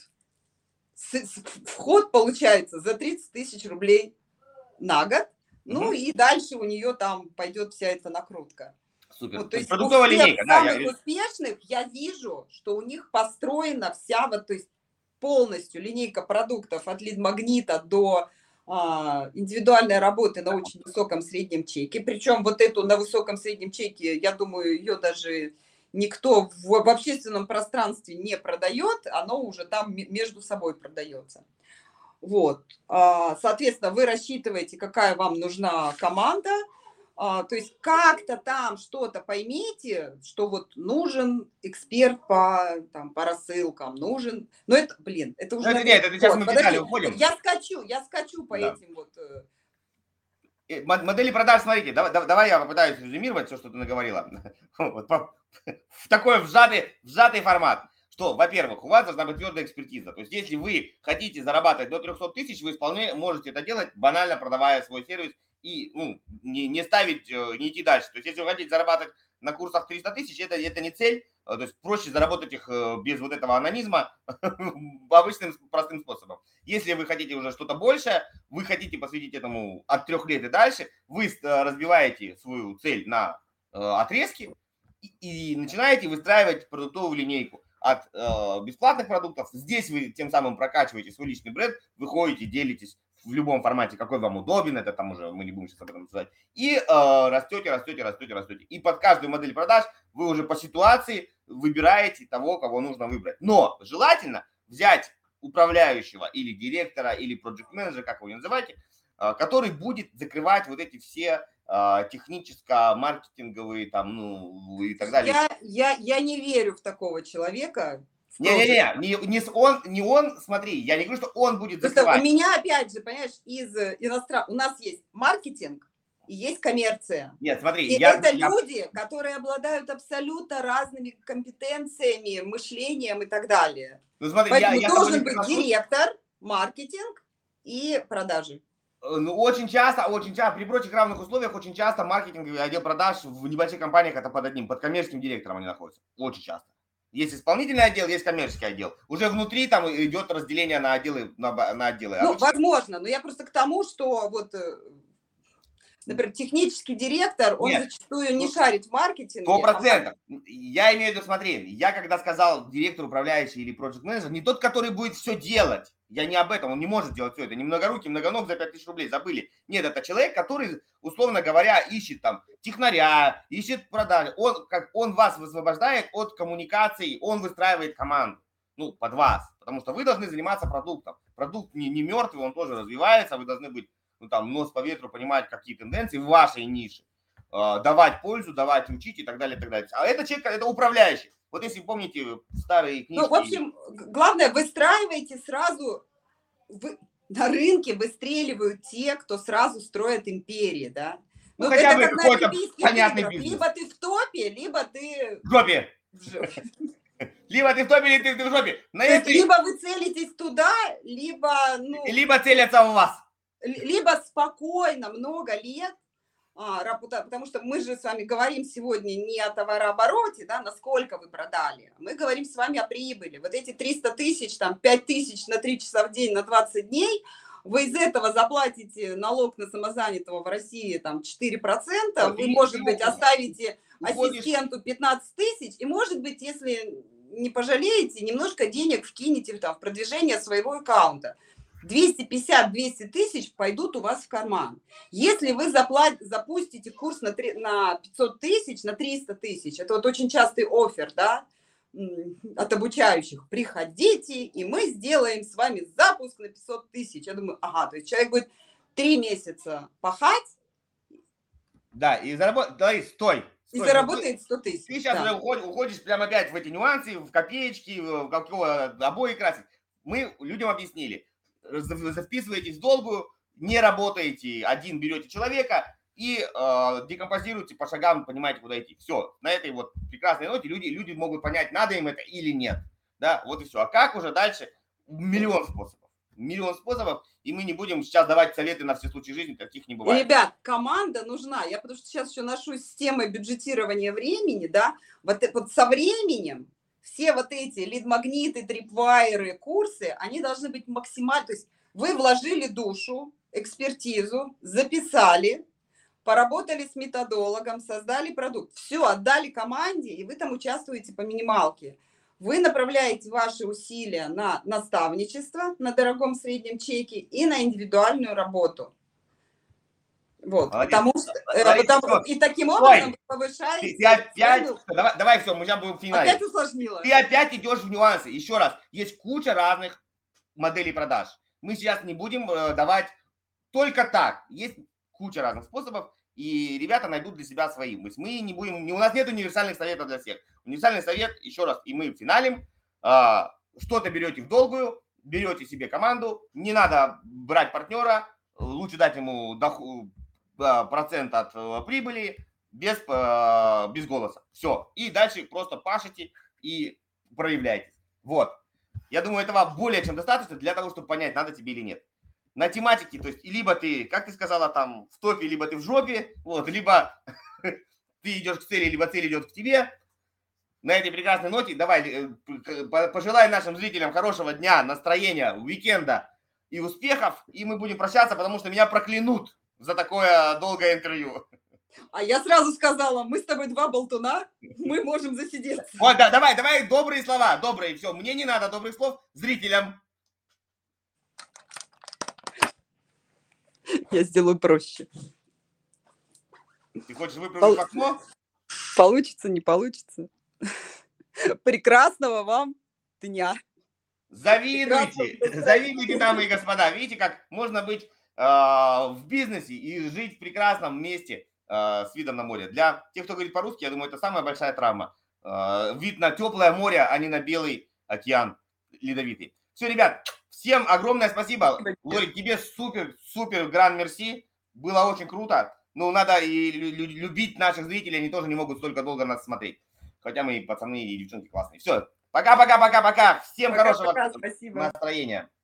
вход получается за тридцать тысяч рублей на год. Ну угу. И дальше у нее там пойдет вся эта накрутка. Супер. Вот, то есть продуктовая у линейка, да, самых я... успешных я вижу, что у них построена вся вот, то есть полностью линейка продуктов от лид-магнита до а, индивидуальной работы на очень высоком среднем чеке. Причем вот эту на высоком среднем чеке, я думаю, ее даже никто в, в общественном пространстве не продает, оно уже там между собой продается. Вот, а, соответственно, вы рассчитываете, какая вам нужна команда. А, то есть как-то там что-то поймите, что вот нужен эксперт по, там, по рассылкам, нужен... Но это, блин, это уже... Это, нет, это сейчас мы в детали уходим. Я скачу, я скачу по да. этим вот... Модели продаж, смотрите, давай, давай я попытаюсь резюмировать все, что ты наговорила. В такой вжатый, вжатый формат. Что, во-первых, у вас должна быть твердая экспертиза. То есть если вы хотите зарабатывать до трехсот тысяч, вы вполне можете это делать, банально продавая свой сервис и ну, не, не ставить, не идти дальше. То есть если вы хотите зарабатывать на курсах триста тысяч, это, это не цель. То есть проще заработать их без вот этого анонизма обычным простым способом. Если вы хотите уже что-то большее, вы хотите посвятить этому от трех лет и дальше, вы разбиваете свою цель на отрезки и, и начинаете выстраивать продуктовую линейку от э, бесплатных продуктов. Здесь вы тем самым прокачиваете свой личный бренд, выходите, делитесь в любом формате, какой вам удобен, это там уже мы не будем сейчас об этом сказать, и э, растете, растете, растете, растете. И под каждую модель продаж вы уже по ситуации выбираете того, кого нужно выбрать. Но желательно взять управляющего или директора, или проект-менеджера, как вы его называете, э, который будет закрывать вот эти все э, техническо-маркетинговые там, ну, и так далее. Я, я, я не верю в такого человека. Не-не-не, не, не он, не он, смотри, я не говорю, что он будет закрывать. У меня, опять же, понимаешь, из иностранных, у нас есть маркетинг и есть коммерция. Нет, смотри. И я, это я... люди, которые обладают абсолютно разными компетенциями, мышлением и так далее. Ну, смотри, Поэтому я, я должен быть директор, маркетинг и продажи. Ну, очень часто, очень часто, при прочих равных условиях, очень часто маркетинговый отдел продаж в небольших компаниях это под одним, под коммерческим директором они находятся. Очень часто. Есть исполнительный отдел, есть коммерческий отдел. Уже внутри там идет разделение на отделы. На, на отделы. Ну, Обычно... возможно, но я просто к тому, что вот, например, технический директор, он Нет. зачастую не шарит в маркетинге. Сто процентов. А... Я имею в виду, смотри, я когда сказал директор, управляющий или проект-менеджер, не тот, который будет все делать. Я не об этом, он не может делать все это. Не многорукий, многоног за пять тысяч рублей, забыли. Нет, это человек, который, условно говоря, ищет там технаря, ищет продажи. Он, как, он вас высвобождает от коммуникаций, он выстраивает команду, ну, под вас. Потому что вы должны заниматься продуктом. Продукт не, не мертвый, он тоже развивается, вы должны быть, ну, там, нос по ветру, понимать, какие тенденции в вашей нише. Э, давать пользу, давать учить и так далее, и так далее. А это человек, это управляющий. Вот если помните старые книжки. Ну, в общем, главное, выстраивайте сразу, вы, на рынке выстреливают те, кто сразу строит империи, да. Ну, ну хотя бы как какой-то понятный играх. бизнес. Либо ты в топе, либо ты в жопе. В жопе. Либо ты в топе, либо ты в жопе. На То этой... Либо вы целитесь туда, либо... Ну, либо целятся у вас. Либо спокойно много лет, а, потому что мы же с вами говорим сегодня не о товарообороте, да, насколько вы продали, мы говорим с вами о прибыли. Вот эти триста тысяч, там, пять тысяч на три часа в день на двадцать дней, вы из этого заплатите налог на самозанятого в России там четыре процента, вы, может быть, оставите ассистенту пятнадцать тысяч, и, может быть, если не пожалеете, немножко денег вкинете там, в продвижение своего аккаунта. двести пятьдесят - двести тысяч пойдут у вас в карман. Если вы заплат... запустите курс на, три... на пятьсот тысяч, на триста тысяч, это вот очень частый оффер, да, от обучающих, приходите, и мы сделаем с вами запуск на пятьсот тысяч. Я думаю, ага, то есть человек будет три месяца пахать. Да, и заработать, давай, стой. И заработает сто тысяч. Ты сейчас да. уже уходишь, уходишь прямо опять в эти нюансы, в копеечки, в какого обои красить. Мы людям объяснили. Записываетесь в долгую, не работаете, один берете человека и э, декомпозируете по шагам, понимаете, куда идти. Все, на этой вот прекрасной ноте люди, люди могут понять, надо им это или нет. Да, вот и все. А как уже дальше? Миллион способов. Миллион способов, и мы не будем сейчас давать советы на все случаи жизни, таких не бывает. Ребят, команда нужна. Я потому что сейчас еще ношусь с темой бюджетирования времени, да, вот, вот со временем все вот эти лид-магниты, трипвайеры, курсы, они должны быть максимально, то есть вы вложили душу, экспертизу, записали, поработали с методологом, создали продукт, все, отдали команде, и вы там участвуете по минималке. Вы направляете ваши усилия на наставничество, на дорогом среднем чеке и на индивидуальную работу. Вот, Молодец. потому что, Смотри, потому, и таким образом вы повышаете... Ты, ты опять, давай, давай все, мы сейчас будем в финале. Опять усложнила. Ты опять идешь в нюансы. Еще раз, есть куча разных моделей продаж. Мы сейчас не будем давать только так. Есть куча разных способов, и ребята найдут для себя свои. Мы не будем, у нас нет универсальных советов для всех. Универсальный совет, еще раз, и мы финалим. Что-то берете в долгую, берете себе команду, не надо брать партнера, лучше дать ему доход, процент от прибыли без, без голоса. Все. И дальше просто пашите и проявляйтесь. Вот. Я думаю, этого более чем достаточно для того, чтобы понять, надо тебе или нет. На тематике, то есть, либо ты, как ты сказала, там, в топе, либо ты в жопе, вот, либо ты идешь к цели, либо цель идет к тебе. На этой прекрасной ноте давай пожелай нашим зрителям хорошего дня, настроения, уикенда и успехов, и мы будем прощаться, потому что меня проклянут за такое долгое интервью. А я сразу сказала, мы с тобой два болтуна, мы можем засидеться. Вот, да, давай, давай добрые слова, добрые, все, мне не надо добрых слов, зрителям. Я сделаю проще. Ты хочешь выпрыгнуть в окно? Получится, не получится. Прекрасного вам дня. Завидуйте, завидуйте, дамы и господа. Видите, как можно быть э, в бизнесе и жить в прекрасном месте э, с видом на море. Для тех, кто говорит по-русски, я думаю, это самая большая травма. Э, вид на теплое море, а не на белый океан ледовитый. Все, ребят, всем огромное спасибо. Лори, тебе супер, супер, гран-мерси. Было очень круто. Ну, надо и любить наших зрителей, они тоже не могут столько долго нас смотреть. Хотя мы пацаны и девчонки классные. Все, пока-пока-пока-пока. Всем пока, хорошего пока, спасибо. настроения.